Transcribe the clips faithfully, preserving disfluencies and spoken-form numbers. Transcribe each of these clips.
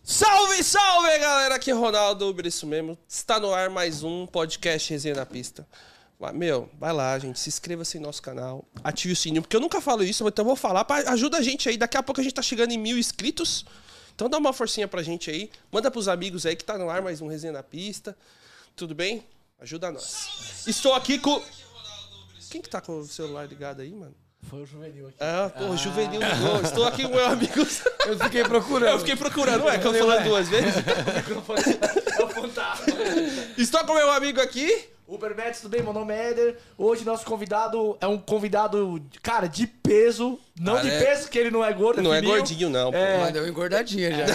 Salve, salve, galera! Aqui é Ronaldo Uber, isso mesmo. Está no ar mais um podcast Resenha na Pista. Meu, vai lá, gente, se inscreva-se no nosso canal, ative o sininho, porque eu nunca falo isso, então eu vou falar, pra, ajuda a gente aí. Daqui a pouco a gente tá chegando em mil inscritos, então dá uma forcinha pra gente aí. Manda pros amigos aí que tá no ar mais um Resenha na Pista. Tudo bem? Ajuda nós. Estou aqui com... Quem que tá com o celular ligado aí, mano? Foi o Juvenil aqui. Ah, pô, o Juvenil ligou. Estou aqui com meu amigo. Eu fiquei procurando. Eu fiquei procurando, ué, que eu falando duas vezes. O microfone é o fantasma. Estou com meu amigo aqui. Uber Mets, tudo bem? Meu nome é Éder. Hoje nosso convidado é um convidado, cara, de peso. Não Ah, de é? peso, que ele não é gordo. Não é fininho. gordinho, não, pô. É. Mas deu uma engordadinha já.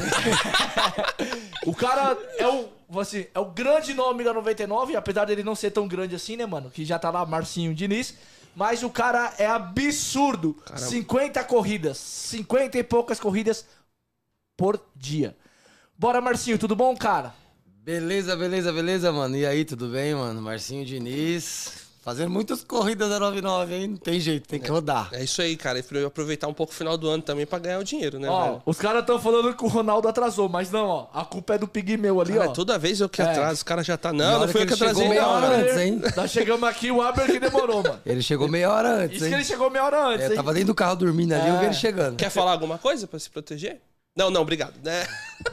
O cara é o, assim, é o grande nome da noventa e nove, apesar dele não ser tão grande assim, né, mano? Que já tá lá, Marcinho Diniz. Mas o cara é absurdo. Caramba. cinquenta corridas. cinquenta e poucas corridas por dia. Bora, Marcinho, tudo bom, cara? Beleza, beleza, beleza, mano. E aí, tudo bem, mano? Marcinho Diniz. Fazendo muitas corridas da noventa e nove, hein? Não tem jeito, tem que rodar. É isso aí, cara. E pra eu aproveitar um pouco o final do ano também pra ganhar o dinheiro, né, Ó, velho? os caras estão falando que o Ronaldo atrasou, mas não, ó. A culpa é do Pigmeu ali, Cara, ó. toda vez eu que É. atraso, os caras já tá... Na Não, não hora foi eu que que ele atrasei, chegou meia não, hora velho. antes, hein? Nós chegamos aqui, o Aber que demorou, mano. Ele chegou meia hora antes, Isso que hein? ele chegou meia hora antes, É, hein? tava dentro do carro dormindo ali, É. eu vi ele chegando. Quer falar alguma coisa pra se proteger? Não, não, obrigado, né?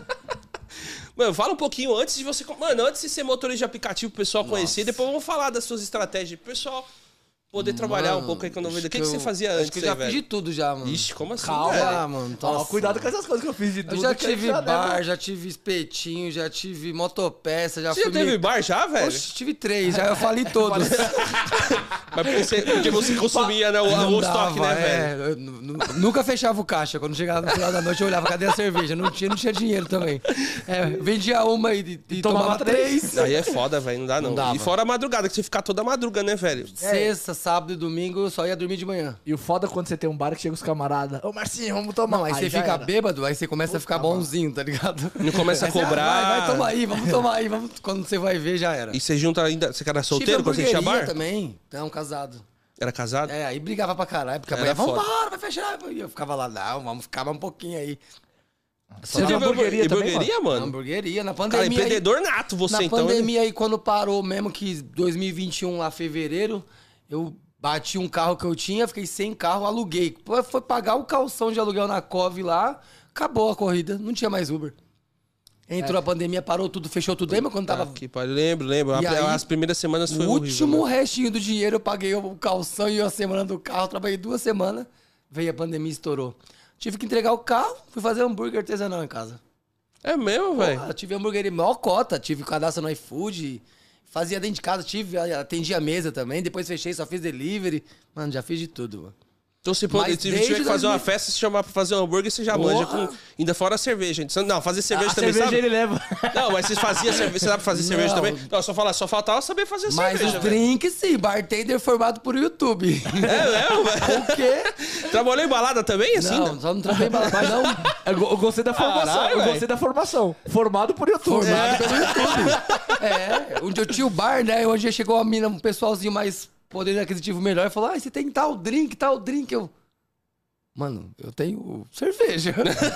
Mano, fala um pouquinho antes de você... Mano, antes de ser motorista de aplicativo pro pessoal conhecer, depois vamos falar das suas estratégias pro pessoal poder trabalhar Mano, um pouco aí com a novela. O acho que, que, eu- você fazia acho antes, que eu já aí, fiz de velho? tudo já, mano. Ixi, como assim, Calma. velho? Ah, mano. Ó, Nossa, cuidado mano. com essas coisas que eu fiz de tudo. Eu já que a gente tive já bar, leva- já tive espetinho, já tive motopeça, já Você já fui... teve me- bar já, velho? Oxe, tive três, já eu falei todos. Mas porque você, porque você consumia, né, o, Não o estoque, dava, né, velho? é, eu nu- nu- nunca fechava o caixa. Quando chegava no final da noite, eu olhava, cadê a cerveja? Não tinha, não tinha dinheiro também. É, vendia uma e, e tomava tomava três. três. Aí é foda, velho, não dá não. Não dava. E fora a madrugada, que você ficar toda madruga, né, velho? Sexta, sábado e domingo, eu só ia dormir de manhã. E o foda é quando você tem um bar que chega os camaradas. Ô, Marcinho, vamos tomar. Não, aí, você já fica era. bêbado, aí você começa a ficar Puta, bonzinho, tá ligado? Não começa a Aí você, ah, cobrar. Vai, vai, toma aí, vamos tomar aí. Vamos... Quando você vai ver, já era. E você junta ainda... Você era solteiro Tive quando você tinha hamburgueria bar? também. Não, casado. Era casado? É, aí brigava pra caralho, porque a Era mulher, foda. vambora, vai fechar. E eu ficava lá, não, vamos ficar mais um pouquinho aí. Você teve teve hamburgueria hamburgueria, também, hamburgueria, Na mano? hamburgueria, na Cara, pandemia. aí- empreendedor nato você, Na então. né? pandemia aí, quando parou mesmo, que dois mil e vinte e um, lá, fevereiro, eu bati um carro que eu tinha, fiquei sem carro, aluguei. Pô, foi pagar o calção de aluguel na Cove lá, acabou a corrida, não tinha mais Uber. Entrou a pandemia, parou tudo, fechou tudo. Lembra quando tava... Ah, que pariu. Lembro, lembro. E A- aí, As primeiras semanas foi o horrível, último né? restinho do dinheiro, eu paguei o calção e a semana do carro, trabalhei duas semanas, veio a pandemia e estourou. Tive que entregar o carro, fui fazer hambúrguer artesanal em casa. É mesmo, velho? Porra, tive hamburgueria maior cota, tive cadastro no iFood, fazia dentro de casa, tive, atendia a mesa também, depois fechei, só fiz delivery. Mano, já fiz de tudo, mano. Então se, pô, Mas se tiver desde que fazer uma dois mil festa, se chamar pra fazer um hambúrguer, você já Porra. manja com... Ainda fora a cerveja. gente. Não, fazer cerveja A também, cerveja sabe? ele leva. Não, mas você fazia cerveja, você dá pra fazer cerveja Não. também? Não, só falar, só faltava saber fazer Mas cerveja, os velho. drinks, sim, bartender formado por YouTube. É mesmo, velho? O quê? Trabalhou em balada também, assim? Não, só não trabalhei balada, mas não Eu go- eu gostei da formação. Caralho, eu velho. gostei da formação. Formado por YouTube. formado pelo YouTube. É, onde eu tinha o bar, né, onde chegou a mina, um pessoalzinho mais poder aquisitivo melhor, e falou, ah, você tem tal drink, tal drink, eu... Mano, eu tenho cerveja.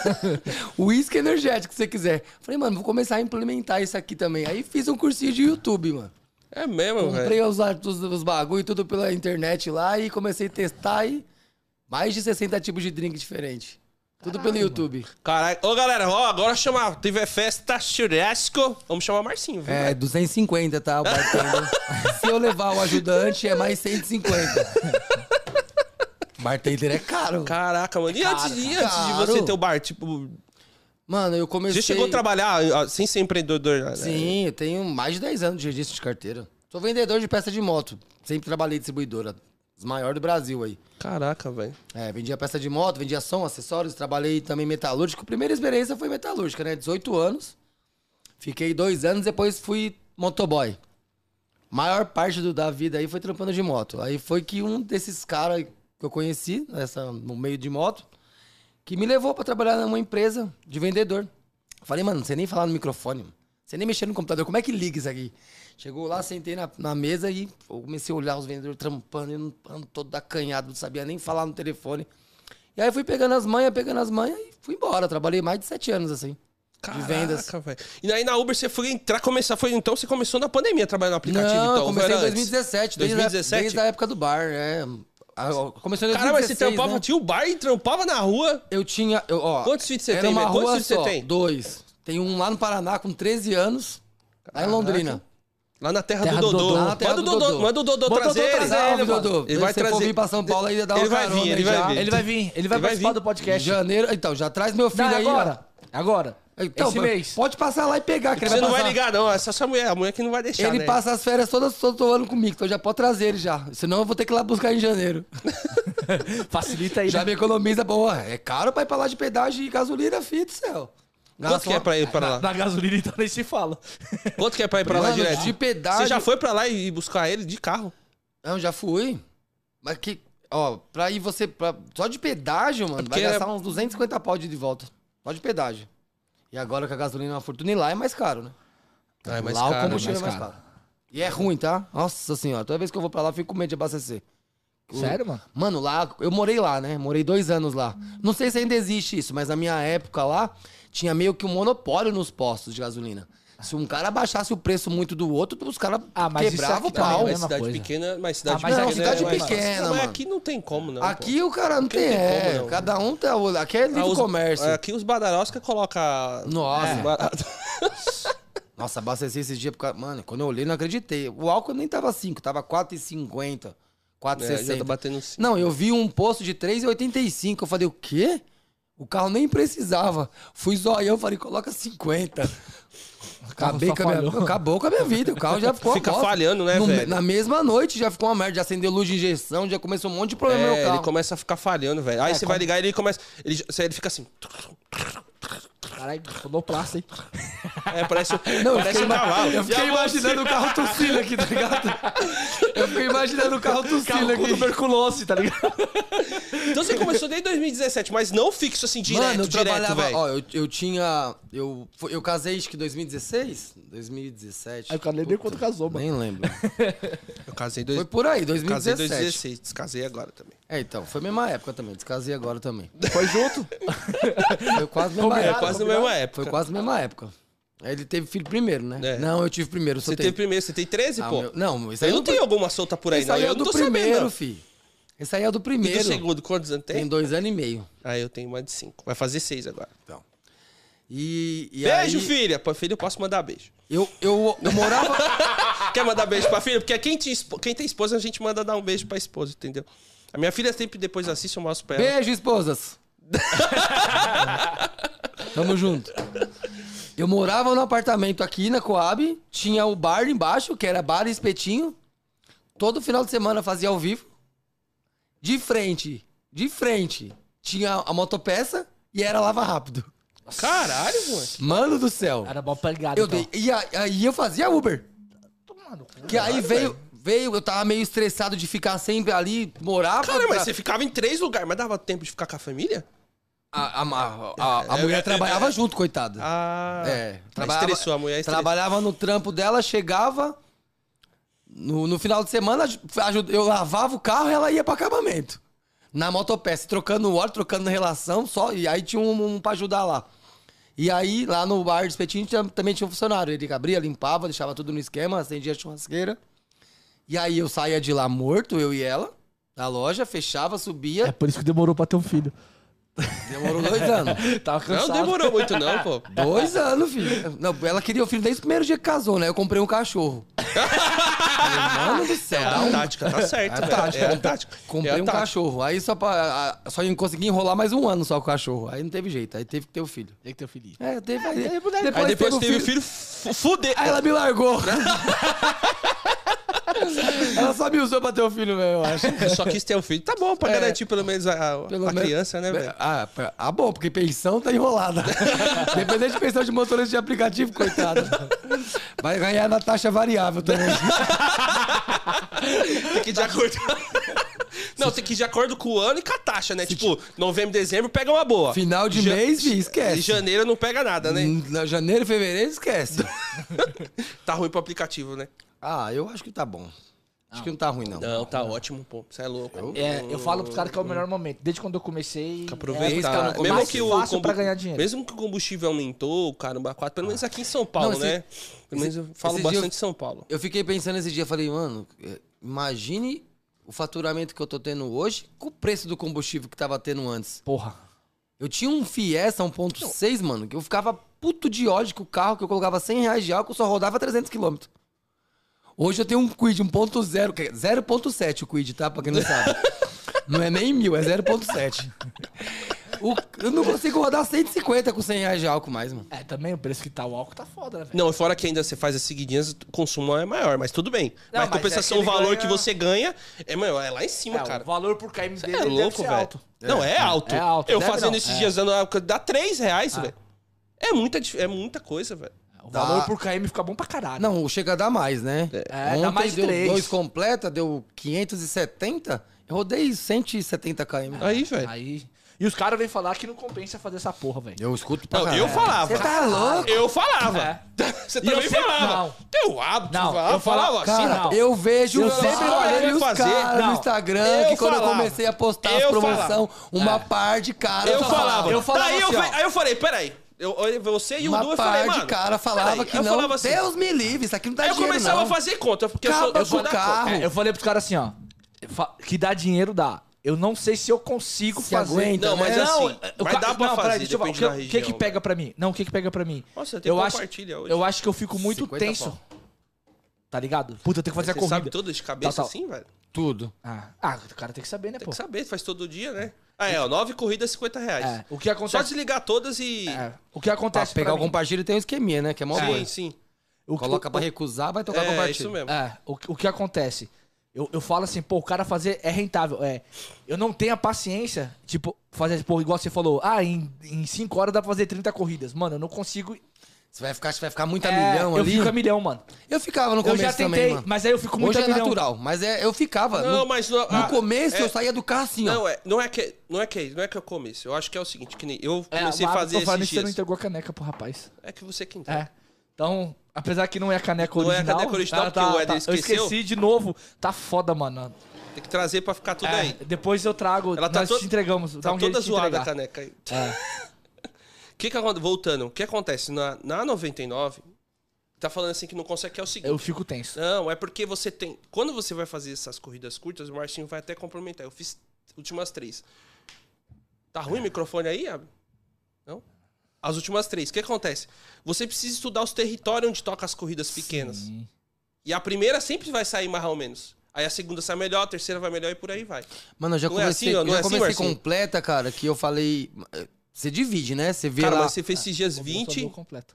Whisky energético, se você quiser. Falei, mano, vou começar a implementar isso aqui também. Aí fiz um cursinho de YouTube, mano. É mesmo, velho. Comprei os, os, os bagulho tudo pela internet lá e comecei a testar e mais de sessenta tipos de drink diferentes. Tudo pelo YouTube. Caralho. Ô, galera, ó, agora chamar. Teve festa churrasco. Vamos chamar o Marcinho, viu? É, duzentos e cinquenta, tá? O bartender. Se eu levar o ajudante, é mais cento e cinquenta. Bartender é caro. Caraca, mano. E antes, e Cara, antes de caro. você ter o bar, tipo... Mano, eu comecei... Você chegou a trabalhar ah, sem ser empreendedor? né? Sim, eu tenho mais de dez anos de registro de carteira. Sou vendedor de peça de moto. Sempre trabalhei distribuidora. Os maiores do Brasil aí. Caraca, velho. É, vendia peça de moto, vendia som, acessórios, trabalhei também metalúrgico. A primeira experiência foi metalúrgica, né? dezoito anos. Fiquei dois anos, depois fui motoboy. Maior parte do, da vida aí foi trampando de moto. Aí foi que um desses caras que eu conheci nessa, no meio de moto, que me levou pra trabalhar numa empresa de vendedor. Falei, mano, não sei nem falar no microfone, mano. Você nem mexer no computador, como é que liga isso aqui? Chegou lá, sentei na, na mesa e eu comecei a olhar os vendedores trampando, eu não- ando todo acanhado, não sabia nem falar no telefone. E aí fui pegando as manhas, pegando as manhas e fui embora. Trabalhei mais de sete anos assim. Caraca, vendas. velho. E aí na Uber você foi entrar, começar, foi então você começou na pandemia trabalhando no aplicativo, Não, então? eu comecei Era em dois antes? mil e dezessete. Desde, dois mil e a- dezessete? desde a época do bar, é. Ah, eu- Começou em dois mil e dezesseis, Cara, mas você trampava, né? tinha o bar e trampava na rua. Eu tinha... Eu, ó, Quantos filhos você era tem, uma velho? Quantos rua filhos você só, tem? Dois. Tem um lá no Paraná com treze anos, lá em Londrina. Lá na terra, Terra do do Dodô. Dodô. Lá na terra Manda o do Dodô, Dodô. manda o Dodô Manda o trazer Dodô ele. trazer Salve, ele, mano. Dodô. Ele vai Se você for trazer- vir pra São Paulo aí, dá uma Ele vai carona vir, aí ele vai já. vir. Ele vai vir, ele vai Ele vai participar vir. do podcast. Janeiro, então, já traz meu filho Não, aí. agora. Agora. ó. Então, Esse vai- mês. Pode passar lá e pegar, que ele Você vai não passar. vai ligar, não. Essa é sua mulher. A mulher que não vai deixar, Ele né? passa as férias todas todo ano comigo, então já pode trazer ele já. Senão eu vou ter que ir lá buscar em janeiro. Facilita aí, Já né? me economiza, pô, é caro pra ir pra lá de pedágio e gasolina, filho do céu. Quanto que é pra ir pra Na, lá? na gasolina, então, nem se fala. Quanto que é pra ir pra lá Mano, direto? de pedágio- Você já foi pra lá e buscar ele de carro? Não, já fui. Mas que, ó, pra ir você, pra- só de pedágio, mano, porque vai é- gastar uns duzentos e cinquenta pau de ida e volta. Só de pedágio. E agora que a gasolina é uma fortuna, e lá é mais caro, né? Ah, é mais lá caro, o combustível é é mais mais caro. E é ruim, tá? Nossa senhora, toda vez que eu vou pra lá, eu fico com medo de abastecer. O- Sério, mano? Mano, lá, eu morei lá, né? Morei dois anos lá. Não sei se ainda existe isso, mas na minha época lá, tinha meio que um monopólio nos postos de gasolina. Se um cara baixasse o preço muito do outro, os caras Ah, mas isso quebravam o aqui também pau. é a Mas mesma cidade coisa. pequena, mas cidade Ah, mas pequena. não, cidade é mais pequena, fácil. Não, mas mano. aqui não tem como, não. Aqui pô. o cara não Aqui tem, não tem é, como, não. cada um tá, aqui é livre Ah, os- comércio. Aqui os badarosca colocam. Nossa. É. barato. Nossa, abasteci esse dia, porque, mano, quando eu olhei, não acreditei. O álcool nem tava cinco, tava quatro e cinquenta, quatro e É, já tá sessenta. batendo cinco. Não, eu vi um posto de três e oitenta e cinco, eu falei, o quê? O carro nem precisava. Fui zoião, falei, coloca cinquenta. Acabei só com a minha, falhou. acabou com a minha vida. O carro já ficou uma Fica bosta. falhando, né, No- velho? Na mesma noite já ficou uma merda. Já acendeu luz de injeção, já começou um monte de problema no É, meu carro. ele começa a ficar falhando, velho. Aí É, você como- vai ligar e ele começa. Ele, ele fica assim. Caralho, sonoplasta, hein? É, parece, Não, eu parece fiquei, um cavalo. eu fiquei E a imaginando o carro tossindo aqui, tá ligado? Eu fiquei imaginando o carro tossindo Carro com aqui. tuberculose, tá ligado? Então você começou desde dois mil e dezessete, mas não fixo assim, direto, Mano, eu direto, trabalhava, velho. ó, eu, eu tinha, eu, foi- eu casei acho que em dois mil e dezesseis? dois mil e dezessete. Aí o cara nem deu quando casou, mano. Nem lembro. Eu casei em dois, Foi por aí, dois mil e casei em dezessete. dois mil e dezesseis, descasei agora também. É, então, foi a mesma época também, descasei agora também. Foi junto? Foi quase a mesma Combinado, É, época. quase na combinado. mesma época. Foi quase a mesma época. Aí ele teve filho primeiro, né? É. Não, eu tive primeiro, eu Você soltei. teve primeiro, você tem treze, Ah, pô. meu- Não, isso aí Eu não do- tenho alguma solta por aí, Esse não. aí é Eu do não tô sabendo, primeiro, não. filho. Esse aí é do E primeiro. do segundo, quantos anos tem? Tem dois anos e meio. Ah, eu tenho mais de cinco. Vai fazer seis agora. Então. E, e Beijo, aí, filha. Pra filha eu posso mandar beijo. Eu, eu, eu morava... Quer mandar beijo pra filha? Porque quem, te, expo- quem tem esposa, a gente manda dar um beijo pra esposa, entendeu? A minha filha sempre depois assiste, eu mostro pra ela. Beijo, esposas. Tamo junto. Eu morava no apartamento aqui na Coab, tinha o bar embaixo, que era bar e espetinho. Todo final de semana fazia ao vivo. De frente, de frente, tinha a motopeça e era lava rápido. Caralho, mano. Mano do céu. Era bom pegado, Eu então. dei, e a- aí eu fazia Uber. Mano, Que aí veio, veio, eu tava meio estressado de ficar sempre ali, morava. Cara, mas pra- você ficava em três lugares, mas dava tempo de ficar com a família? A, a, a, a- a É, mulher é, trabalhava é. junto, coitada. Ah. É, Trabalhava, estressou, a mulher estressou. trabalhava no trampo dela, chegava. No, no final de semana, aju- eu lavava o carro e ela ia pro acabamento. Na motopeça, trocando óleo, trocando relação, só. E aí tinha um, um pra ajudar lá. E aí, lá no bar de espetinho, tinha- também tinha um funcionário. Ele abria, limpava, deixava tudo no esquema, acendia a churrasqueira. E aí eu saía de lá morto, eu e ela, da loja, fechava, É subia. por isso que demorou pra ter um filho. Demorou dois anos. Tava Não cansado. demorou muito, não, pô. Dois anos, filho. Não, ela queria o filho desde o primeiro dia que casou, né? Eu comprei um cachorro. Falei, mano do céu, É dá a um... tática, tá certo, É a velho. tática. É a tática. Comprei É a um tática. cachorro. Aí só, pra, a- só ia conseguir enrolar mais um ano só com o cachorro. Aí não teve jeito. Aí teve que ter o filho. Tem que ter um filhinho. É, teve. Aí, Aí, depois, Aí depois o teve o filho, fu- fuder. Aí ela me largou. Ela só me usou pra ter o filho mesmo, eu acho. Eu só quis ter o filho. Tá bom, pra É. garantir pelo menos a, a- Pelo a menos- criança, né, velho? Ah, pra- ah, bom, porque pensão tá enrolada. Dependendo de pensão de motorista de aplicativo, coitado. Vai ganhar na taxa variável também. Tem que ir de acordo. Não, tem que ir de acordo com o ano e com a taxa, né? Tipo, novembro, dezembro pega uma boa. Final de Ja- mês, fi, esquece. Em janeiro não pega nada, né? Em janeiro, fevereiro, esquece. Tá ruim pro aplicativo, né? Ah, eu acho que tá bom. Acho que não tá ruim, não. Não, tá ótimo, pô. Você é louco. É, eu falo pros caras que é o melhor momento. Desde quando eu comecei. Que é aproveitar. mesmo mesmo que o fácil combu- pra ganhar dinheiro. Mesmo que o combustível aumentou, o caramba, quatro, pelo menos aqui em São Paulo, Não, esse- né? Pelo menos eu falo esse dia bastante eu- de São Paulo. Eu fiquei pensando esse dia, falei, mano, é, imagine o faturamento que eu tô tendo hoje com o preço do combustível que tava tendo antes. Porra. Eu tinha um Fiesta um ponto seis, mano, que eu ficava puto de ódio que o carro que eu colocava cem reais de álcool só rodava trezentos quilômetros. Hoje eu tenho um Kwid um ponto zero, que é zero ponto sete o Kwid, tá? Pra quem não sabe. Não é nem mil, é zero ponto sete. O- eu não consigo rodar cento e cinquenta com cem reais de álcool mais, mano. É, também o preço que tá o álcool tá foda, né, velho? Não, fora que ainda você faz as seguidinhas, o consumo é maior, mas tudo bem. Não, mas mas compensação, é o que ele valor ganha- que você ganha é, maior, é lá em cima, É, cara. o valor por km dele É deve louco, ser velho. alto. Não, é alto. É alto. Eu Deve fazendo não, esses é. dias dando dá três reais, Ah. velho. É muita, dif- é muita coisa, velho. O Dá- valor por km fica bom pra caralho. Não, chega a dar mais, né? É, Ontem dá mais deu três. dois completa, deu quinhentos e setenta. Eu rodei cento e setenta quilômetros. Aí, velho. Aí. E os caras vêm falar que não compensa fazer essa porra, velho. Eu escuto pra Não, caralho. eu falava. Você tá louco? Eu falava. É. Você E também eu sempre- falava. não. Teu hábito, Não, de falar, eu falava- falava assim, Cara, não. eu vejo Eu vários sempre falei fazer. caras Não, no Instagram eu que quando falava. eu comecei a postar as Eu promoção, falava. uma É. par de caras Eu só falava. Eu falava Daí eu, assim, ó. fe- aí eu falei, peraí. Eu, eu- você e o Uma Du, eu par falei, de mano. cara falava peraí. que eu não. falava assim. Deus me livre, isso aqui não dá Aí eu dinheiro, começava não. a fazer conta, porque eu sou, Acaba eu sou com da o carro. conta. É, eu falei pros caras assim, ó. fa- Que dá dinheiro, dá. Eu não sei se eu consigo Se fazer. aguenta, Não, mas né? assim, o mas ca- dá pra não, fazer, peraí, deixa eu falar. depende O da que, o que região, que pega pra mim? Não, o que que pega pra mim? Nossa, tem eu acho, compartilha hoje. eu acho que eu fico muito cinquenta tenso. pau. Tá ligado? Puta, eu tenho que fazer Você a corrida. sabe tudo de cabeça Tá, tá. assim, velho? Tudo. Ah, ah, o cara tem que saber, né, Tem pô? que saber, faz todo dia, né? Ah, é, ó, nove corridas, cinquenta reais. É, o que Só acontece... desligar todas e... é, o que Pra acontece pegar pra o mim... compartilho tem um esqueminha, né? Que é mó Sim, bom. sim. o que- Coloca o- pra recusar, vai tocar É, compartilho. isso mesmo. É, o, que- o que acontece? Eu, eu falo assim, pô, o cara fazer é rentável. É, eu não tenho a paciência, tipo, fazer, pô, igual você falou, ah, em, em cinco horas dá pra fazer trinta corridas. Mano, eu não consigo. Você vai ficar, você vai ficar muito a É, milhão eu ali. fico a milhão, mano. Eu ficava no Eu começo já tentei, também, mano. mas aí eu fico muito Hoje a é milhão. natural, mas é, eu ficava. Não, no, mas... No, no ah, começo é- eu saía do carro assim, ó. Não, é, não é que não é que não é que é o começo. Eu acho que é o seguinte, que nem eu É, comecei a mas fazer tô falando esses isso, você não dias. entregou a caneca pro rapaz. É que você que entende. É. Então, apesar que não é a caneca Não é a original... caneca original, ah, porque o Éder Eu esqueceu. esqueci de novo. Tá foda, mano. Tem que trazer pra ficar tudo É, aí. depois eu trago, Ela tá nós to- te entregamos. Tá dá um jeito toda de te zoada a entregar. caneca aí. É. Que que aconte- Voltando, o que acontece? Na, na noventa e nove, tá falando assim que não consegue, que é o seguinte. Eu fico tenso. Não, é porque você tem... Quando você vai fazer essas corridas curtas, o Marcinho vai até complementar. Eu fiz últimas três. Tá ruim o microfone aí, Abi? Não? As últimas três. O que acontece? Você precisa estudar os territórios onde toca as corridas pequenas. Sim. E a primeira sempre vai sair mais ou menos. Aí a segunda sai melhor, a terceira vai melhor e por aí vai. Mano, eu já Não é comecei, assim, ó, eu não já é assim, comecei Marcinho? completa, cara, que eu falei... Você divide, né? Você vê Cara, lá... mas você fez esses dias Vou vinte... completo.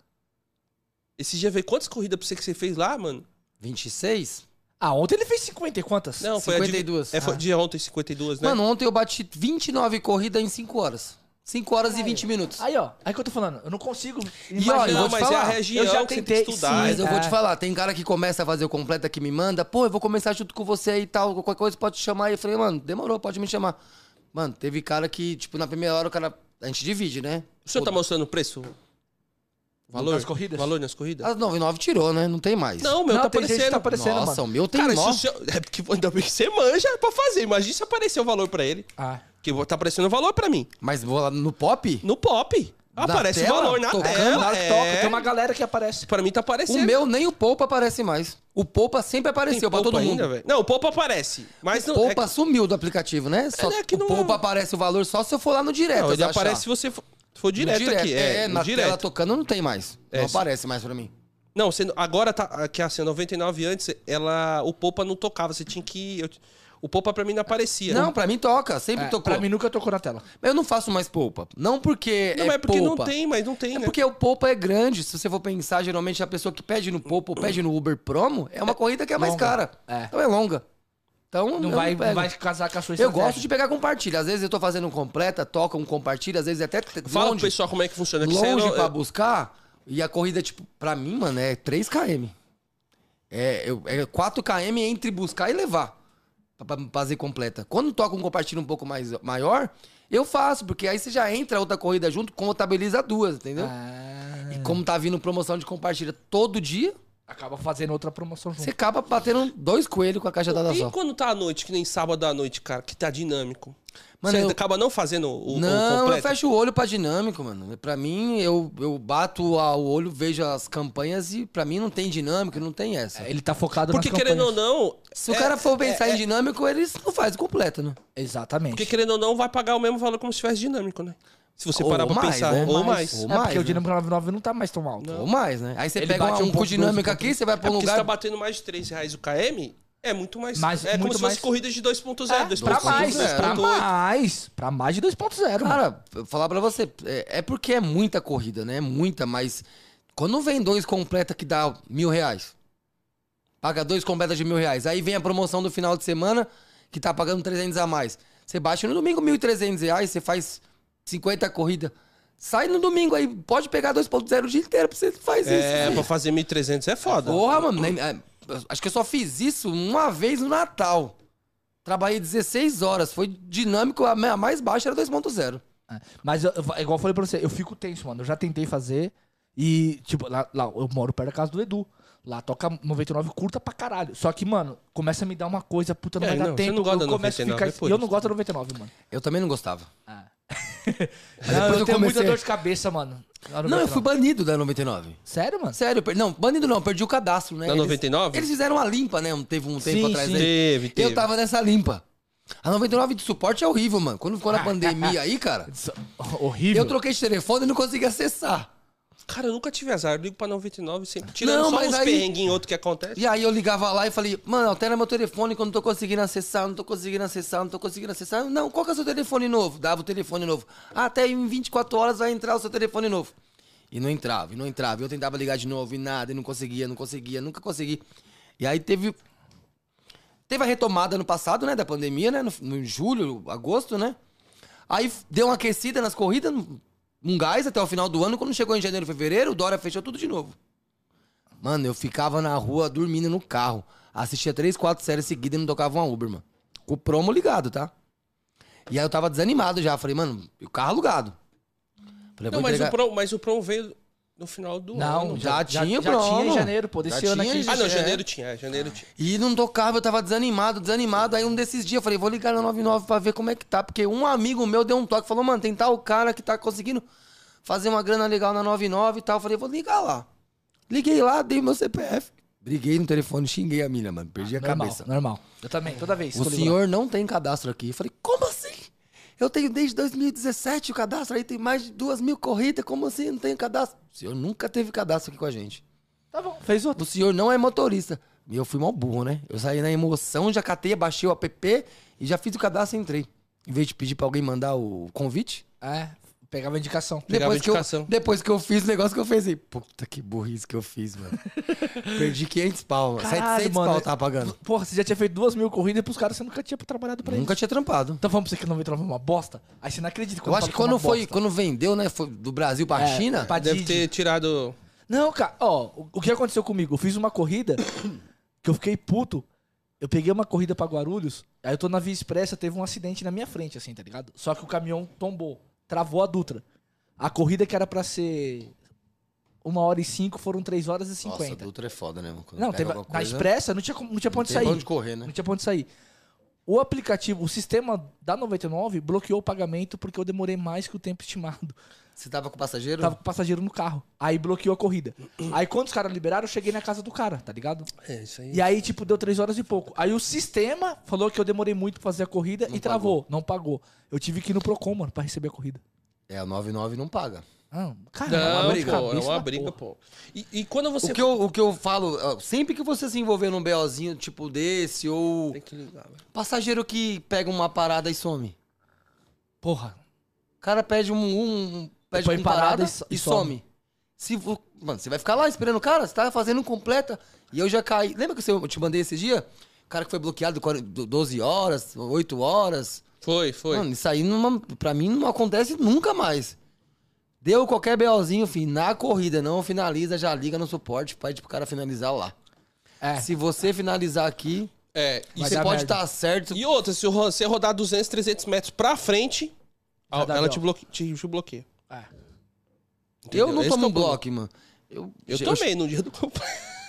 Esse dia veio quantas corridas pra você que você fez lá, mano? vinte e seis? Ah, ontem ele fez cinquenta e quantas? Não, foi a cinquenta e de... duas. É, foi Ah. de ontem, cinquenta e duas, né? Mano, ontem eu bati vinte e nove corridas em cinco horas. cinco horas e vinte minutos. Aí, ó. Aí que eu tô falando. Eu não consigo E olha, eu não, vou te mas é falar, a região eu já que você tem tentei, que estudar. sim, Mas eu vou É. te falar, tem cara que começa a fazer o completa que me manda, pô, eu vou começar junto com você aí e tal, qualquer coisa pode te chamar. E eu falei, mano, demorou, pode me chamar. Mano, teve cara que, tipo, na primeira hora o cara... A gente divide, né? O senhor tá mostrando o preço? Valor? Nas corridas? Valor nas corridas? As noventa e nove tirou, né? Não tem mais. Não, o meu Não, tá tem gente que aparecendo. tá aparecendo, Nossa, mano. o meu tem Cara, mó. se o seu... É porque ainda bem que você manja pra fazer. Imagina se aparecer o valor pra ele. Ah. Que tá aparecendo o valor pra mim. Mas vou lá no pop, No pop. Aparece tela? o valor na Tocando, tela. Na hora que é. toca, tem uma galera que aparece. Pra mim tá o aparecendo. meu nem o Poupa aparece mais. O Poupa sempre Tem apareceu pra Poupa todo mundo. ainda, velho. Não, o Poupa aparece. Mas O não. Poupa é sumiu do aplicativo, né? Só, É, é que o não- Poupa aparece o valor só se eu for lá no que... direto. Não, ele achar. aparece se você for, for No direto, aqui. É, É, no na direto. tela tocando não tem mais. É, não sim. aparece mais pra mim. Não, você, agora tá. Que assim, a noventa e nove antes, ela. O Poupa não tocava. Você tinha que. eu- o Poupa pra mim não aparecia. Não, pra mim toca, sempre É, tocou. pra mim nunca tocou na tela. Eu não faço mais Poupa. Não porque Não, é, mas é porque Poupa. não tem, mas não tem, É né? porque o Poupa é grande. Se você for pensar, geralmente a pessoa que pede no Poupa ou pede no Uber Promo é uma corrida que é mais longa. cara. É. Então é longa. Então Não eu vai, pego. não vai casar com a sua Eu estratégia. gosto de pegar compartilha. Às vezes eu tô fazendo um completa, toca um compartilha, às vezes até t- Fala pro longe, pessoal como é que funciona. Que isso aí longe eu- pra eu- buscar. E a corrida, tipo, pra mim, mano, é três quilômetros. É, eu, é quatro quilômetros entre buscar e levar. Pra, pra fazer completa. Quando toca um compartilho um pouco mais maior, eu faço, porque aí você já entra outra corrida junto, contabiliza duas, entendeu? Ah. E como tá vindo promoção de compartilha todo dia, Acaba fazendo outra promoção junto. Você acaba batendo dois coelhos com a caixa dada E só. quando tá à noite, que nem sábado à noite, cara, que tá dinâmico? Mano, Você eu- acaba não fazendo o, o Não, eu completo? fecho o olho pra dinâmico, mano. Pra mim, eu, eu bato a- o olho, vejo as campanhas e pra mim não tem dinâmico, não tem essa. É, ele tá focado Porque nas querendo ou campanhas. não... Se o é- cara for pensar é- em dinâmico, eles não faz o completo, né? Exatamente. Porque querendo ou não, vai pagar o mesmo valor como se tivesse dinâmico, né? Se você Ou parar pra mais, pensar. né? Ou Mais. mais. Ou É mais, porque o né? dinâmico noventa e nove não tá mais tão alto. Ou mais, né? Aí você Ele pega bate um, um um com ponto dinâmico dois, aqui, você vai É pra um porque você lugar... tá batendo mais de três reais o K M, é muito mais... Mais- é como muito se mais- fosse corridas de dois ponto zero, É, dois pra ponto cinco, mais, dois pra ponto oito. mais. Pra mais de dois ponto zero. mano. Cara, eu falar pra você, é, é porque é muita corrida, né? É muita, mas quando vem dois completa que dá mil reais, paga dois completas de mil reais, aí vem a promoção do final de semana que tá pagando trezentos a mais. Você baixa no domingo mil e trezentos reais, você faz cinquenta corridas. Sai no domingo aí, pode pegar dois ponto zero o dia inteiro pra você fazer É, isso. pra fazer mil e trezentos é foda. Porra, mano, nem- é, acho que eu só fiz isso uma vez no Natal. Trabalhei dezesseis horas, foi dinâmico, a me- a mais baixa era dois ponto zero. É. Mas, eu- eu- igual eu falei pra você, eu fico tenso, mano. Eu já tentei fazer e, tipo, lá, lá eu moro perto da casa do Edu. Lá toca noventa e nove curta pra caralho. Só que, mano, começa a me dar uma coisa, puta, não É, vai dar não, você tempo. não gosta eu da começo a noventa e nove, ficar... é por E eu isso. não gosto da noventa e nove, mano. Eu também não gostava. Não, depois eu, eu tenho muita comecei- dor de cabeça, mano. na Não, eu noventa e fui nove. banido da noventa e nove. Sério, mano? Sério, per- não, banido não, perdi o cadastro, né? Na Eles- noventa e nove? Eles fizeram uma limpa, né? um- Teve um tempo Sim, atrás sim. aí. Teve, teve. Eu tava nessa limpa. A noventa e nove de suporte é horrível, mano. Quando ficou na pandemia aí, cara, Isso- Horrível. eu troquei de telefone e não consegui acessar. Cara, eu nunca tive azar. Eu ligo pra noventa e nove sempre. Tirando Não, só mas uns aí- perrenguinhos outros que acontecem. E aí eu ligava lá e falei, mano, altera meu telefone que eu não tô conseguindo acessar, não tô conseguindo acessar, não tô conseguindo acessar. Não, qual que é o seu telefone novo? Dava o telefone novo. Ah, até em vinte e quatro horas vai entrar o seu telefone novo. E não entrava, e não entrava. Eu tentava ligar de novo e nada, e não conseguia, não conseguia, nunca consegui. E aí teve... Teve a retomada no passado, né, da pandemia, né, no, no julho, agosto, né. Aí f- deu uma aquecida nas corridas, um- um gás até o final do ano. Quando chegou em janeiro, fevereiro, o Dória fechou tudo de novo. Mano, eu ficava na rua dormindo no carro. Assistia três, quatro séries seguidas e não tocava uma Uber, mano. Com o promo ligado, tá? E aí eu tava desanimado já. Falei, mano, e o carro alugado. Falei, Não, vou mas, entregar... o Prom, mas o Prom veio no final do Não, ano. já já, tinha já promo. tinha em janeiro, pô. Desse Já ano tinha aqui. em Ah, não, É. janeiro tinha, é, janeiro tinha. E não tocava, eu tava desanimado, desanimado. Aí um desses dias eu falei, vou ligar na noventa e nove pra ver como é que tá. Porque um amigo meu deu um toque, falou, mano, tem tal cara que tá conseguindo fazer uma grana legal na noventa e nove e tal. Eu falei, vou ligar lá. Liguei lá, dei meu C P F. Briguei no telefone, xinguei a mina, mano. Perdi a Normal, cabeça. normal. Eu também, toda vez. O tô ligado. senhor não tem cadastro aqui. Eu falei, como assim? Eu tenho desde dois mil e dezessete o cadastro, aí tem mais de duas mil corridas, como assim não tenho cadastro? O senhor nunca teve cadastro aqui com a gente. Tá bom, fez outro. O senhor não é motorista. E eu fui mal burro, né? Eu saí na emoção, já catei, baixei o app e já fiz o cadastro e entrei. Em vez de pedir pra alguém mandar o convite. É, pegava a indicação. Pegava Depois que, eu, indicação. depois que eu fiz o negócio que eu fiz aí. Puta que burrice que eu fiz, mano. Perdi quinhentos pau, mano. Caralho, setecentos mano. pau eu tava pagando. Porra, você já tinha feito duas mil corridas pros caras, você nunca tinha trabalhado pra Nunca isso. tinha trampado. Então vamos pra você que noventa e nove é uma bosta? Aí você não acredita Eu acho que quando fala é uma foi, bosta. quando vendeu, né, foi do Brasil pra É, China, pra Deve Didi. ter tirado... Não, cara, ó, o, o que aconteceu comigo? Eu fiz uma corrida que eu fiquei puto. Eu peguei uma corrida pra Guarulhos, aí eu tô na Via Expressa, teve um acidente na minha frente, assim, tá ligado? Só que o caminhão tombou, travou a Dutra. A corrida que era pra ser uma hora e cinco, foram três horas e Nossa, cinquenta. Dutra é foda, né? Quando Não, pega teve, alguma na coisa, Expressa não tinha, como- não tinha pra não onde tem sair. pra onde correr, né? Não tinha pra onde sair. O aplicativo, o sistema da noventa e nove bloqueou o pagamento porque eu demorei mais que o tempo estimado. Você tava com passageiro? Tava com o passageiro no carro. Aí bloqueou a corrida. Aí quando os caras liberaram, eu cheguei na casa do cara, tá ligado? É, isso aí. E aí, tipo, deu três horas e pouco. Aí o sistema falou que eu demorei muito pra fazer a corrida Não e travou. Não pagou. Eu tive que ir no Procon, mano, pra receber a corrida. É, o noventa e nove não paga. Ah, cara, Não, dor de pô, é cabeça uma da briga, porra. pô. E, e quando você... O que, eu, o que eu falo, ó, sempre que você se envolver num BOzinho tipo desse, ou Tem que ligar, velho. passageiro que pega uma parada e some. Porra. O cara pede um. um pede Põe um parada parada e so- e, e some. some. Se, vo- mano, você vai ficar lá esperando o cara, você tá fazendo completa. E eu já caí. Lembra que eu te mandei esse dia? O cara que foi bloqueado quarenta, doze horas, oito horas. Foi, foi. Mano, isso aí não, pra mim não acontece nunca mais. Deu qualquer BOzinho, filho, na corrida, não finaliza, já liga no suporte, pede pro cara finalizar lá. É. Se você finalizar aqui, É, e Vai você dar pode merda. estar certo. E outra, se você rodar duzentos, trezentos metros pra frente, Vai dar ela B O. te, bloque... te, te bloqueia. É. Entendeu? Eu não Esse tomo que é o bloco, mano. Eu, Eu também, no dia do completo.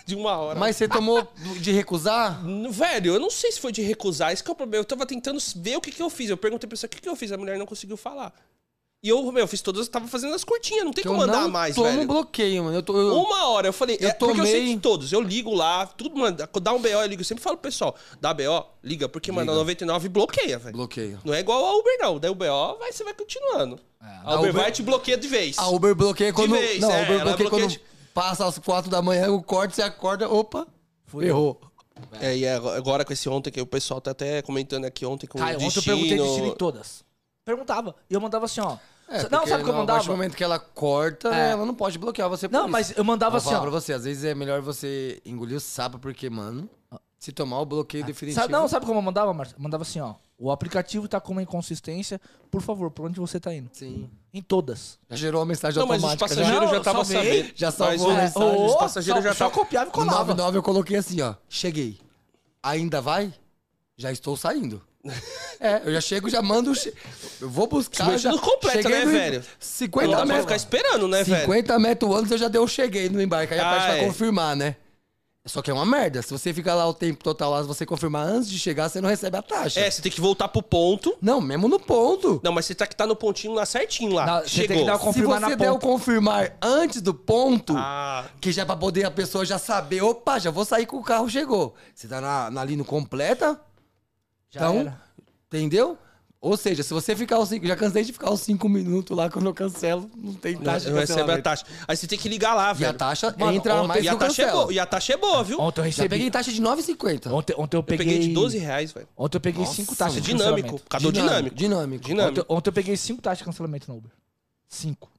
de uma hora. Mas você tomou de recusar? Velho, eu não sei se foi de recusar. Esse que é o problema. Eu tava tentando ver o que, que eu fiz. Eu perguntei pra pessoa o que, que eu fiz. A mulher não conseguiu falar. E eu, meu, eu fiz todas, eu tava fazendo as curtinhas. Não tem Que como eu andar não mais, tomo velho. bloqueio, mano. Eu tô, eu... Uma hora, eu falei, Eu é, porque eu sei tomei- de todos. Eu ligo lá, tudo, mano, dá um B O, eu ligo. Eu sempre falo pro pessoal, dá B O, liga, porque, mano, a Liga. noventa e nove bloqueia, velho. Bloqueio. Não é igual a Uber, não. Daí o B O, vai, você vai continuando. a Uber, Uber- vai e te bloqueia de vez. A Uber bloqueia quando... vez, não, é, a Uber ela bloqueia bloqueia quando de- passa às quatro da manhã, o corte, você acorda, opa, errou. É, e agora com esse ontem, que o pessoal tá até comentando aqui ontem com Cara, o ontem eu destino... perguntei destino em todas. Perguntava. E eu mandava assim, ó. É, não, porque sabe o que eu no- A partir mandava? do momento que ela corta, É. ela não pode bloquear você por Não, isso. mas eu mandava Vou falar assim, ó. pra você, às vezes é melhor você engolir o sapo, porque, mano, se tomar o bloqueio definitivo... Sabe, não, sabe como eu mandava, Marcos? Eu mandava assim, ó. O aplicativo tá com uma inconsistência. Por favor, por onde você tá indo? Sim. Em todas. Já gerou uma mensagem Não, mas os automática. passageiros Não, já estavam salvei. sabendo. Já Mas salvou o- a mensagem. Os Ô, passageiros só, já só estavam... copiava e No colava. nove nove eu coloquei assim, ó. Cheguei. Ainda vai? Já estou saindo. É, eu já chego, já mando... che- Eu vou buscar... Mas já... não completa, cheguei né, no- velho? cinquenta Não dá pra metros. ficar esperando, né, velho? cinquenta metros antes eu já dei o cheguei no embarque. Aí Ah, a parte é. pra confirmar, né? Só que é uma merda. Se você ficar lá o tempo total lá, se você confirmar antes de chegar, você não recebe a taxa. É, você tem que voltar pro ponto. Não, mesmo no ponto. Não, mas você tá que tá no pontinho lá certinho lá. Não, você Chegou. tem que dar o Se confirmar você na der o ponta. confirmar antes do ponto, Ah, que já é pra poder a pessoa já saber, opa, já vou sair com o carro, chegou. Você tá na, na linha completa, Já então, era. entendeu? Ou seja, se você ficar os cinco, já cansei de ficar os cinco minutos lá quando eu cancelo, não tem não, taxa de não recebe a cancelamento. taxa. Aí você tem que ligar lá, E a velho. taxa Mano, entra ontem- mais E a, que o taxa é cancela. boa, e a taxa é boa, viu? Ontem eu Já recebi... peguei taxa de nove e cinquenta. Ontem, ontem eu Eu peguei... peguei de doze reais, velho. Ontem eu peguei Nossa, cinco taxas É de dinâmico. cancelamento. Cador dinâmico. Dinâmico. Dinâmico. Ontem, ontem eu peguei cinco taxas de cancelamento no Uber. Cinco.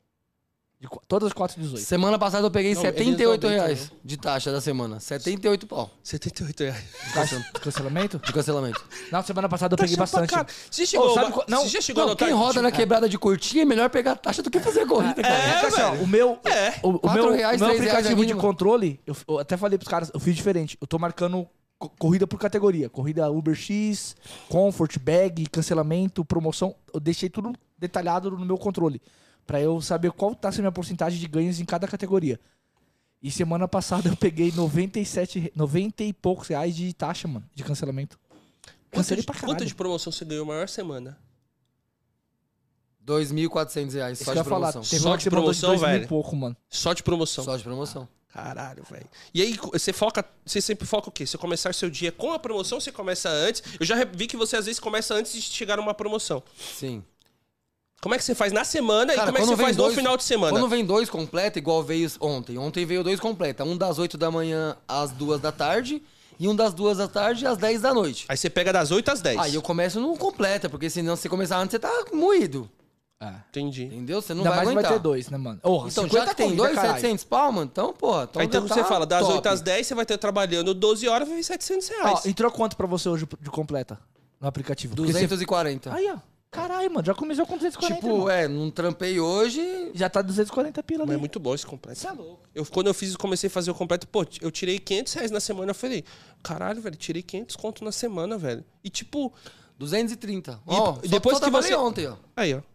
De qu- todas as quatro dezoito. Semana passada eu peguei Não, setenta e oito eles não reais aumentam, de taxa da semana. setenta e oito pau setenta e oito reais. Taxa de cancelamento? de cancelamento. Não, semana passada eu peguei Taxa pra bastante. caralho. Você já chegou, Ô, sabe a- qual- não, você já chegou a Não, notar quem que, roda na tipo, quebrada de curtinha é melhor pegar taxa do que fazer corrida, cara. é, É que assim, ó, velho. o meu, É. o, o Quatro meu, reais, o meu três reais aplicativo é de mínimo. controle, eu, eu até falei pros caras, eu fiz diferente. Eu tô marcando co- corrida por categoria. Corrida Uber X, Comfort, Bag, cancelamento, promoção. Eu deixei tudo detalhado no meu controle. Pra eu saber qual tá sendo a minha porcentagem de ganhos em cada categoria. E semana passada eu peguei noventa e sete, re- noventa e poucos reais de taxa, mano, de cancelamento. Quanto Cancelei de, pra caralho. quanto de promoção você ganhou a maior semana? dois mil e quatrocentos reais Isso só que eu de ia falar. promoção. Teve Só uma de que você mandou promoção, dois mil velho. e pouco, mano. Só de promoção. Só de promoção. Caralho, velho. E aí, você foca. Você sempre foca o quê? Você começar seu dia com a promoção, você começa antes. Eu já vi que você às vezes começa antes de chegar numa promoção. Sim. Como é que você faz na semana e Cara, como é que quando você faz vem no dois- final de semana? Quando vem dois completa, igual veio ontem. Ontem veio dois completa. Um das oito da manhã às duas da tarde e um das duas da tarde às dez da noite. Aí você pega das oito às dez. Aí eu começo no completa, porque senão se você começar antes, você tá moído. Entendi. Entendeu? Você não Ainda vai mais aguentar. vai ter dois, né, mano? Oh, Então, já que tem corrida, dois, caralho. setecentos pau, mano, então, porra. Então, Aí então já você tá fala, das top. oito às dez, você vai ter trabalhando doze horas, vai vir setecentos reais. Ó, entrou quanto pra você hoje de completa no aplicativo? Porque duzentos e quarenta. Você... Aí, ó. Caralho, mano, já começou com duzentos e quarenta, Tipo, irmão. é, não trampei hoje. Já tá duzentos e quarenta pila ali. Mas é muito bom esse completo. Você é louco. Eu, quando eu fiz, comecei a fazer o completo, pô, eu tirei quinhentos reais na semana. Eu falei, caralho, velho, tirei quinhentos conto na semana, velho. E tipo, duzentos e trinta. E- Ó, e só- depois só que trabalhei você- ontem, ó. aí, ó.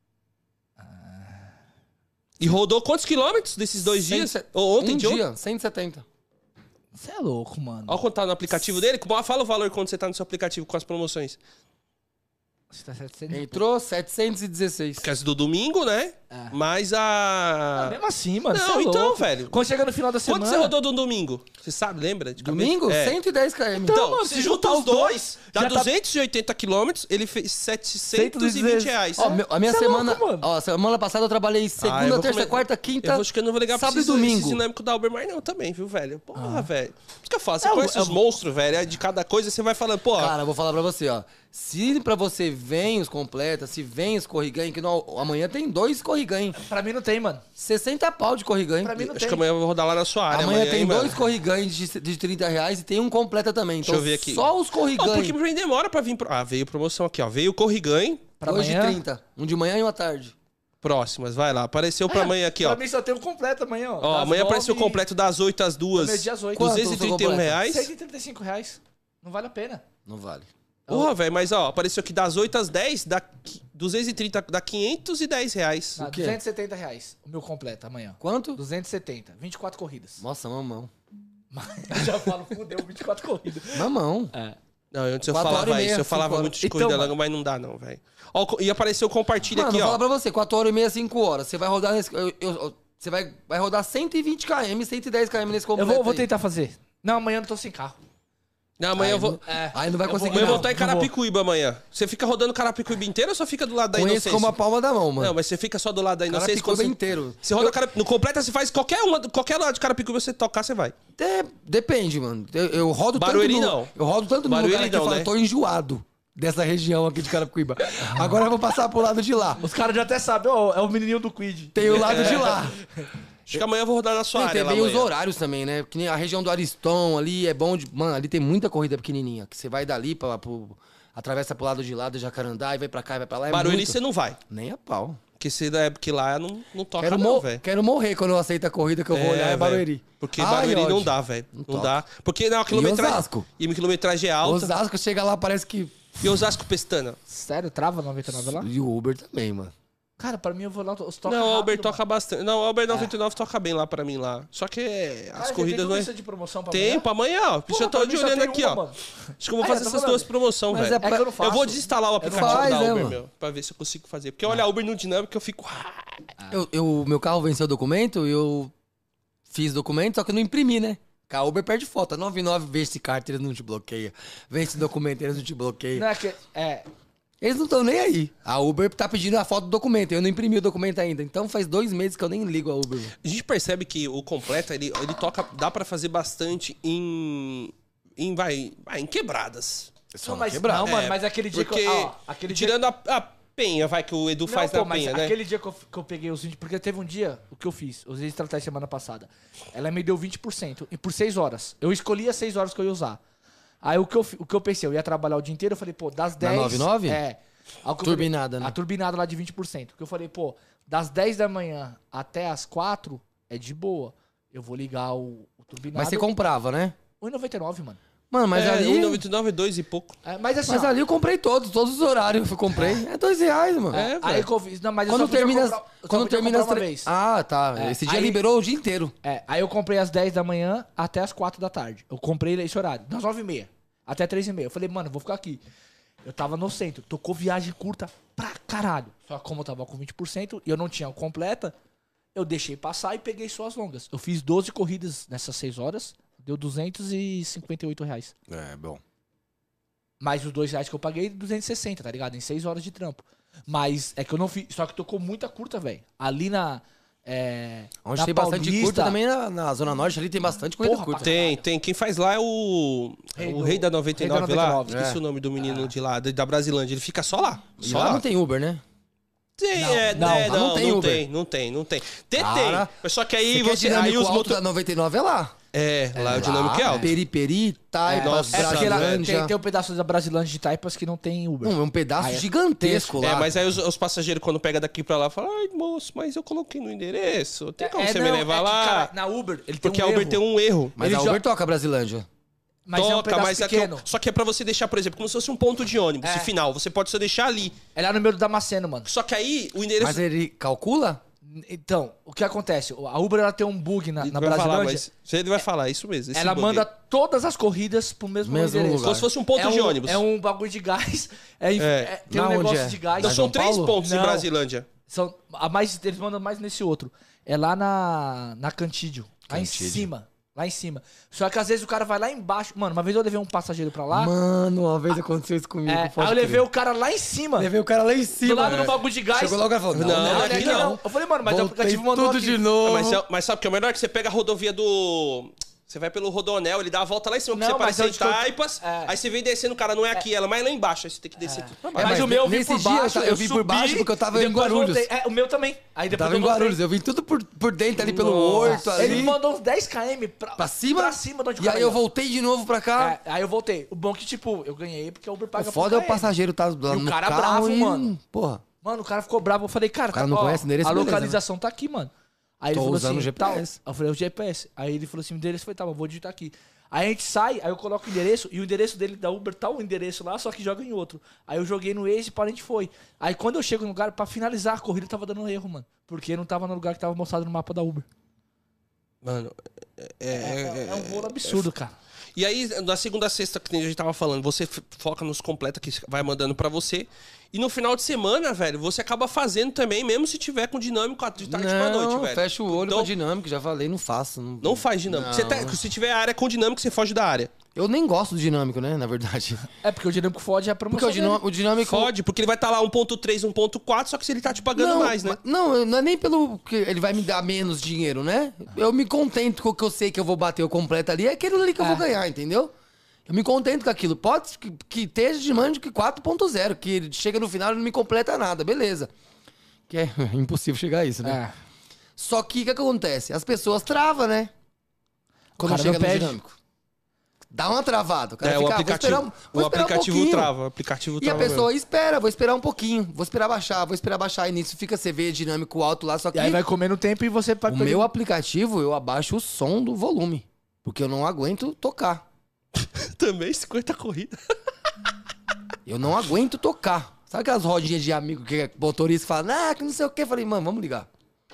E rodou quantos quilômetros desses dois dias? cento e se- Ou ontem um de ontem? dia, cento e setenta. Você é louco, mano. Olha quanto tá no aplicativo dele. Fala o valor quando você tá no seu aplicativo com as promoções. Você tá setecentos. Entrou setecentos e dezesseis. Que é as do domingo, né? É. Mais Ah, a... mesmo assim, mano. Não, você é então, louco. velho. Quando chega no final da semana. Quanto você rodou no domingo? Você sabe, lembra? de cabeça? Domingo, É. cento e dez quilômetros. Então, mano, se se junta juntar os os dois, dois, dá já tá- duzentos e oitenta quilômetros, ele fez setecentos e vinte reais. Ó, meu- a minha Cê é semana. louco, mano. Ó, semana passada eu trabalhei Ah, segunda, eu vou terça, comer- quarta, quinta. Eu acho que eu não vou ligar pra sábado e esse, domingo. esse dinâmico da Uber mais não também, viu, velho? Porra, velho. Por isso que eu falo, você É, conhece é, os monstros, velho, é de cada coisa, você vai falando, pô... Cara, eu vou falar pra você, ó. Se pra você vem os completas, se vem os corriganhos, que não, amanhã tem dois corriganhos. Pra mim não tem, mano. sessenta pau de corriganho. Pra mim não acho tem. que amanhã eu vou rodar lá na sua área. Amanhã tem hein, dois mano? corriganhos de, de trinta reais e tem um completa também. Deixa Então, eu ver aqui. só os Ó, corriganhos. porque pra mim demora pra vir... Pro... Ah, veio promoção aqui, ó. Veio o Corriganho. Pra dois de amanhã? trinta. Um de manhã e uma tarde. Próximas, vai lá. Apareceu pra amanhã aqui, ó. Pra mim só tem um completo amanhã, ó. Ó, Das amanhã nove apareceu o completo das oito às duas. meio-dia às oito. duzentos e trinta e um Quanto o seu reais. cento e trinta e cinco reais. Não vale a pena. Não vale. Porra, velho, mas ó, apareceu aqui das oito às dez, dá qui- duzentos e trinta, dá quinhentos e dez reais. Ah, quê? duzentos e setenta reais. O meu completo amanhã. Quanto? duzentos e setenta. vinte e quatro corridas. Nossa, mamão. Mas eu já falo, fudeu, vinte e quatro corridas. Mamão. É. Não, antes eu Quatro horas falava e meia, isso, eu falava cinco muito de horas. corrida Então, longa, mas não dá não, velho. Ó, e apareceu, compartilha Mano, aqui, vou ó. falar pra você, quatro horas e meia, cinco horas. Você vai rodar nesse... eu- eu- você vai, vai rodar cento e vinte quilômetros, cento e dez quilômetros nesse Eu completo vou, vou aí. tentar fazer. Não, amanhã eu não tô sem carro. Não, amanhã eu vou... Não, É. aí não vai Eu conseguir Amanhã eu não. vou estar em não vou. Carapicuíba amanhã. Você fica rodando Carapicuíba inteiro ou só fica do lado da Conheço Inocência? como a palma da mão, mano. Não, mas você fica só do lado da Inocência. Carapicuíba quando você- inteiro. Você roda cara... No completa, você faz qualquer uma, qualquer lado de Carapicuíba, você tocar, você vai. É, depende, mano. Eu, eu rodo Barueri, tanto no, não. Eu rodo tanto no Barueri, lugar que não, eu falo, né? tô enjoado dessa região aqui de Carapicuíba. Agora eu vou passar pro lado de lá. Os caras já até sabem, ó, é o menininho do Quid. Tem o lado de lá. Acho que amanhã eu vou rodar na sua Tem, área tem lá bem os amanhã. horários também, né? Porque nem a região do Ariston ali é bom de... Mano, ali tem muita corrida pequenininha. Que você vai dali, pra, pro, atravessa pro lado de lá do Jacarandá e vai pra cá e vai pra lá. É Barueri muito. você não vai. Nem a pau. Porque, você, é, porque lá não, não toca Quero, não, mo- velho. quero morrer quando eu aceito a corrida que eu vou olhar é velho. Barueri. Porque Ai, Barueri não ódio. dá, velho. Não, toca. dá. Porque não, a quilometragem... Osasco? E a quilometragem é alta. Osasco chega lá, parece que... E Osasco Pestana. Sério, trava noventa e nove lá? E o Uber também, mano. Cara, pra mim eu vou lá, os toca Não, o Uber rápido, toca mano. bastante. Não, o Uber noventa e nove toca bem lá pra mim lá. Só que é, Cara, as já corridas tem não é... lista de promoção pra Tem amanhã? pra amanhã, ó. Porra, Já tô pra de mim só olhando tem aqui, uma, ó. mano. Acho que eu vou Ah, fazer eu tô essas falando. duas promoções, Mas velho. é É que eu não faço. Eu vou desinstalar o aplicativo faz, da né, Uber, mano? meu. Pra ver se eu consigo fazer. Porque olha, a Uber no dinâmico eu fico... Eu, eu, meu carro venceu o documento, eu fiz documento, só que eu não imprimi, né? A Uber perde foto. A noventa e nove vence carta, eles não te bloqueiam. Vence documento, eles não te bloqueiam. Não é que... É... Eles não estão nem aí. A Uber tá pedindo a foto do documento. Eu não imprimi o documento ainda. Então faz dois meses que eu nem ligo a Uber. Mano. A gente percebe que o completa, ele, ele toca... Dá pra fazer bastante em... Em, vai, vai, em quebradas. Não, mas, quebrado. não, mano, É, mas aquele dia Porque, que eu... ó, aquele dia... tirando a, a penha, vai, que o Edu Não, faz pô, na mas penha, né? aquele dia que eu, que eu peguei os vinte... Porque teve um dia, o que eu fiz, eu usei estratégia semana passada. Ela me deu vinte por cento e por seis horas. Eu escolhi as seis horas que eu ia usar. Aí o que eu, fi- o que eu pensei, eu ia trabalhar o dia inteiro, eu falei, pô, das dez... noventa e nove? É. Aí o que eu Turbinada, falei, né? A turbinada lá de vinte por cento. Que eu falei, pô, das dez da manhã até as quatro é de boa. Eu vou ligar o, o turbinado. Mas você comprava, né? um e noventa e nove, mano. Mano, mas é, ali... um noventa e nove, dois e pouco. É, mas assim, Mas ó, ali eu comprei todos, todos os horários eu comprei. É dois reais, mano. É, aí velho. que eu fiz... Não, mas eu Quando só podia termina... comprar- eu só quando podia termina comprar as uma tre- vez. Ah, tá. É, Esse dia aí- liberou o dia inteiro. É, aí eu comprei às dez da manhã até as quatro da tarde. Eu comprei esse horário, das nove e meia até três e meia. Eu falei, mano, vou ficar aqui. Eu tava no centro, tocou viagem curta pra caralho. Só que como eu tava com vinte por cento e eu não tinha completa, eu deixei passar e peguei só as longas. Eu fiz doze corridas nessas seis horas, deu duzentos e cinquenta e oito reais. É, bom. Mais os dois reais que eu paguei, duzentos e sessenta, tá ligado? Em seis horas de trampo. Mas é que eu não fiz. Só que tocou muita curta, velho. Ali na. É, Onde na tem bastante Paulista, curta também na, na Zona Norte ali tem bastante corrida Porra, curta. Tem, tem. Quem faz lá é o. Rei o do- rei da noventa e Rei da nove lá. noventa e nove, Esqueci é. o nome do menino de lá, da da Brasilândia. Ele fica só lá. E Só lá lá. não tem Uber, né? Tem, Não, é, não, né, lá não não, tem não Uber. tem, não tem, não tem. Tem, Cara, tem. Só que aí Você quer você. Aí dinâmico os alto motor... da noventa e nove é lá. É, lá é o dinâmico é alto. Periperi, Taipas, Nossa, É porque lá Brasilândia. tem, tem um pedaço da Brasilândia de Taipas que não tem Uber. Hum, é um pedaço Ah, é. gigantesco lá. É, mas aí os, os passageiros, quando pega daqui pra lá, falam: ai, moço, mas eu coloquei no endereço. Tem como É, você não, me levar é que, lá? cara, na Uber, ele tem Porque um a Uber erro, tem um erro. Mas ele a já- Uber toca a Brasilândia. mas é um Toca, pedaço mas é que, pequeno. só que é pra você deixar, por exemplo, como se fosse um ponto de ônibus, É. esse final. Você pode só deixar ali. É lá no meio do Damasceno, mano. Só que aí o endereço. Mas ele calcula? Então, o que acontece? A Uber ela tem um bug na, Ele na vai falar, Brasilândia. mas ele vai falar, isso mesmo. esse Ela bug manda aí. todas as corridas pro mesmo, Mesmo endereço. lugar. Como se fosse um ponto é de um, ônibus. É um bagulho de gás. É, É. é- tem Na um onde negócio é? de gás. Então Na são São três Paulo? pontos em Não. Brasilândia. São, a mais, eles mandam mais nesse outro. É lá na, na Cantídio. Lá em Cantídio. cima. Lá em cima. Só que às vezes o cara vai lá embaixo. Mano, uma vez eu levei um passageiro pra lá. Mano, uma vez aconteceu isso comigo. é, pode aí eu levei crer. o cara lá em cima. Levei o cara lá em cima. do lado é. do bagulho de gás. Chegou logo e falou, não, Não, não, Não, aqui aqui não. não. Eu falei, mano, mas o Voltei aplicativo mandou tudo aqui. de novo. Mas, é- mas sabe o que é o melhor? Que você pega a rodovia do... Você vai pelo Rodoanel, ele dá a volta lá em cima, porque Não, você mas aparece em onde que eu- Taipas, é. aí você vem descendo, cara, não é aqui, ela, mas é lá embaixo, aí você tem que descer tudo pra É, baixo. Mas mas o meu eu vim nesse por dia eu baixo, ta- eu vim por subi, baixo porque eu tava e em depois Guarulhos. voltei. É, o meu também. Aí Eu depois tava em eu voltei. Guarulhos, eu vim tudo por, por dentro ali pelo Nossa. horto ali. Ele me mandou uns dez quilômetros pra, Pra cima? Pra cima de onde o E cara aí eu ia. voltei de novo pra cá. É, aí eu voltei. O bom é que, tipo, eu ganhei porque a Uber O paga foda é o por quilômetro. passageiro tá lá E o no cara carro bravo, e... mano. Porra. Mano, o cara ficou bravo. Eu falei, cara, O cara tá- não ó, conhece o endereço, a beleza, localização tá aqui, mano. Aí Tô ele falou usando assim, o G P S. tal. Eu falei, o G P S. Aí ele falou assim, o endereço foi, tá, eu vou digitar aqui. Aí a gente sai, aí eu coloco o endereço, e o endereço dele da Uber tá o endereço lá, só que joga em outro. Aí eu joguei no Waze e para a gente foi. Aí quando eu chego no lugar, pra finalizar a corrida, tava dando erro, mano. Porque não tava no lugar que tava mostrado no mapa da Uber. Mano, É, é, é um bolo absurdo, cara. E aí, na segunda a sexta, que a gente tava falando, você f- foca nos completa que vai mandando pra você. E no final de semana, velho, você acaba fazendo também, mesmo se tiver com dinâmico de tarde pra Não, noite, velho. fecha o olho Então, pra dinâmico, já falei, não faço. Não, não faz dinâmico. Não. Você tá- se tiver área com dinâmico, você foge da área. Eu nem gosto do dinâmico, né, na verdade. É porque o dinâmico fode a promoção. Porque o, dinô- o dinâmico... Fode, porque ele vai estar lá um ponto três, um ponto quatro, só que se ele tá te pagando não, mais, né? ma- Não, não é nem pelo que ele vai me dar menos dinheiro, né? Eu me contento com o que eu sei que eu vou bater o completo ali, é aquilo ali que eu É. vou ganhar, entendeu? Eu me contento com aquilo. Pode que, que esteja de mande que quatro ponto zero, que ele chega no final e não me completa nada, beleza. Que é impossível chegar a isso, né? É. Só que o que, que acontece? As pessoas travam, né? Quando cara chega não no pede. dinâmico. Dá uma travada. O cara É, fica, o ah, vou aplicativo, esperar, um- vou o esperar um aplicativo pouquinho. trava. O aplicativo E a trava pessoa mesmo. espera, vou esperar um pouquinho, vou esperar baixar, vou esperar baixar. E nisso fica C V dinâmico alto lá, só que E aí vai comendo tempo e você vai o meu aplicativo eu abaixo o som do volume. Porque eu não aguento tocar. Também cinquenta corridas. Eu não aguento tocar. Sabe aquelas rodinhas de amigo que o motorista fala, ah, que não sei o que. Eu falei, mano, vamos ligar.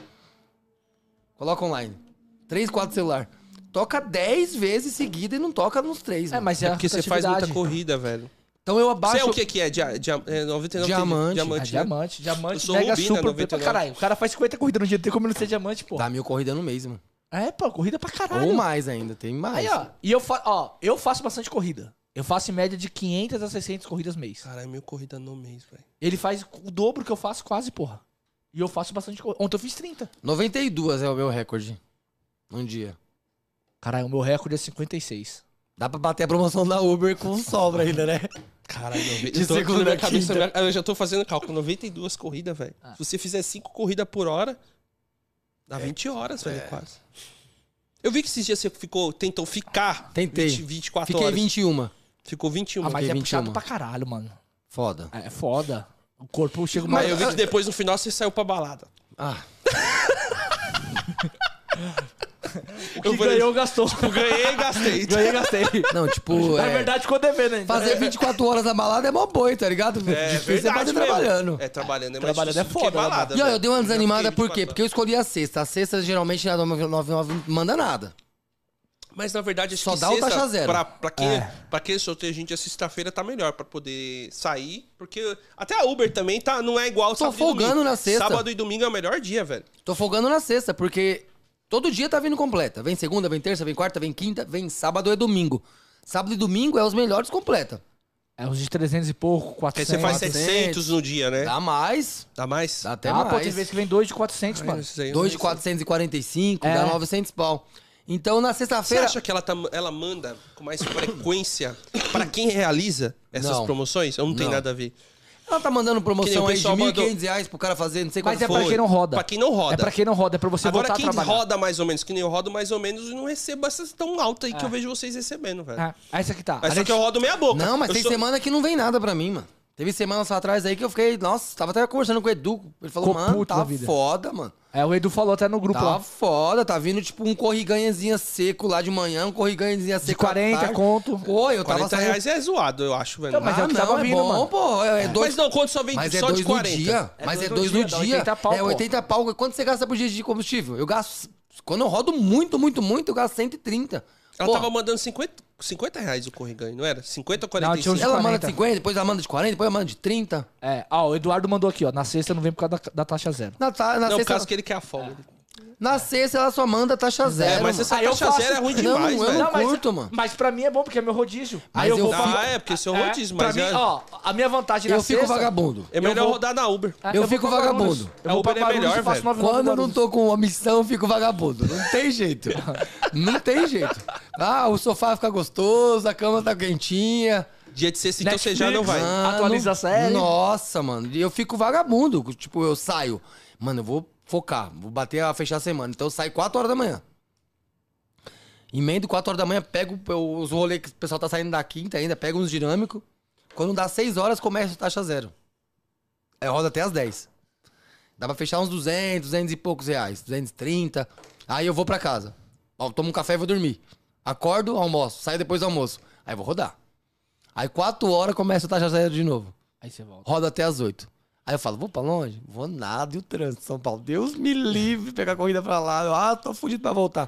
Coloca online. Três, quatro celular. Toca dez vezes seguida e não toca nos três. É, mano. mas É é porque você faz muita rotatividade. corrida, velho. Então eu Você abaixo... é o que que é? Dia, dia, é noventa e nove Diamante. É diamante, né? diamante, Eu diamante, sou mega Rubina, super noventa e pra nove. caralho. O cara faz cinquenta corridas no dia, tem como não ser diamante, pô. Dá mil corridas no mês, mano. É, pô, corrida pra caralho. Ou mais ainda, tem mais. Aí, ó, e eu, fa ó, eu faço bastante corrida. Eu faço em média de quinhentas a seiscentas corridas mês. Caralho, mil corridas no mês, velho. Ele faz o dobro que eu faço quase, porra. E eu faço bastante corrida. Ontem eu fiz trinta. noventa e duas é o meu recorde. Num dia. Caralho, o meu recorde é cinquenta e seis. Dá pra bater a promoção da Uber com sobra ainda, né? Caralho, noventa De eu tô aqui segunda na minha a cabeça, quinta. eu já tô fazendo cálculo. noventa e duas corridas, velho. Ah. Se você fizer cinco corridas por hora, dá vinte horas, velho, quase. Eu vi que esses dias você ficou, tentou ficar Tentei. vinte, vinte e quatro Fiquei horas. vinte e uma. Ficou vinte e um. Ah, mas fiquei é puxado vinte e um. pra caralho, mano. Foda. É foda. O corpo chega uma... Mas eu vi que depois, no final, você saiu pra balada. Ah, O que eu falei- ganhou, gastou. Eu ganhei e gastei. Ganhei e gastei. não, tipo, Na é, verdade, ficou devendo ainda. fazer vinte e quatro horas na balada é mó boi, tá ligado? É Difícil é verdade fazer mesmo. trabalhando. É, trabalhando é mais Trabalhando é difícil do que foda, né, balada. E ó, velho. eu dei uma Já desanimada fiquei por vinte e quê? quatro Porque eu escolhi a sexta. A sexta, geralmente, na noventa e nove não manda nada. Mas na verdade, acho Só que dá o sexta, taxa zero. Pra, pra quem, É. pra quem é solteiro, gente, a sexta-feira tá melhor pra poder sair. Porque até a Uber também tá, não é igual Tô sábado e folgando domingo. na sexta. Sábado e domingo é o melhor dia, velho. Tô folgando na sexta, porque todo dia tá vindo completa. Vem segunda, vem terça, vem quarta, vem quinta, vem sábado e domingo. Sábado e domingo é os melhores completa. É uns de trezentos e pouco, Aí quatrocentos. você faz quatrocentos. setecentos no dia, né? Dá mais, Dá mais? dá até Ah, pô, tem mais. vezes que vem dois de quatrocentos, mano. Esses aí eu dois não de sei. quatrocentos e quarenta e cinco, É. dá novecentos pau. Então, na Você sexta-feira... acha que ela, tá, ela manda com mais frequência pra quem realiza essas Não. promoções? Ou não, tem Não. nada a ver? Ela tá mandando Que nem promoção o aí de pessoal mil e mandou- quinhentos reais pro cara fazer, não sei Mas quanto é pra foi. quem não roda. Pra quem não roda. É pra quem não roda, é pra você Agora, voltar quem a trabalhar. roda mais ou menos, que nem eu rodo mais ou menos, eu não recebo essas tão altas aí que eu vejo vocês recebendo, velho. É, aí isso aqui tá. Mas A só gente- que eu rodo meia boca. Não, mas Eu tem sou- semana que não vem nada pra mim, mano. Teve semanas só atrás aí que eu fiquei... Nossa, tava até conversando com o Edu. Ele falou, Ficou mano, puto tá da vida. foda, mano. É, o Edu falou até no grupo Tá lá. foda, tá vindo tipo um corriganhazinha seco lá de manhã, um corriganhazinha De seco à quarenta tarde. conto. Pô, eu tava quarenta saindo... reais é zoado, eu acho, velho. Não, mas é Ah, o que não, tava é vindo, bom, mano. pô. É dois... Mas não, quando só vem Mas é só dois de quarenta. no dia. É Mas é dois dois no no dia, dá dia. oitenta pau, É pô. oitenta pau. Quanto você gasta por dia de combustível? Eu gasto... Quando eu rodo muito, muito, muito, eu gasto cento e trinta. Ela Pô, tava mandando cinquenta, cinquenta reais o corriganho, não era? cinquenta ou quarenta e Não, tinha uns cinco? ela manda quarenta. de cinquenta, depois ela manda de quarenta, depois ela manda de trinta. É, ó, o Eduardo mandou aqui, ó. Na sexta não vem por causa da, da taxa zero. Na, ta- na, Não, por sexta, causa que ele quer a folga. na sexta ela só manda taxa zero. É, mas mano. essa Aí eu taxa faço- zero é ruim Não, demais, eu velho. não mas, curto, mano. Mas pra mim é bom, porque é meu rodízio. Mas Aí eu, eu vou fico- pra- Ah, é, porque seu É, rodízio, pra mas mim, é, ó, a minha vantagem na Eu fico sexta... vagabundo. é eu melhor vou- rodar na Uber. É, Eu vou fico pra Guarulhos. vagabundo. Eu A vou pra Uber é Guarulhos melhor, e faço velho. nove nove Quando eu não Guarulhos. tô com uma missão, eu fico vagabundo. Não tem jeito. Não tem jeito. Ah, o sofá fica gostoso, a cama tá quentinha. Dia de sexta, então você Netflix. já não vai. Mano, Atualiza a série. Nossa, mano. E eu fico vagabundo. Tipo, eu saio. Mano, eu vou focar. Vou bater a fechar a semana. Então eu saio quatro horas da manhã. Emendo quatro horas da manhã, pego os rolês que o pessoal tá saindo da quinta ainda, pego uns dinâmicos. Quando dá seis horas, começa a taxa zero. Aí roda até as dez. Dá pra fechar uns duzentos, duzentos e poucos reais. duzentos e trinta. Aí eu vou pra casa. Ó, tomo um café e vou dormir. Acordo, almoço. Saio depois do almoço. Aí eu vou rodar. Aí quatro horas começa a taxa zero de novo. Aí você volta. Roda até as oito. Aí eu falo, vou pra longe? Vou nada. E o trânsito de São Paulo? Deus me livre pegar a corrida pra lá. Eu, ah, tô fudido pra voltar.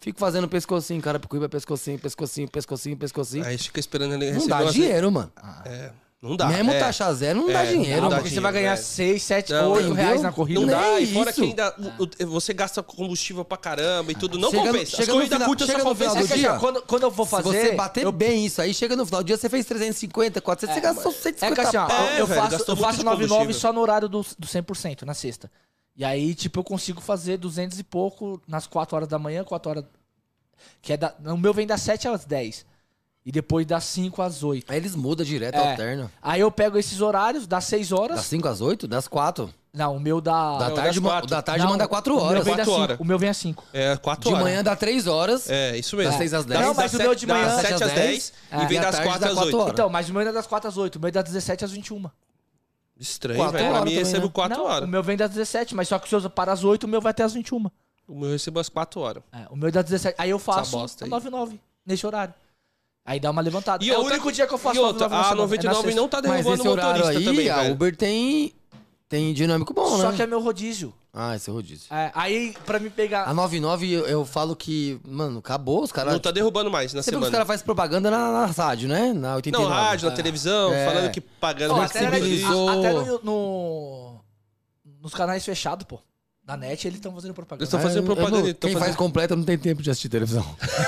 Fico fazendo pescocinho, cara, Picuíba, pescocinho, pescocinho, pescocinho, pescocinho. Aí fica esperando ele Não receber dá umas- dinheiro, mano. É, não dá. Mesmo é. taxa zero, não É, dá não dinheiro, dá mano. Porque você vai ganhar velho. seis, sete, Não, oito entendeu? reais na corrida. Não Nem dá, e fora isso. que ainda o- o- você gasta combustível pra caramba e tudo. Não Chega no- compensa. As chega no corridas final- curtas só chega no compensa. final do É que, dia, assim, ó, quando, quando eu vou fazer... Se você bater eu, bem isso aí, chega no final do dia, você fez trezentos e cinquenta, quatrocentos, você gastou cento e É cinquenta que assim, ó, pau. É, eu velho, faço, gastou eu muito faço de nove nove combustível. só no horário do, do cem por cento, na sexta. E aí, tipo, eu consigo fazer duzentos e pouco nas quatro horas da manhã, quatro horas... Que é da, o meu vem das sete às dez. E depois das cinco às oito. Aí eles mudam direto, É. alterna. Aí eu pego esses horários, das seis horas... Das cinco às oito? Das quatro. Não, o meu dá... Da Não, tarde, das ma- quatro. da tarde Não, manda quatro O meu horas. vem das Quatro cinco. horas. O meu vem às cinco. É, quatro De horas. manhã dá três horas. É, isso mesmo. Das seis às dez. Não, mas o meu de manhã- Das Das sete às dez É. e vem E à das tarde quatro dá às quatro oito. horas. Então, mas o meu é das quatro às oito. O meu é das dezessete às vinte e uma. Estranho, Quatro velho. Pra horas mim também, recebo né? quatro Não, horas. o meu vem das dezessete, mas só que se eu para às oito, o meu vai até às vinte e uma. O meu eu recebo às quatro horas. É, o meu é das dezessete. Aí eu faço bosta aí. nove nove, nesse horário. Aí dá uma levantada. E é o outra- único dia que eu faço E outra, nove nove na a semana, noventa e é na nove sexta. não tá Mas derrubando esse o horário motorista aí, também, a velho. Uber tem, tem dinâmico bom, Só né? que é meu rodízio. Ah, esse é rodízio. É, aí, pra me pegar... A noventa e nove, eu, eu falo que, mano, acabou os caras... Não tá derrubando mais na Você viu que os semana. caras fazem propaganda na, na rádio, né? Na oitenta e Não, nove. rádio, na televisão, É. falando que pagando Pô, mais até, era- flexibilizou. a- até no, no- nos canais fechados, pô. Na net, eles estão fazendo propaganda. Eles tão É, fazendo eu não- propaganda, Quem tão faz fazendo- completa não tem tempo de assistir televisão.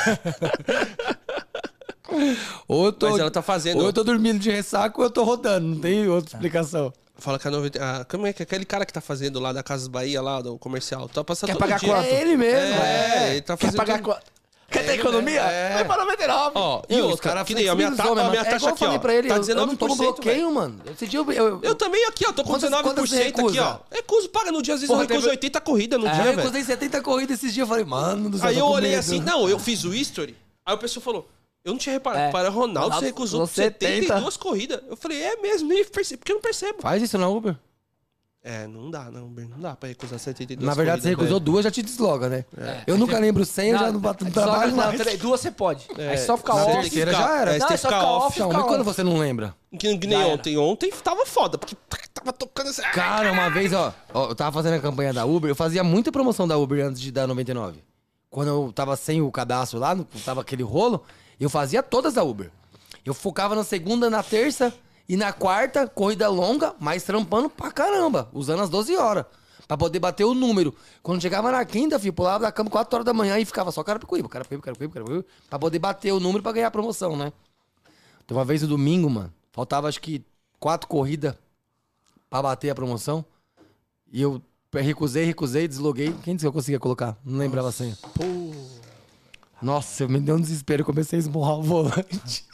ou eu tô, Mas ela tá fazendo. ou eu tô dormindo de ressaca ou eu tô rodando. Não tem outra explicação. Fala que a noventa... Ah, como é que aquele cara que tá fazendo lá da Casas Bahia, lá do comercial, tá passando Quer todo pagar dia. quanto? É ele mesmo. É, É. ele tá Quer fazendo... pagar todo- quanto? Quer ter economia? É. Vai pra noventa e nove. Ó, e E os outra, caras que nem a minha, ta... flexibilizou, a minha mesmo. É taxa igual eu aqui, ó, falei pra ele, tá eu- eu dezenove não por tomo cento, bloqueio, velho. mano. Esse dia eu... eu, Eu também aqui, ó, tô com Quantas- dezenove por quantas você cento aqui, ó. recusa? Recuso, paga no dia, às vezes Porra, eu recuso teve- oitenta corridas no eu dia, velho. recusei setenta corridas esses dias. Eu falei, mano do céu, Aí tô eu com olhei medo. assim, não, eu fiz o history, aí o pessoal falou, eu não tinha reparado, É. para Ronaldo, Ronaldo, você recusou você setenta e duas corridas. Eu falei, é mesmo, nem percebo, porque eu não percebo. Faz isso na Uber. É, não dá, não, Uber, não dá pra recusar setenta e duas Na verdade, você corridas, recusou velho. duas, já te desloga, né? É. Eu nunca lembro cem, eu já não bato no só- trabalho não, mais. três- duas você pode. É, Aí só ficar na off. terceira Tem que já ficar- era. é, Não, tem é que só ficar ficar off. off. Não, fica mas quando off. você não lembra? Que, que nem Já era. ontem, ontem tava foda, porque tava tocando assim. Cara, uma vez, ó, ó, eu tava fazendo a campanha da Uber, eu fazia muita promoção da Uber antes de dar noventa e nove. Quando eu tava sem o cadastro lá, não tava aquele rolo, eu fazia todas da Uber. Eu focava na segunda, na terça e na quarta, corrida longa, mas trampando pra caramba, usando as doze horas. Pra poder bater o número. Quando chegava na quinta, filho, pulava da cama quatro horas da manhã e ficava só Carapicuíba, Carapicuíba, Carapicuíba, Carapicuíba, pra poder bater o número pra ganhar a promoção, né? Então, uma vez no domingo, mano, faltava acho que quatro corridas pra bater a promoção. E eu recusei, recusei, desloguei. Quem disse que eu conseguia colocar? Não lembrava a senha. Nossa, eu me deu um desespero, comecei a esmurrar o volante.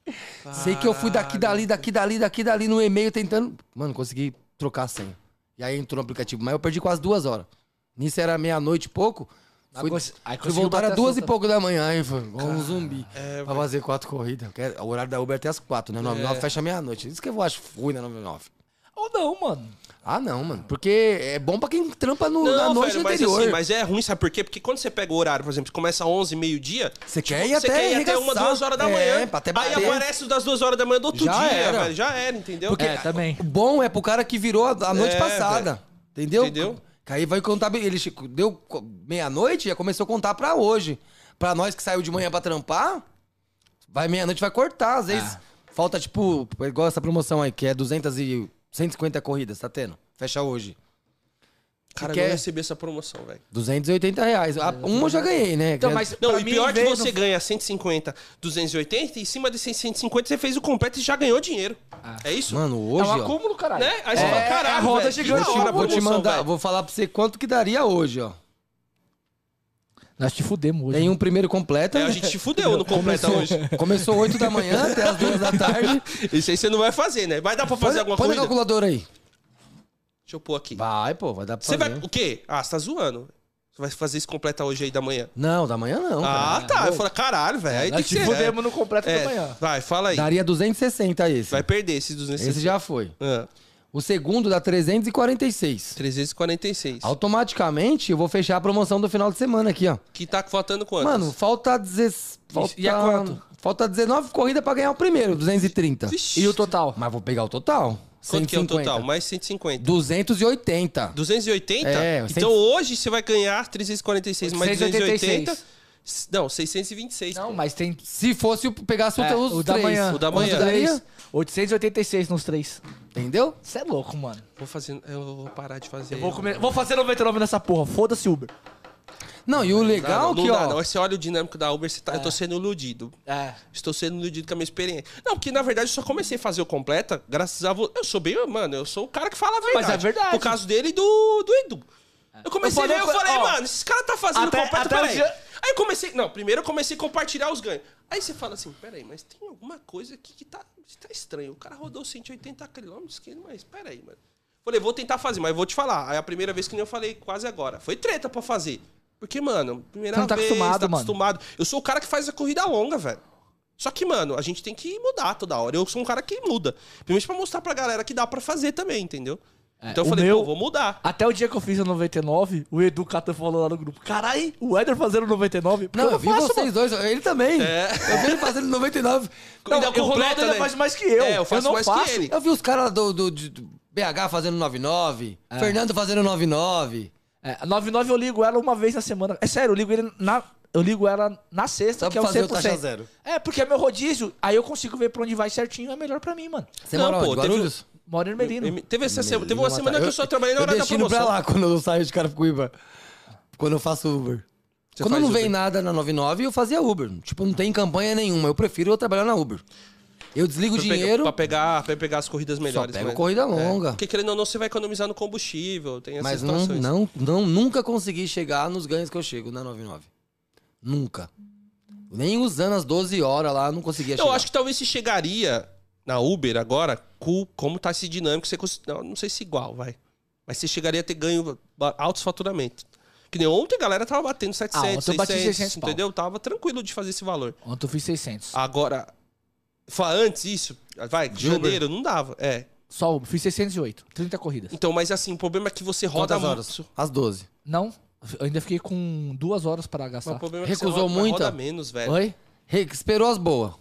Sei que eu fui daqui, dali, daqui, dali, daqui, dali no e-mail tentando. Mano, consegui trocar a senha. E aí entrou no aplicativo, mas eu perdi quase duas horas. Nisso era meia-noite e pouco. Aí Fui, cons- aí fui conseguiu voltar bater às a duas e sua- pouco da manhã, aí foi igual um zumbi. É, pra fazer quatro corridas. Porque O horário da Uber é até as quatro, né? nove e nove É. fecha meia-noite. Isso que eu acho fui na nove e nove. Ou não, mano. Ah, não, mano. Porque é bom pra quem trampa no, na Não, noite velho, mas anterior. assim, mas é ruim, sabe por quê? Porque quando você pega o horário, por exemplo, começa às onze, meio-dia, Você quer ir você até quer ir até uma, arregaçar. duas horas da É, manhã. pra até Aí bater. aparece das duas horas da manhã do outro Já dia, era. velho. Já era, entendeu? Porque É, também. o bom é pro cara que virou a, a noite É, passada. Entendeu? Entendeu? Que aí vai contar. Ele che- deu co- meia-noite e já começou a contar pra hoje. Pra nós que saiu de manhã pra trampar, vai meia-noite, vai cortar. Às vezes falta, tipo, igual essa promoção aí, que é duzentas e cento e cinquenta corridas, tá tendo? Fecha hoje. Cara, eu quer- não recebi essa promoção, velho. duzentos e oitenta reais. A- Uma eu já ganhei, né? Então, Que é- mas Não, pra e mim, pior que veio você no- ganha cento e cinquenta, duzentos e oitenta, e em cima desses cento e cinquenta você fez o completo e já ganhou dinheiro. É isso? Mano, É hoje, um ó. acúmulo, caralho. Né? Aí você É, fala, caralho, a roda velho, chegou que em da cima, hora a Vou te promoção, mandar, velho. vou falar pra você quanto que daria hoje, ó. Nós te fudemos hoje. Tem um primeiro completo. É, a né? gente te fudeu no completa Começou, hoje. começou oito da manhã até as duas da tarde. Isso aí você não vai fazer, né? Vai dar pra fazer Põe, alguma põe na coisa? calculadora aí. Deixa eu pôr aqui. Vai, pô, vai dar pra Você fazer. vai... O quê? Ah, você tá zoando. Você vai fazer isso completa hoje aí da manhã. Não, da manhã não. Ah, cara. tá. Eu falei, caralho, velho. Aí tem Nós que te ser. fudemos no completo É, da manhã. vai, fala aí. Daria duzentos e sessenta esse. Vai perder esses duzentos e Esse sessenta. já foi. Ah, O segundo dá trezentos e quarenta e seis. trezentos e quarenta e seis. Automaticamente eu vou fechar a promoção do final de semana aqui, ó. Que tá faltando quantos? Mano, falta dezesseis. Falta... E a quanto? Falta dezenove corridas pra ganhar o primeiro, duzentos e trinta. Vixe. E o total? Mas vou pegar o total. Quanto que é o cento e cinquenta. total? Mais cento e cinquenta. duzentos e oitenta. duzentos e oitenta? É, Então hoje você vai ganhar trezentos e quarenta e seis mais duzentos e oitenta. seiscentos e oitenta e seis. Não, seiscentos e vinte e seis. Não, pô. mas tem... Se fosse o pegasse É, os o da três. manhã. O da quanto manhã. daria? oitocentos e oitenta e seis nos três. Entendeu? Você é louco, mano. Vou fazer. Eu vou parar de fazer. Vou, comer, vou fazer noventa e nove nessa porra. Foda-se Uber. Não, e o Não, legal não, que, não dá, ó... não. Você olha o dinâmico da Uber, você tá, eu tô sendo iludido. É. Estou sendo iludido com a minha experiência. Não, porque na verdade eu só comecei a fazer o completa graças a você. Eu sou bem, mano, eu sou o cara que fala a verdade. Mas é verdade. Por causa dele e do, do Edu. Eu comecei Eu a ver, falei, eu falei, ó, mano, esses caras tá fazendo até- completa, até o peraí. dia- Aí eu comecei. Não, primeiro eu comecei a compartilhar os ganhos. Aí você fala assim, peraí, mas tem alguma coisa aqui que tá, tá estranho. O cara rodou cento e oitenta quilômetros, mas peraí, mano. Falei, vou tentar fazer, mas vou te falar. Aí a primeira vez que nem eu falei quase agora. Foi treta pra fazer. Porque, mano, primeira Você não tá vez, acostumado, tá mano. acostumado. Eu sou o cara que faz a corrida longa, velho. Só que, mano, a gente tem que mudar toda hora. Eu sou um cara que muda. Primeiro pra mostrar pra galera que dá pra fazer também, entendeu? Então eu o falei, meu- pô, vou mudar. Até o dia que eu fiz a noventa e nove, o Edu Cata falou lá no grupo. Caralho, o Éder fazendo noventa e nove? Não, eu vi faço, vocês dois, ele também. Eu vi ele fazendo noventa e nove. Não, Corrida o Ronaldo completa, ele né? faz mais que eu. É, eu faço não mais que faço. ele. Eu vi os caras do, do, de- do B H fazendo noventa e nove, Fernando fazendo noventa e nove. É, a noventa e nove eu ligo ela uma vez na semana. É sério, eu ligo ele na... Eu ligo ela na sexta, Só que é pra o fazer cem o por taxa cento. zero. É, porque é meu rodízio. Aí eu consigo ver pra onde vai certinho. É melhor pra mim, mano. Você Não, mora pô, onde? teve- Guarulhos? Moro em Merino. Teve, essa semana, teve uma semana que eu só trabalhei na hora eu da destino promoção. pra lá quando eu saio de Carapicuíba. Quando eu faço Uber. Você quando faz não vem Uber? nada na noventa e nove, eu fazia Uber. Tipo, não tem campanha nenhuma. Eu prefiro eu trabalhar na Uber. Eu desligo o Pra pegar- dinheiro, Pra pegar, pra pegar as corridas melhores. pego né? corrida longa. É, porque querendo ou não, você vai economizar no combustível, tem essas mas não, situações. não, não, nunca consegui chegar nos ganhos que eu chego na noventa e nove. Nunca. Nem usando as doze horas lá, não conseguia chegar. Eu acho que talvez se chegaria na Uber agora, com como tá esse dinâmico, você cons- não, não sei se igual, vai. Mas você chegaria a ter ganho ba- altos faturamentos. Que nem ontem a galera tava batendo setecentos, ontem eu bati seiscentos, seiscentos pau. entendeu? Tava tranquilo de fazer esse valor. Ontem eu fiz seiscentos. Agora, fa- antes isso, vai, de De Uber? janeiro, não dava. É. Só Uber. Fiz seiscentos e oito. trinta corridas. Então, mas assim, o problema é que você roda Quantas horas? muito. Às doze. Não. Eu ainda fiquei com duas horas pra Mas gastar. o problema é que Recusou você roda, muita? roda menos, velho. Oi? Re- Esperou as boas.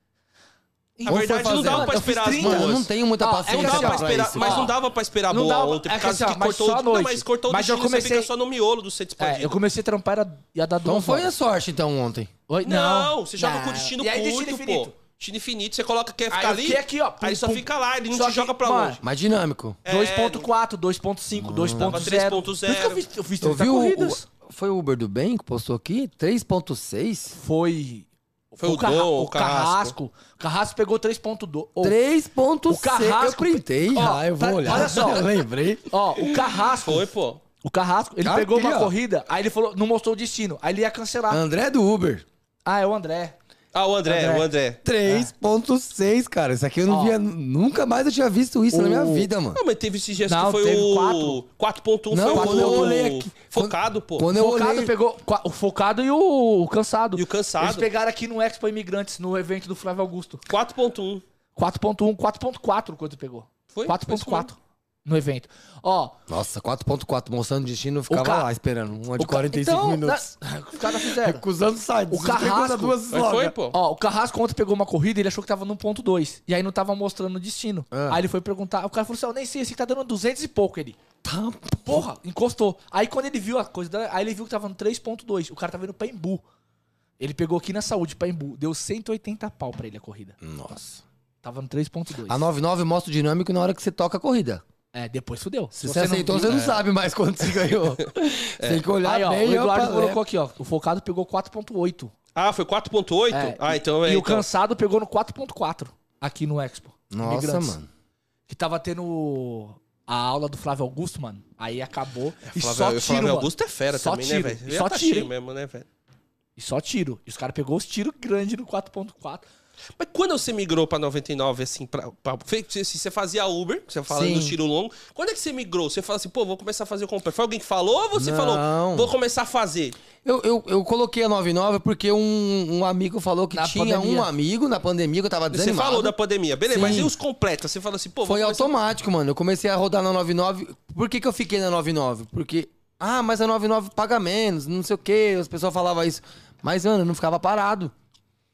Na Ou verdade, foi não dava fazer? pra Eu fiz esperar as trinta. boas. Mano, eu não tenho muita Ó, é que paciência Não dava pra pra esperar, isso. mas Ó, não dava pra esperar a não boa dava- ontem, é por que causa assim, que ó, mas cortou só o à destino. Não, noite. mas cortou o Mas eu destino, você comecei- fica só no miolo do centro É, eu comecei a trampar, era, ia dar duas Então foi a horas. sorte, então, ontem. Oi? Não, você joga Não. com o destino E aí, curto, destino pô. infinito? Destino infinito, você coloca, quer Aí ficar eu ali, fiquei aqui, ó, pum, aí só pum. fica lá, ele não Só te que, joga pra mano, longe. Mais dinâmico. É, dois ponto quatro, dois ponto cinco, dois ponto zero. três ponto zero. Por isso que eu fiz, eu fiz Eu trinta vi o, corridas. o- Foi o Uber do Bem que postou aqui? três ponto seis? Foi... Foi o Carra- Dom, o o Carrasco. Carrasco. O Carrasco pegou três ponto dois. Ô, três ponto seis. o Carrasco- Eu printei Ó, já, eu vou tá- olhar. olha só. Eu lembrei. Ó, o Carrasco... Foi, pô. O Carrasco, ele Aqui, pegou uma ó. corrida, aí ele falou, não mostrou o destino. Aí ele ia cancelar. André do Uber. Ah, é o André. Ah, o André, André. o André. três ponto seis, cara. Isso aqui eu não Ó. via. Nunca mais eu tinha visto isso na minha O- vida, mano. Não, mas teve esses dias Não, que foi teve o quatro. quatro ponto um, Não, foi quando eu o olhei aqui- focado, pô. Quando O eu focado olhei. pegou. O focado e o cansado. E o cansado. Eles pegaram aqui no Expo Imigrantes, no evento do Flávio Augusto. quatro ponto um. quatro ponto um, quatro ponto quatro quanto pegou. Foi? quatro ponto Foi quatro no evento. Ó, Nossa, quatro ponto quatro mostrando destino, eu ficava ca- lá esperando. Uma de o ca- quarenta e cinco então, minutos. na- Os caras fizeram. Recusando site. O Carrasco- duas Mas foi, pô. Ó, o Carrasco ontem pegou uma corrida e ele achou que tava no ponto dois. E aí não tava mostrando o destino. Ah. Aí ele foi perguntar. O cara falou assim: ó, nem sei, esse aqui tá dando duzentos e pouco ele. Tá, Porra, encostou. Aí quando ele viu a coisa, da- aí ele viu que tava no três ponto dois. O cara tava indo pra Embu. Ele pegou aqui na saúde pra Embu. Deu cento e oitenta pau pra ele a corrida. Nossa. Tava no três ponto dois. A noventa e nove mostra o dinâmico na hora que você toca a corrida. É, depois fudeu. Se você aceitou, você viu- não sabe mais quanto você ganhou. Você tem que olhar Aí, ó, bem. o Eduardo ó, pra- colocou aqui, ó. O focado pegou quatro ponto oito. Ah, foi quatro ponto oito? É, Ah, então é. E o então. cansado pegou no quatro ponto quatro. Aqui no Expo. Nossa, Imigrantes. mano. Que tava tendo a aula do Flávio Augusto, mano. Aí acabou. e Flávio- só o tiro, Flávio mano. Augusto é fera Só também, tiro, né, velho? e só tá tiro, cheio hein? mesmo, né, velho? E só tiro. E os caras pegou os tiros grandes no quatro ponto quatro. Mas quando você migrou pra noventa e nove, assim, pra, pra, fe- se você fazia Uber, você falando Sim. do tiro longo, quando é que você migrou? Você fala assim, pô, vou começar a fazer o completo. Foi alguém que falou ou você Não. falou, vou começar a fazer? Eu, eu, eu coloquei a noventa e nove porque um, um amigo falou que Na tinha pandemia. um amigo na pandemia que eu tava Você desanimado. falou da pandemia, beleza, Sim. mas e os completos? Você fala assim, pô, Foi vou começar... automático, mano. Eu comecei a rodar na noventa e nove. Por que, que eu fiquei na noventa e nove? Porque, ah, mas a noventa e nove paga menos, não sei o quê. As pessoas falavam isso. Mas, mano, eu não ficava parado.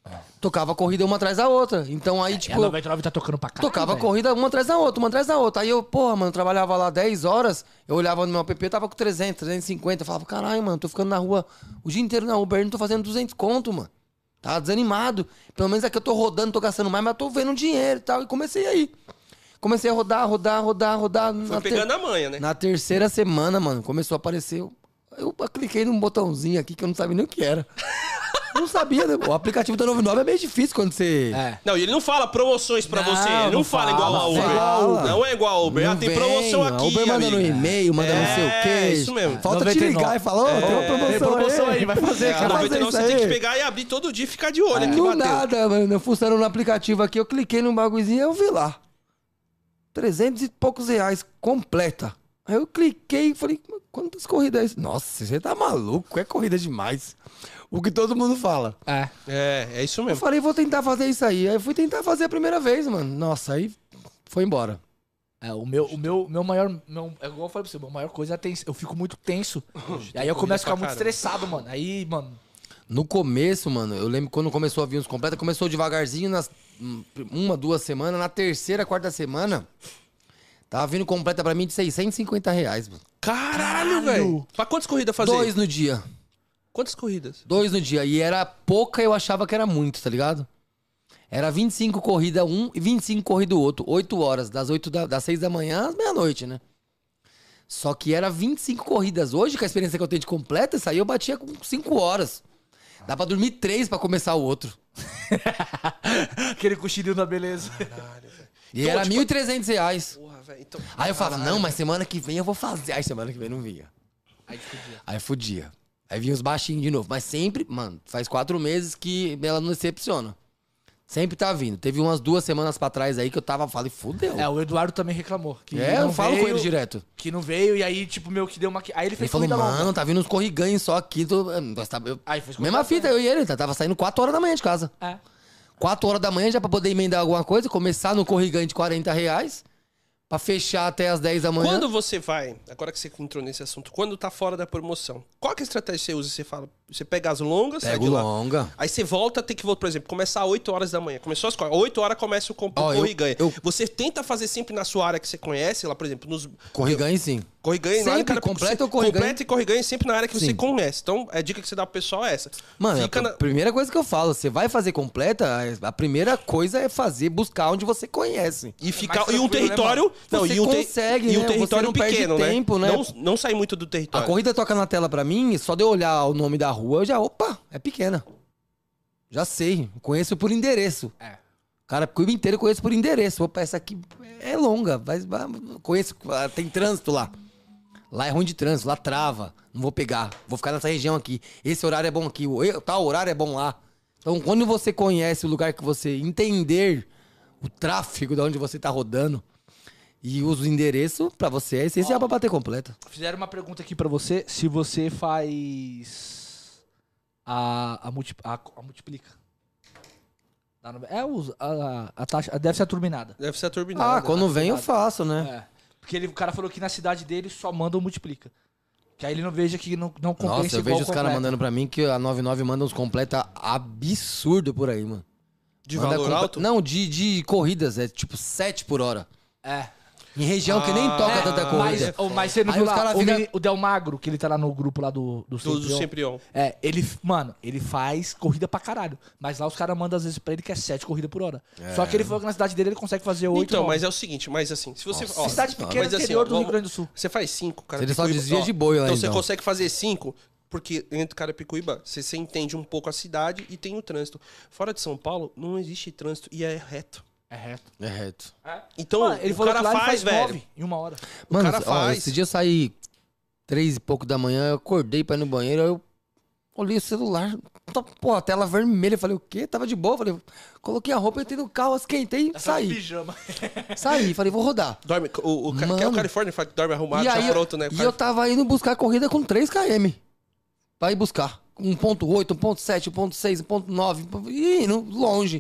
Tocava a corrida uma atrás da outra. Então aí, É, tipo... a noventa e nove tá tocando pra caralho, Tocava a velho. corrida uma atrás da outra, uma atrás da outra. Aí eu, porra, mano, trabalhava lá dez horas, eu olhava no meu app, tava com trezentos, trezentos e cinquenta. Eu falava, caralho, mano, tô ficando na rua o dia inteiro na Uber, não tô fazendo duzentos conto, mano. Tava desanimado. Pelo menos aqui eu tô rodando, tô gastando mais, mas eu tô vendo dinheiro e tal. E comecei aí. Comecei a rodar, rodar, rodar, rodar. Foi Na pegando ter- a manha, né? Na terceira semana, mano, começou a aparecer. Eu, eu cliquei num botãozinho aqui que eu não sabia nem o que era. Não sabia, né? O aplicativo da noventa e nove é meio difícil quando você. É. Não, e ele não fala promoções pra Não, você. Ele não, não fala, fala, igual a Uber. fala. Não é igual a Uber. Não ah, tem vem, promoção a aqui, Uber manda amigo. no e-mail, manda não sei o É, quê. isso mesmo. Falta noventa e te nove. ligar e falar, ô, tem uma promoção, Tem promoção aí, vai fazer, É, a cara. fazer noventa e nove isso você tem que aí. pegar e abrir todo dia e ficar de olho aqui, Do bateu. nada, mano. Eu funcionando no aplicativo aqui, eu cliquei num bagulhozinho e eu vi lá. trezentos e poucos reais, completa. Aí eu cliquei e falei, quantas corridas é isso? Nossa, você tá maluco? É corrida demais. O que todo mundo fala. É. É, é isso Eu mesmo. falei, vou tentar fazer isso aí. Aí eu fui tentar fazer a primeira vez, mano. Nossa, aí foi embora. É, o meu, o meu, meu maior. Meu, é igual eu falei pra você, meu maior coisa é tenso. Eu fico muito tenso. E aí eu começo a ficar pra muito caramba. estressado, mano. Aí, mano. No começo, mano, eu lembro quando começou a vir os completos, começou devagarzinho, nas hum, uma, duas semanas. Na terceira, quarta semana, tava vindo completa pra mim de seiscentos e cinquenta reais, mano. Caralho, velho. Pra quantas corridas fazer? Dois no dia. Quantas corridas? Dois no dia. E era pouca, eu achava que era muito, tá ligado? Era vinte e cinco corridas um e vinte e cinco corridas o outro. oito horas, das, oito da, das seis da manhã às meia-noite, né? Só que era vinte e cinco corridas. Hoje, com a experiência que eu tenho de completa, isso aí eu batia com cinco horas. Dá pra dormir três pra começar o outro. Aquele cochilinho da beleza. Caralho, velho. E Então, era tipo- mil e trezentos reais. Porra, velho. Então... Aí eu falava, Caralho, não, mas semana que vem eu vou fazer. Aí semana que vem não vinha. Aí fudia. Aí fudia. Aí vinha os baixinhos de novo. Mas sempre, mano, faz quatro meses que ela não decepciona. Sempre tá vindo. Teve umas duas semanas pra trás aí que eu tava, falei, fudeu. É, o Eduardo também reclamou. Que É, não eu falo veio, com ele direto. Que não veio, e aí, tipo, meu, que deu uma. Aí ele Ele fez falou, corrida longa. mano, tá vindo uns corriganhos só aqui. Tô... Nós tá... eu... Aí fez Mesma corrida fita, eu e ele. tá- Tava saindo quatro horas da manhã de casa. É. quatro horas da manhã já pra poder emendar alguma coisa, começar no corrigante de quarenta reais, pra fechar até as dez da manhã. Quando você vai, agora que você entrou nesse assunto, quando tá fora da promoção, qual que é a estratégia que você usa? Você fala, você pega as longas, sai Pego de lá. longa. Aí você volta, tem que voltar, por exemplo, começar às oito horas da manhã. Começou às oito horas, começa o comp- Ó, eu- corriganha. eu- Você tenta fazer sempre na sua área que você conhece, lá, por exemplo, nos... Corriganho sim. Corriganha, Sempre, lá no cara- completa ou corriganha? Completa e corriganha sempre na área que você Sim. conhece. Então, a dica que você dá pro pessoal é essa. Mano, Fica a na... primeira coisa que eu falo, você vai fazer completa, a primeira coisa é fazer, buscar onde você conhece. E, ficar, mais e um tranquilo, né, território... mano? não, Você e um te- consegue, e um né? território Você não perde pequeno, tempo, né? Não, não sai muito do A território. corrida toca na tela pra mim, só de eu olhar o nome da rua, eu já, opa, é pequena. Já sei, conheço por endereço. É. Cara, Cuiabá inteiro eu conheço por endereço. Opa, essa aqui é longa, mas mas conheço, ah, tem trânsito lá. Lá é ruim de trânsito, lá trava. Não vou pegar, vou ficar nessa região aqui. Esse horário é bom aqui, o- tal horário é bom lá. Então, quando você conhece o lugar que você entender o tráfego de onde você tá rodando e usa o endereço, pra você é essencial pra bater completa. Fizeram uma pergunta aqui pra você, se você faz a, a, multi, a, a multiplica. Dá no- É o- a, a taxa, deve ser a turbinada. Deve ser a turbinada. Ah, quando vem eu faço, né? É. Porque ele, o cara falou que na cidade dele só manda o multiplica. Que aí ele não veja que não, não compensa Nossa, eu igual vejo os o caras completo. mandando pra mim que a noventa e nove manda uns completa absurdo por aí, mano. De Manda valor comple- alto? Não, de, de corridas, é tipo sete por hora. É. Em região que nem Ah, toca é, tanta mas- corrida. Mas, mas você não Aí viu os lá, cara o, fica- meni- o Del Magro, que ele tá lá no grupo lá do, do Do, do Semprion. Semprion. É, ele, mano, ele faz corrida pra caralho. Mas lá os caras mandam às vezes pra ele que é sete corridas por hora. Só que ele falou que na cidade dele ele consegue fazer oito. Então, mas é o seguinte, mas assim, se você... Nossa, ó, Cidade pequena, mas assim, interior ó, do Rio vamos- Grande do Sul. Você faz cinco, cara. Ele só desvia de boi lá, Então você então. consegue fazer cinco, porque entre Carapicuíba, você, você entende um pouco a cidade e tem o trânsito. Fora de São Paulo, não existe trânsito e é reto. É reto. É reto. Então, Mano, ele o falou cara que lá ele faz, faz velho. nove em uma hora. Mano, cara ó, faz. esse dia eu saí três e pouco da manhã, eu acordei pra ir no banheiro, aí eu olhei o celular, tá, pô, a tela vermelha, eu falei, o quê? Tava de boa, falei, coloquei a roupa, entrei no carro, esquentei e saí. Pijama. Saí, falei, vou rodar. Dorme, o, o, ca- que é o Mano. Califórnia fala que dorme arrumado, E já aí, eu- pronto, né? E eu tava indo buscar a corrida com três quilômetros. Pra ir buscar. um ponto oito, um ponto sete, um ponto seis, um ponto nove. E indo longe.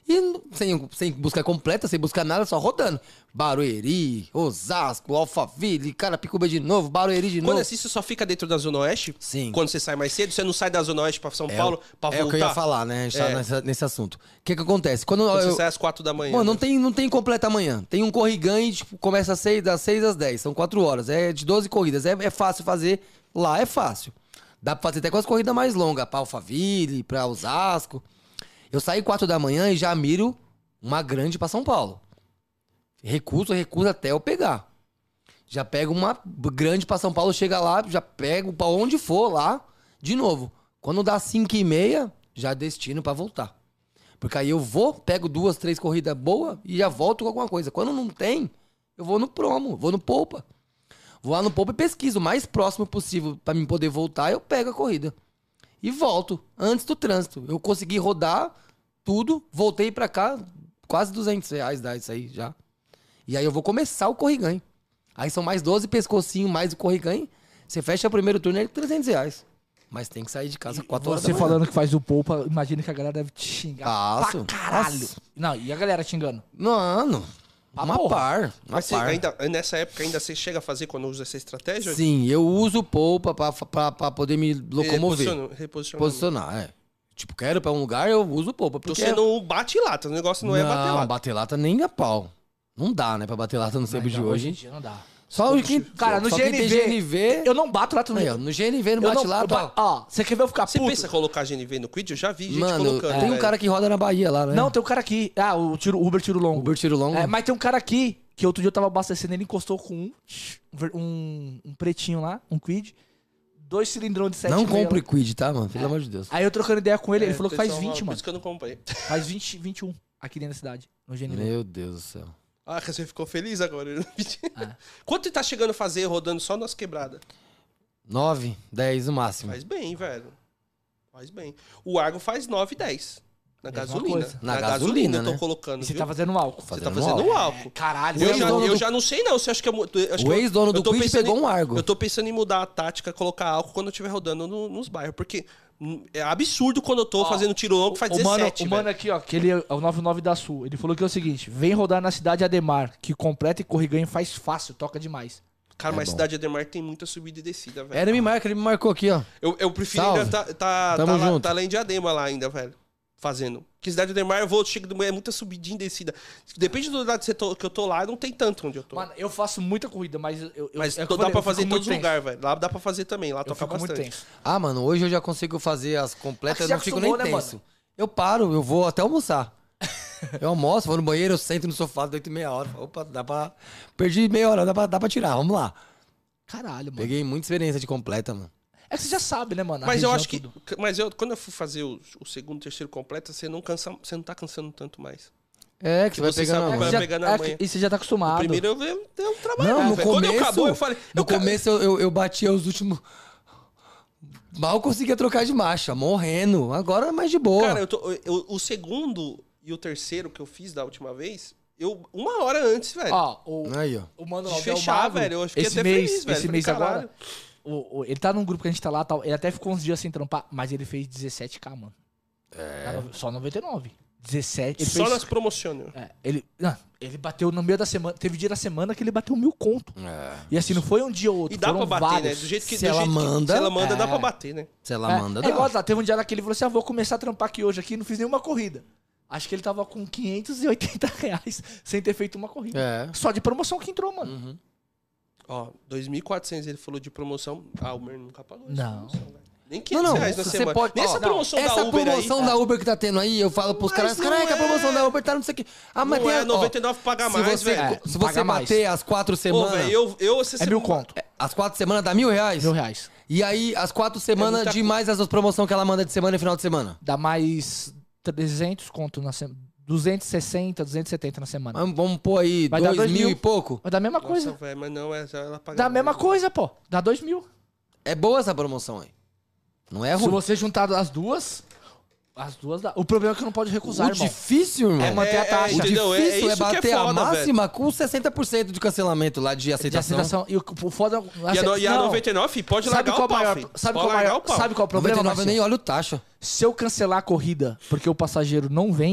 E sem, sem busca completa, sem buscar nada, só rodando. Barueri, Osasco, Alphaville, Carapicuíba de novo, Barueri de Quando novo. assim, você só fica dentro da Zona Oeste? Sim. Quando você sai mais cedo, você não sai da Zona Oeste pra São É Paulo o- pra É voltar? o que eu ia falar, né? A gente tá É. nessa- nesse assunto. O que que acontece? Quando, Quando eu, você sai às quatro da manhã. Mano, não né? tem, não tem completa amanhã. Tem um corrigan tipo, começa às seis, das seis às dez. São quatro horas. É de doze corridas. É, é fácil fazer. Lá é fácil. Dá pra fazer até com as corridas mais longas. Pra Alphaville, pra Osasco. Eu saí quatro da manhã e já miro uma grande pra São Paulo. Recuso, recuso até eu pegar. Já pego uma grande pra São Paulo, chega lá, já pego pra onde for lá, de novo. Quando dá cinco e meia, já destino pra voltar. Porque aí eu vou, pego duas, três corridas boas e já volto com alguma coisa. Quando não tem, eu vou no promo, vou no poupa. Vou lá no poupa e pesquiso o mais próximo possível pra mim poder voltar, eu pego a corrida. E volto, antes do trânsito. Eu consegui rodar tudo, voltei pra cá, quase duzentos reais dá isso aí já. E aí eu vou começar o corriganho. Aí são mais doze pescocinhos, mais o corriganho. Você fecha o primeiro turno, é trezentos reais. Mas tem que sair de casa quatro horas da Você manhã. falando que faz o poupa, imagina que a galera deve te xingar Faço. pra caralho. Nossa. Não, e a galera xingando? Mano, Ah, uma porra. par. Uma Mas você par. ainda, nessa época ainda você chega a fazer quando usa essa estratégia? Sim, eu uso poupa pra, pra, pra poder me locomover. Reposiciona- reposicionamento. Posicionar, é. Tipo, quero ir pra um lugar, eu uso poupa. Então Porque você não bate lata, o negócio não, é bater lata. bater lata nem a pau. Não dá, né, pra bater lata no tempo Mas de não, hoje. em dia não dá. Só o que, Cara, no só quem tem G N V, G N V... Eu não bato lata no Aí, ó, no G N V, no Eu não- bate lata, eu ba- ó. Ó, você quer ver eu ficar Você puto? pensa em colocar G N V no Quid? Eu já vi gente Mano, colocando. tem um velho. cara que roda na Bahia lá, né? Não, tem um cara aqui. Ah, o tiro, Uber Tiro Longo. Uber Tiro Longo. É, mas tem um cara aqui que outro dia eu tava abastecendo, ele encostou com um, um, um pretinho lá, um Quid, dois cilindrão de sete Não e meio compre lá. Quid, tá, mano? Pelo amor de Deus. Aí eu trocando ideia com ele, ele É, falou que faz pessoal, vinte, por mano. isso que eu não comprei. Faz vinte, vinte e um aqui dentro da cidade, no G N V. Meu Deus do céu. Ah, você ficou feliz agora. É. Quanto você tá chegando a fazer rodando só nas quebradas? nove, dez no máximo. Faz bem, velho. Faz bem. O Argo faz nove, dez. Na Mesma gasolina. coisa. Na gasolina, eu tô né? colocando, E você viu? tá fazendo álcool. Você tá fazendo fazendo álcool. o álcool. Caralho, Eu, O já, ex-dono eu do- já não sei não, você acha que eu... eu acho O que eu- ex-dono eu do tô Quid pensando pegou em- um Argo. Eu tô pensando em mudar a tática, colocar álcool quando eu estiver rodando no- nos bairros, porque hum, é absurdo quando eu tô Ó, fazendo tiro longo, faz o mano, dezessete, o mano velho. aqui, ó, que ele é o noventa e nove da Sul, ele falou que é o seguinte, vem rodar na cidade Ademar, que completa e corriganho faz fácil, toca demais. Cara, É mas bom. Cidade Ademar tem muita subida e descida, velho. Ele me marca, ele me marcou aqui, ó. Eu, eu prefiro Salve. ainda tá, tá, Tamo tá, lá, junto. tá lá em Diadema lá ainda, velho. Fazendo. Porque Cidade Ademar eu vou, chego de manhã, é muita subidinha e descida. Depende do lugar que, você tô- que eu tô lá, não tem tanto onde eu tô. Mano, eu faço muita corrida, mas eu... eu mas é o que tô- eu dá falei, pra eu fazer em fico todos os muito tenso. lugares, velho. Lá dá pra fazer também, lá Eu toca fico muito bastante. tenso. Ah, mano, hoje eu já consigo fazer as completas, Ah, eu você não fico nem acostumou, né, tenso. Eu paro, eu vou até almoçar. Eu almoço, vou no banheiro, eu sento no sofá, deito meia hora. Opa, dá pra... Perdi meia hora, dá pra, dá pra tirar, vamos lá. Caralho, mano. Peguei muita experiência de completa, mano. É que você já sabe, né, mano? a Mas eu região, acho que. tudo. Mas eu, quando eu fui fazer o, o segundo, terceiro completo, você não cansa, você não tá cansando tanto mais. É, que você vai você pegando sabe a vai manha. Já- pegando a é manha. que- e você já tá acostumado. Primeiro eu vi deu um trabalho. Não, no velho. Quando começo... acabou, eu falei. No eu ca- começo eu, eu, eu batia os últimos... Mal conseguia trocar de marcha, morrendo. Agora é mais de boa. Cara, eu tô, eu- o segundo e o terceiro que eu fiz da última vez, eu uma hora antes, velho. Ó, o, Aí, ó. o mano de lá, o Del fechar, Mago, velho. Eu fiquei esse até mês, feliz, velho. Esse Falei, mês agora, caralho. o, o- ele tá num grupo que a gente tá lá, tal, ele até ficou uns dias sem trampar, mas ele fez dezessete K, mano. É. Só noventa e nove. dezessete. Ele Só fez, nas promoções. é, ele, não, ele bateu no meio da semana. Teve dia da semana que ele bateu mil conto. É. E assim, não foi um dia ou outro. E dá pra foram bater, vários. né? Do jeito que, Se do ela jeito que- manda, se ela manda, dá é. pra bater, né? Se ela É, manda, é dá. igual, tá, teve um dia lá que ele falou assim: ah, vou começar a trampar aqui hoje aqui, não fiz nenhuma corrida. Acho que ele tava com quinhentos e oitenta reais sem ter feito uma corrida. É. Só de promoção que entrou, mano. Uhum. Ó, dois mil e quatrocentos ele falou de promoção. Ah, o Mer nunca pagou essa Não. promoção, velho. Nem Não, quinhentos não, reais na você semana. pode... Nessa ó, promoção essa da Uber promoção aí... da Uber que tá tendo aí, eu falo pros Mas caras, não caraca, a é. promoção da Uber tá não sei o que. Ah, mas Não tem... é ó, noventa e nove paga se mais, você, velho. Se Paga você mais. bater as quatro Pô, semanas... velho, eu... eu essa É mil semana- conto. As quatro semanas dá mil reais? Mil reais. E aí, as quatro semanas muita de co- mais as outras promoções que ela manda de semana e final de semana? Dá mais trezentos conto na semana. duzentos e sessenta, duzentos e setenta na semana. Vamos, vamos pôr aí Vai dar dois dois mil mil. e pouco? Vai dar a mesma Nossa, coisa. velho, mas não, é, ela paga Dá a mais, mesma velho. coisa, pô. Dá dois mil. É boa essa promoção aí. Não é Se ruim. você juntar as duas, as duas dá. O problema é que não pode recusar, O irmão. difícil, irmão, É manter a taxa. O entendeu? É- é difícil é, isso que é bater a foda, máxima com sessenta por cento de cancelamento lá de De aceitação. aceitação. E o, o foda... E a, no- e a Não. noventa e nove, filho, pode Sabe largar qual o pau, maior, filho. sabe Pode qual largar maior, o pau. sabe qual é o problema, noventa e nove eu nem Marcinho? olho taxa. Se eu cancelar a corrida porque o passageiro não vem,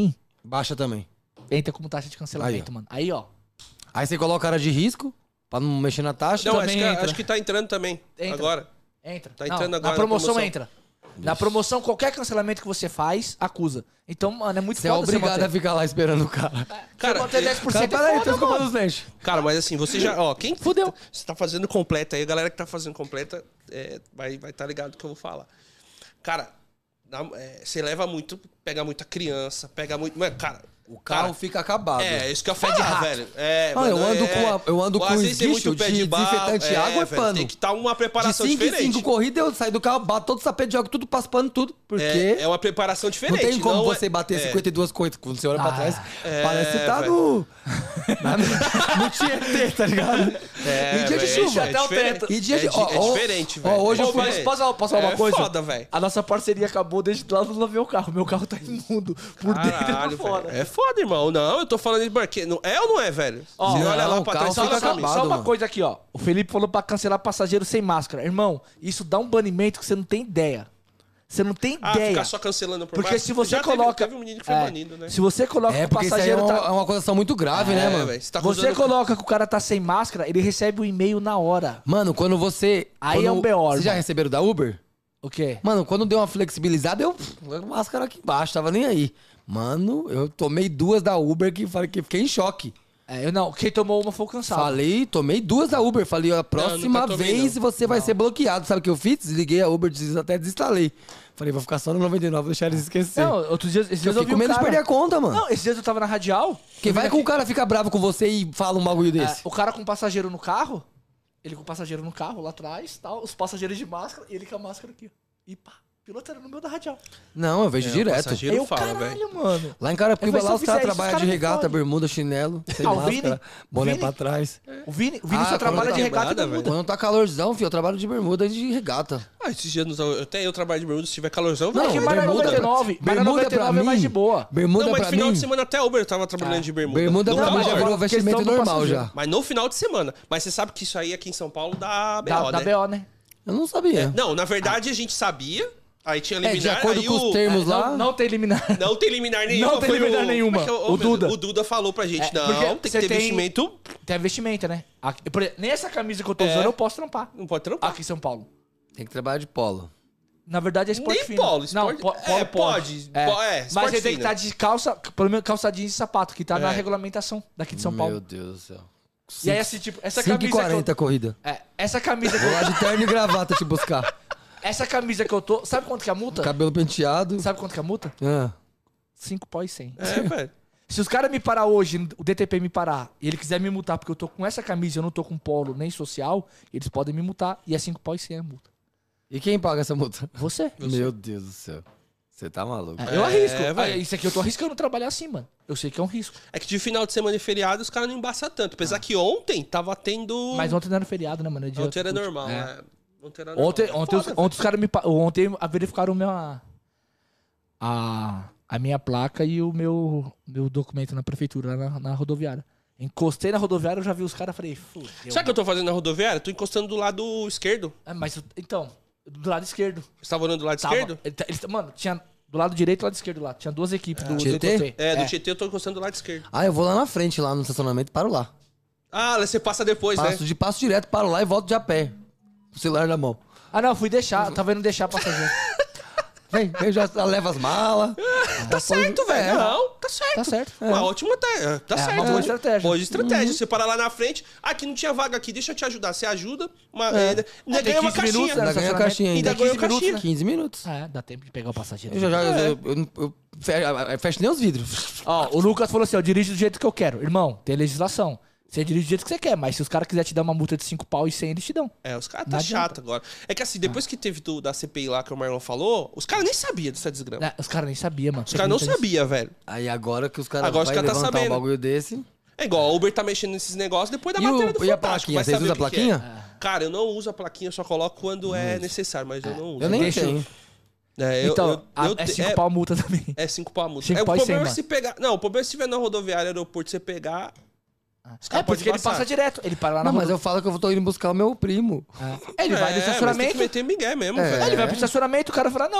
Baixa também. Entra como taxa de cancelamento, Aí, ó. mano. Aí, ó. Aí você coloca a área de risco, pra não mexer na taxa. Não, também acho que, entra. acho que tá entrando também. Entra. Agora. Entra. Tá Não, entrando agora na na promoção, promoção. entra. Na promoção, qualquer cancelamento que você faz, acusa. Então, mano, é muito Você é foda obrigado você a ficar lá esperando o cara. Cara, Cara, manter dez por Cara, cento é peraí, foda, tô escovando mano. os dentes. Cara, mas assim, você já. Ó, quem Fudeu. Você tá fazendo completa aí, a galera que tá fazendo completa é, vai estar vai tá ligado do que eu vou falar. Cara, dá- é, você leva muito, pega muita criança, pega muito. Mano, cara. O carro Cara, fica acabado. É, isso que eu ia Pé de falar, rato. velho. É, Ah, mano, eu ando é, com a- eu ando às com vezes tem esguicho muito pé de de barro, desinfetante, água e velho, pano. Tem que estar uma De preparação cinco em diferente. cinco corridas, eu saio do carro, bato todo o tapete de água, tudo passo pano, tudo. Porque É, é uma preparação não diferente. tem como não você é- bater é. cinquenta e duas coisas. Quando você olha pra Ah, trás, é, parece que tá velho. no... no... no Tietê, tá ligado? É, em dia de velho, chuva. é até o diferente. teto. E dia É de... di- ó, é ó, diferente, ó, velho. hoje eu Ô, fui... velho, Posso falar, posso falar é uma coisa? foda, velho. A nossa parceria acabou desde lá do lavei o carro. Meu carro tá imundo. Por dentro e Caralho, por fora. velho. É foda, irmão. Não, eu tô falando de porque não é ou não é, velho? Ó, você olha não, lá o pra carro trás, Só, você fica fala só- pra mim. só uma mano. coisa aqui, ó. O Felipe falou pra cancelar passageiro sem máscara. Irmão, isso dá um banimento que você não tem ideia. Você não tem Ah, ideia. ficar só cancelando por Porque mais- se você Já teve- coloca. Teve um menino que foi é, banido, né? Se você coloca É, que o porque isso aí é passageiro uma, tá. é uma acusação muito grave, né, É, mano? velho, você tá Você acusando- coloca que o cara tá sem máscara, ele recebe o e-mail na hora. Mano, quando você... Aí quando- é um B O, Vocês já irmão. receberam da Uber? O quê? Mano, quando deu uma flexibilizada, eu... Máscara aqui embaixo, tava nem aí. Mano, eu tomei duas da Uber que, falei que fiquei em choque. É, eu não. Quem tomou uma foi o cansado. Falei, tomei duas da Uber. Falei, ó, a próxima nunca tomei, vez não. você vai ser bloqueado. Sabe o que eu fiz? Desliguei a Uber, des- até desinstalei. Falei, vou ficar só no noventa e nove, vou deixar eles esquecer. Não, outros dias, esses eu dias eu fiquei vi com um medo de cara... perder a conta, mano. Não, esses dias eu tava na radial. Porque eu vi vai que aqui- o cara fica bravo com você e fala um bagulho É, desse. o cara com passageiro no carro, ele com passageiro no carro lá atrás, tal, os passageiros de máscara e ele com a máscara aqui, ó. E pá, pilotando no meio da radial. Não, eu vejo É, o direto. passageiro Aí eu, fala, caralho, velho. mano. Lá em Carapicuíba, Eu falei, lá se os eu caras fizer isso, trabalham os de caras me regata, fodem. bermuda, chinelo, sem Ah, o máscara, Vini- boné Vini- pra trás. O Vini, o Vini Ah, só quando trabalha tá de regata e quebrada, bermuda. Quando tá calorzão, filho, eu trabalho de bermuda e de regata. Ah, esses dias nos- eu- até eu trabalho de bermuda, se tiver calorzão, Não, É vai. que é mais na bermuda noventa e pra- nove, mas na bermuda noventa e nove pra é mais mim. de boa. Bermuda Não, mas pra final mim... de semana até Uber tava trabalhando de bermuda. Bermuda No pra mim calor. já virou questão vestimento do normal passageiro. já. Mas no final de semana. Mas você sabe que isso aí aqui em São Paulo dá B O, Da, da né? B O, né? Eu não sabia. Não, na verdade a gente sabia. Aí tinha É, liminar. de acordo aí com o... os termos lá... Não, não tem liminar. Não tem liminar nenhuma. Não tem foi liminar o... nenhuma. Como é que é? O Oh, meu Deus, Duda. O Duda falou pra gente, É, não, porque tem que você ter tem- vestimento... Tem a vestimenta, né? Aqui, por exemplo, nem essa camisa que eu tô É. usando eu posso trampar. Não pode trampar. Aqui em São Paulo. Tem que trabalhar de polo. Na verdade é esporte Nem fino. polo, Não, esporte- po- é, polo pode. É. Po- é, Mas esporte ele tem que fino. estar de calça, pelo menos calça jeans e sapato, que tá na É. regulamentação daqui de São Meu Paulo. Deus do céu. E aí, assim, tipo, essa cinco e camisa que quarenta eu... a corrida. É, essa camisa que Vou lá eu... de terno e gravata te buscar. Essa camisa que eu tô... Sabe quanto que é a multa? Cabelo penteado. Sabe quanto que é a multa? Ah. cinco pau e cem. É, velho. Se os caras me parar hoje, o D T P me parar, e ele quiser me multar porque eu tô com essa camisa e eu não tô com polo nem social, eles podem me multar e é cinco pau e cem a multa. E quem paga essa multa? Você. Meu Deus do céu. Você tá maluco. É, eu É, arrisco. velho. Ah, isso aqui eu tô arriscando trabalhar assim, mano. Eu sei que é um risco. É que de final de semana e feriado os caras não embaçam tanto. Apesar que ontem tava tendo... Mas ontem não era feriado, né, mano? É dia- Ontem era normal, É. né? Ontem era normal. Ontem, É ontem, os, foda, velho. ontem os caras me. pa- Ontem verificaram minha, a, a minha placa e o meu, meu documento na prefeitura, lá na, na rodoviária. Encostei na rodoviária, eu já vi os caras, falei, fudeu. Sabe o que eu tô fazendo na rodoviária? Tô encostando do lado esquerdo. Ah, mas, eu- então, do lado esquerdo. Você tava olhando do lado Tava. esquerdo? Ele tá- ele tá- mano, tinha do lado direito e do lado esquerdo lá. Tinha duas equipes do, do Tietê? Tietê. É, do Tietê eu tô encostando do lado esquerdo. Ah, eu vou lá na frente, lá no estacionamento, e paro lá. Ah, você passa depois, Passo, né? de, passo direto, paro lá e volto de a pé. Com o celular na mão. Ah, não, fui deixar. Tava indo deixar passageiro. Vem, vem, já leva as malas. Tá certo, velho. É. Não, tá certo. Tá certo. Uma ótima tá, tá É, certo. uma boa estratégia. Boa estratégia. Você para lá na frente. Aqui não tinha vaga aqui, deixa eu te ajudar. Você ajuda, uma, é. ainda, ainda É, tem ganha uma quinze caixinha. minutos, né? Ainda ganha a estacionamento. caixinha ainda. Ainda ganha quinze minutos, caixinha. quinze minutos. É, dá tempo de pegar o passageiro. Eu já, já, É. eu, eu, eu fe- fecho nem os vidros. Ó, o Lucas falou assim, ó, dirige do jeito que eu quero. Irmão, tem legislação. Você dirige do jeito que você quer, mas se os caras quiserem te dar uma multa de cinco pau e cem, eles te dão. É, os caras Não tá adianta. chato agora. É que assim, depois que teve do, da C P I lá que o Marlon falou, os caras nem sabiam dessa desgrama. É, os caras nem sabiam, mano. Os caras não sabiam, velho. Aí agora que os caras Agora os vai caras tá levantar um sabendo. bagulho desse... É igual, a Uber tá mexendo nesses negócios depois da E o- matéria do e a Fantástico. plaquinha? Vai Vocês saber usam o a que que é. plaquinha? Cara, eu não uso a plaquinha, eu só coloco quando é necessário, mas eu não uso. Eu nem Deixa eu- tenho. É, eu- Então, eu- a- eu é te- cinco pau a multa também. É cinco pau a multa. Cinco É, o pau e problema cem, é se pegar. Não, o problema é se estiver na rodoviária, aeroporto, você pegar. Os É, caras porque podem ele passar. passa direto. Ele para lá na Não, mas rodo- eu falo que eu tô indo buscar o meu primo. É. Ele vai no É, mas tem estacionamento. que meter migué mesmo, É. velho. Ele vai pro estacionamento, o cara fala, não, eu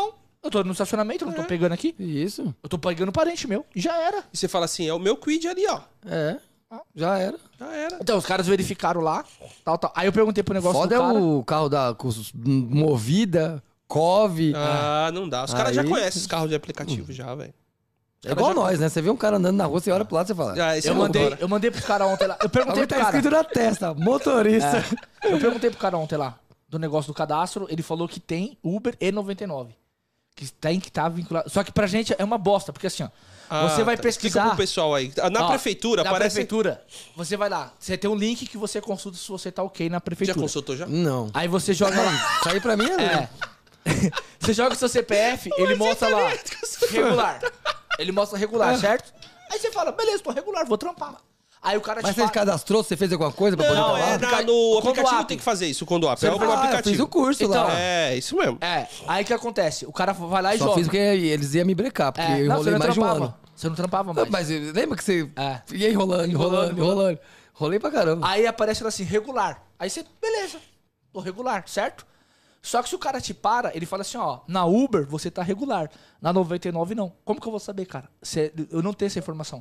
Eu tô no estacionamento, eu não tô É. pegando aqui. Isso. Eu tô pegando parente meu. E já era. E você fala assim, é o meu quid ali, ó. É. Já era. Já era. Então, os caras verificaram lá, tal, tal. Aí eu perguntei pro negócio Foda do é cara. o carro da com os- Movida, Cove. Ah, não dá. Os caras já Aí- conhecem os carros de aplicativo já, velho. É igual nós, né? Você vê um cara andando na rua, você olha pro lado e você fala. Ah, esse Eu é mandei, loucura. eu mandei pros caras ontem lá. Eu perguntei Alguém pro tá cara. escrito na testa, motorista. É, eu perguntei pro cara ontem lá, do negócio do cadastro, ele falou que tem Uber e noventa e nove. Que tem que estar vinculado. Só que pra gente é uma bosta, porque assim, ó. Ah, você vai tá. pesquisar. Explica pro pessoal aí. Na Ó, prefeitura, na aparece... prefeitura, você vai lá. Você tem um link que você consulta se você tá ok na Já prefeitura. consultou já? Não. Aí você joga lá. Isso aí pra mim é. É. Você joga o seu C P F, ele mostra lá. Regular. Ele mostra regular, certo? Aí você fala, beleza, tô regular, vou trampar. Aí o cara Mas te você fala. cadastrou, você fez alguma coisa pra poder Não, falar? é aplica- na, no Quando aplicativo app. tem que fazer isso, quando app. Você É o faz- Ah, eu aplicativo. fiz o curso Então, lá. É, isso mesmo. É, aí o que acontece? O cara vai lá e Só joga. fiz porque eles iam me brecar, porque É, eu não, enrolei você não mais de um trampava. ano. Você não trampava Ah, mais. Mas eh, lembra que você É. ia enrolando, enrolando, enrolando. Rolei pra caramba. Aí aparece lá assim, regular. Aí você, beleza, tô regular, certo? Só que se o cara te para, ele fala assim, ó, na Uber você tá regular, na noventa e nove não. Como que eu vou saber, cara? Cê- eu não tenho essa informação.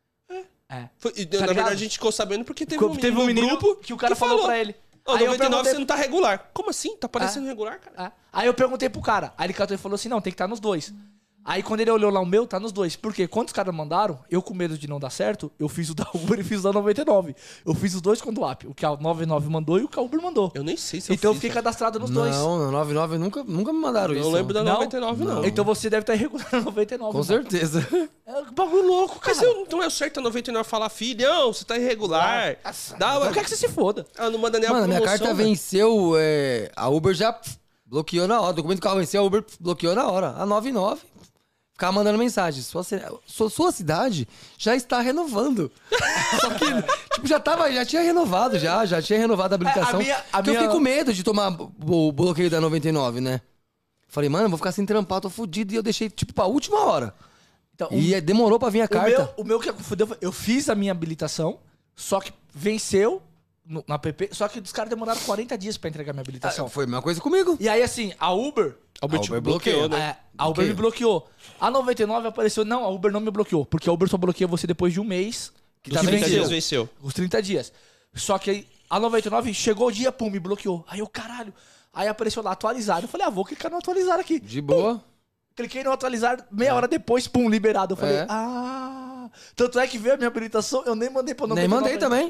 É. Foi- e, Tá na ligado? verdade, a gente ficou sabendo porque teve Co- um menino, teve um no menino grupo que o cara falou pra ele. Ô, Aí eu noventa e nove perguntei- você não tá regular. Como assim? Tá parecendo É. regular, cara? É. Aí eu perguntei pro cara. Aí ele catou e falou assim: não, tem que estar nos dois. Aí quando ele olhou lá o meu, tá nos dois. Porque quando os caras mandaram, eu com medo de não dar certo, eu fiz o da Uber e fiz o da noventa e nove. Eu fiz os dois com o do app. O que a noventa e nove mandou e o que a Uber mandou. Eu nem sei se eu Então eu fiz, fiquei cara. cadastrado nos dois. Não, no noventa e nove nunca, nunca me mandaram Eu isso. não lembro da Não? noventa e nove, não. Então você deve estar irregular na noventa e nove. Com mano. certeza. É um bagulho louco, cara. Mas eu, não é o certo a noventa e nove falar, filhão, você tá irregular. Dá, Não quer que você se foda. Ah, não manda nem Mano, a minha promoção, carta velho. venceu, é, a Uber já pff, bloqueou na hora. O documento do carro venceu, a Uber pff, bloqueou na hora. A noventa e nove ficava mandando mensagem. Sua, ci- sua, sua cidade já está renovando. Só que, tipo, já, tava, já tinha renovado, já. Já tinha renovado a habilitação. É, a minha- a Porque eu minha- fiquei com medo de tomar o bloqueio da noventa e nove, né? Falei, mano, eu vou ficar sem trampar, tô fudido. E eu deixei, tipo, pra última hora. Então, E é, demorou pra vir a o, carta. meu, o meu que fudeu foi, eu fiz a minha habilitação, só que venceu no, na P P, só que os caras demoraram quarenta dias pra entregar minha habilitação. Ah, foi a mesma coisa comigo. E aí, assim, a Uber. A Uber A te Uber bloqueou, bloqueou, né? É, a Uber me bloqueou. A noventa e nove apareceu. Não, a Uber não me bloqueou. Porque a Uber só bloqueia você depois de um mês. Que Dos tá trinta venceu. dias venceu. Os trinta dias. Só que aí, a noventa e nove chegou o dia, pum, me bloqueou. Aí eu, caralho. Aí apareceu lá, atualizar. Eu falei, ah, vou clicar no atualizar aqui. De boa. Cliquei no atualizar, meia hora depois, pum, liberado. Eu falei, É. ah. Tanto é que veio a minha habilitação, eu nem mandei pra noventa e Nem nove. mandei também.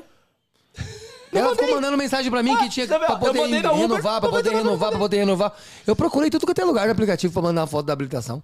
Ela ficou mandando mensagem pra mim Ah, que tinha você vê, pra eu poder mandei na Uber, renovar, pra poder noventa e nove renovar, pra poder renovar. Eu procurei tudo quanto é lugar no aplicativo pra mandar uma foto da habilitação.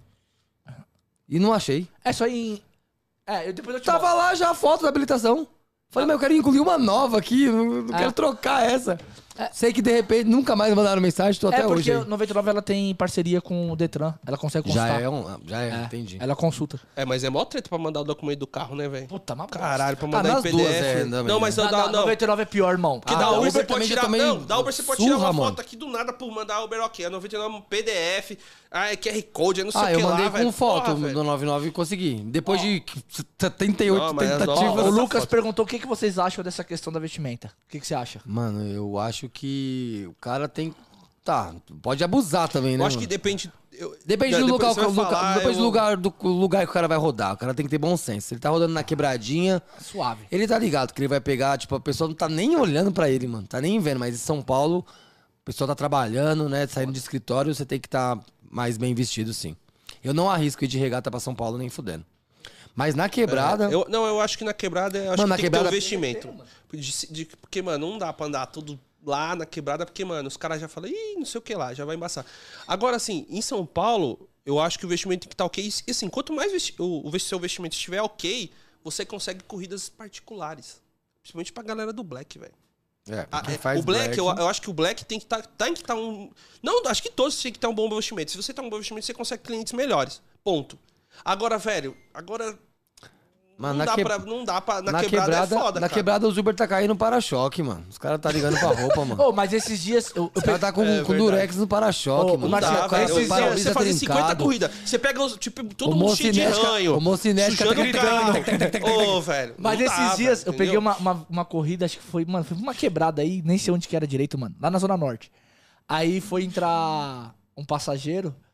E não achei. É só em. É, eu, depois eu te Tava mostro. lá já a foto da habilitação. Falei, mas eu quero incluir uma nova aqui, não, não É. quero trocar essa. Sei que de repente nunca mais mandaram mensagem, tô É até porque hoje. a aí. noventa e nove ela tem parceria com o Detran. Ela consegue Já consultar. é um. Já é, É, entendi. Ela consulta. É, mas é mó treta pra mandar o documento do carro, né, velho? Puta, mas Caralho, pra Ah, mandar em nas P D duas, F. é, também, não, mas né? não, Da, dá, da não. noventa e nove é pior, irmão. Porque Ah, da da Uber Uber você pode também já tirar. tomei Não, da Uber você pode tirar surra, uma mano. foto aqui do nada por mandar Uber ok. A noventa e nove é um P D F. Ah, é Q R Code, é não sei Ah, o eu que mandei lá, com velho. foto Porra, do velho. noventa e nove e consegui. Depois de setenta e oito Não, mas as tentativas. novas- O essa Lucas foto. perguntou o que, que vocês acham dessa questão da vestimenta. O que, que você acha? Mano, eu acho que o cara tem. Tá, pode abusar também, né? Eu acho que mano? depende. eu- Depende Não, do depois local, você vai local- falar, depois eu- do lugar do lugar que o cara vai rodar. O cara tem que ter bom senso. Se ele tá rodando na quebradinha, Suave. ele tá ligado que ele vai pegar, tipo, a pessoa não tá nem olhando pra ele, mano. Tá nem vendo, mas em São Paulo, o pessoal tá trabalhando, né, saindo de escritório, você tem que estar mais bem vestido, sim. Eu não arrisco ir de regata pra São Paulo nem fudendo. Mas na quebrada, Eu, não, eu acho que na quebrada eu acho Mano, que na tem quebrada- que ter um vestimento. De- de- porque, mano, não dá pra andar tudo lá na quebrada, porque, mano, os caras já falam, ih, não sei o que lá, já vai embaçar. Agora, assim, em São Paulo, eu acho que o vestimento tem que estar ok. E, assim, quanto mais vesti o, o seu vestimento estiver ok, você consegue corridas particulares. Principalmente pra galera do Black, velho. é, Ah, quem é, faz o Black, Eu, eu acho que o Black tem que estar tem que tá um. Não, acho que todos têm que ter um bom vestimento. Se você tem um bom vestimento, você consegue clientes melhores. Ponto. Agora, velho, agora. Mano, não, na dá que- pra, não dá pra. Na, na quebrada, quebrada, é foda, na cara. quebrada os Uber tá caindo no para-choque, mano. Os caras tá ligando pra roupa, mano. Ô, mas esses dias. Eu, eu Os caras tá com, É com verdade. durex no para-choque, Ô, mano. o Marcelo, Dá, cara, velho. esses Você- dias Você fazer cinquenta trincado. corridas. Você pega os, tipo, todo O mundo cheio de Mocinética- ranho. o Mocinética sujando tá- o carro. Ô, velho. Mas não esses dá, dias velho, eu peguei entendeu? uma, uma, uma corrida, acho que foi, mano, foi uma quebrada aí, nem sei onde que era direito, mano. Lá na Zona Norte. Aí foi entrar um passageiro.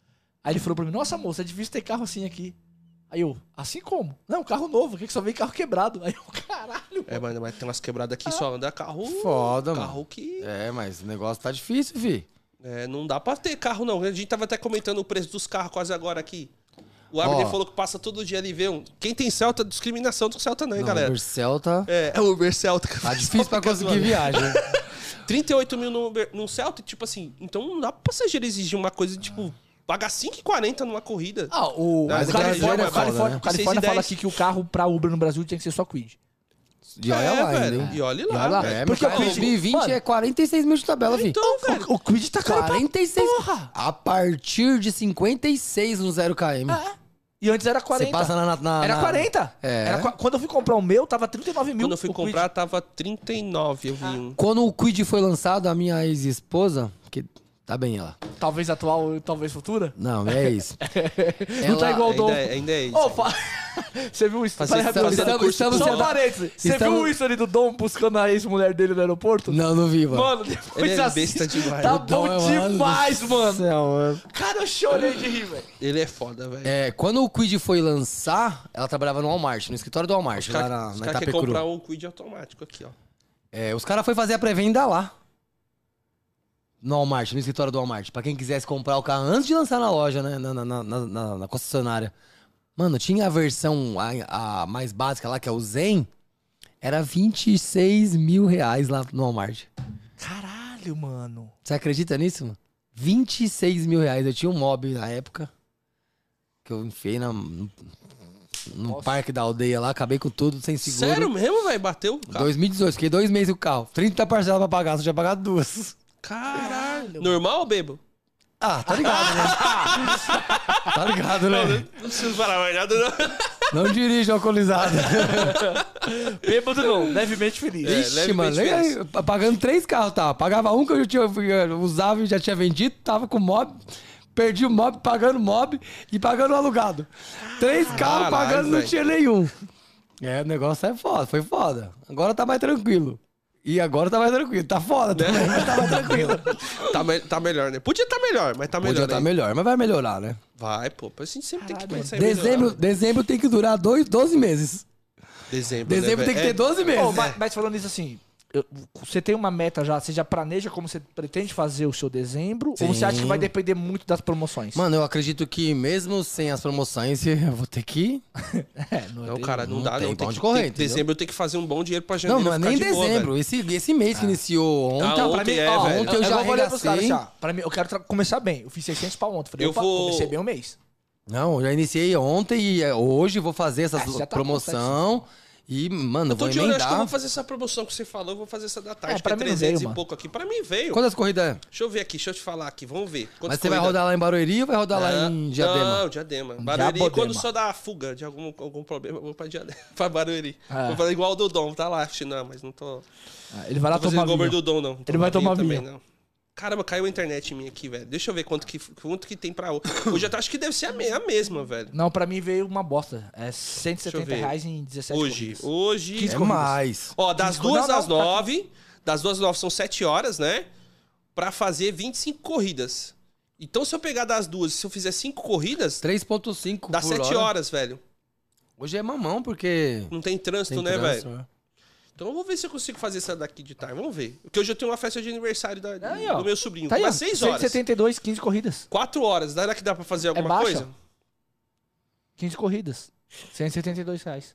Aí ele falou pra mim, nossa, moça, é difícil ter carro assim aqui. Aí eu, assim como? Não, carro novo, aqui que só vem carro quebrado. Aí eu, caralho. É, mano, mas tem umas quebradas aqui, só anda carro... Foda, carro mano. que... É, mas o negócio tá difícil, fi. É, não dá pra ter carro, não. A gente tava até comentando o preço dos carros quase agora aqui. O Abner Ó. falou que passa todo dia ali ver um... Quem tem Celta, discriminação do Celta não, hein, Não, galera? Uber Celta. É, é o Uber Celta. Tá difícil pra conseguir viagem. trinta e oito mil no, Uber- no Celta, tipo assim... Então não dá pro passageiro exigir uma coisa, tipo... Pagar cinco e quarenta numa corrida. Ah, o, Mas o é Califórnia, brasileiro é o Califórnia, foda, né? o Califórnia seis e fala dez. aqui que o carro pra Uber no Brasil tinha que ser só Quid. E olha É, lá velho. ainda, hein? E olha E lá, olha lá. velho. É, Porque porque o o Quid- dois mil e vinte mano, é quarenta e seis mil de tabela, fi. Então, velho. O, o Quid tá caro pra quarenta e seis. porra. A partir de cinquenta e seis no zero quilômetro. É. E antes era quarenta. Você passa na... na- Era na- quarenta. É. Era qua- quando eu fui comprar o meu, tava trinta e nove mil. Quando eu fui o Quid. comprar, tava trinta e nove, eu vi um. Quando o Quid foi lançado, a minha ex-esposa... Que tá bem ela. Talvez atual, talvez futura. Não, é isso. Não tá Ela- igual o Dom. Ainda é, ainda é isso. Ô, fa- Você viu isso? Fazer- Peraí, rapidinho. fazer Estamos- curso estamos- com Só um o Dom. parênteses. Você Estamos- viu isso ali do Dom buscando a ex-mulher dele no aeroporto? Não, não vi, mano. Mano, depois Ele é assiste. besta demais. Tá O Dom bom é uma- demais, mano. Céu, mano. Cara, eu chorei de rir, velho. Ele é foda, velho. É, quando o Quid foi lançar, ela trabalhava no Walmart, no escritório do Walmart, Os lá caras na, cara na querem Itapecuru. comprar um Quid automático aqui, ó. É, os caras foram fazer a pré-venda lá. No Walmart, no escritório do Walmart. Pra quem quisesse comprar o carro antes de lançar na loja, né? Na, na, na, na- na concessionária. Mano, tinha a versão a, a mais básica lá, que é o Zen. Era vinte e seis mil reais lá no Walmart. Caralho, mano. Você acredita nisso, mano? vinte e seis mil reais. Eu tinha um mob na época. Que eu enfiei na, no, no Nossa. parque da aldeia lá. Acabei com tudo, sem seguro. Sério mesmo, velho? Bateu o carro? dois mil e dezoito, fiquei dois meses com o carro. trinta parcelas pra pagar, só tinha pagado duas. Caralho. Normal ou bebo? Ah, tá ligado, né? Tá ligado, né? Não preciso falar mais nada, não. Não dirige alcoolizado. Bêbado não, levemente feliz. É, Ixi, levemente mano, feliz. eu- pagando três carros, tá? Pagava um que eu já tinha, eu usava e já tinha vendido, tava com mob, perdi o mob, pagando mob e pagando o alugado. Três carros Caralho, pagando, não velho. tinha nenhum. É, o negócio é foda, foi foda. Agora tá mais tranquilo. E agora tá mais tranquilo. Tá foda também, mas tá mais tranquilo. Tá, me- tá melhor, né? Podia tá melhor, mas tá melhor. Podia tá hein? melhor, mas vai melhorar, né? Vai, pô. A gente sempre tem Caralho, que pensar em Dezembro, melhorar. dezembro tem que durar dois, doze meses. Dezembro, Dezembro né, tem que velho? ter doze meses. Ô, mas, mas falando isso assim, eu- você tem uma meta já? Você já planeja como você pretende fazer o seu dezembro? Ou você Sim. acha que vai depender muito das promoções? Mano, eu acredito que mesmo sem as promoções, eu vou ter que... é, não, Não, tem- cara, não, Não dá, tem não. pra Tem onde que, correr, tem- entendeu? dezembro eu tenho que fazer um bom dinheiro pra Não, janeiro não é ficar nem de boa, dezembro. velho. esse, esse mês que iniciou ontem... Ah, pra ontem mim, é, ó, velho. ontem eu já vou ler pros caras arregacei. assim, ó. Pra mim, eu quero tra- começar bem. Eu fiz seiscentos pra ontem. Falei, Eu opa, vou- comecei bem o mês. Não, eu já iniciei ontem e é, hoje vou fazer essa Ah, você já tá promoção. E, mano, Eu tô vou de olho, acho que eu emendar. vou fazer essa promoção que você falou, eu vou fazer essa da tarde, É, que pra é mim não trezentos veio, e mano. pouco aqui. Pra mim veio. Quantas corridas é? Deixa eu ver aqui, deixa eu te falar aqui, vamos ver. Quantas Mas você vai corridas- rodar lá em Barueri ou vai rodar lá Ah, em Diadema? Não, Diadema. Barueri, Diabodema. quando só dá fuga de algum, algum problema, eu vou pra Diadema, pra Barueri. Ah. Vou fazer igual o do Dom, tá lá, não, mas não tô... Ah, ele vai lá Tô fazendo tomar igual o vinho. do Dom, não. Ele vai tomar também, vinho. não. Caramba, caiu a internet em mim aqui, velho. Deixa eu ver quanto que, quanto que tem pra hoje. Hoje eu acho que deve ser a, me- a mesma, velho. Não, pra mim veio uma bosta. É cento e setenta Deixa eu ver. reais em dezessete Hoje, corridas. hoje... É quinze corridas. mais. Ó, das quinze duas não, não, às tá aqui. nove, das duas às nove são sete horas, né? Pra fazer vinte e cinco corridas. Então, se eu pegar das duas, se eu fizer cinco corridas, três ponto cinco dá por sete hora. horas, velho. Hoje é mamão, porque... Não tem trânsito, tem né, trânsito, velho? né? Então, eu vou ver se eu consigo fazer essa daqui de tarde. Vamos ver. Porque hoje eu tenho uma festa de aniversário da- Aí, ó. do meu sobrinho. Tá aí, ó. Mas seis horas. cento e setenta e dois, quinze corridas. quatro horas. Será que dá pra fazer alguma baixa. coisa? quinze corridas. cento e setenta e dois reais.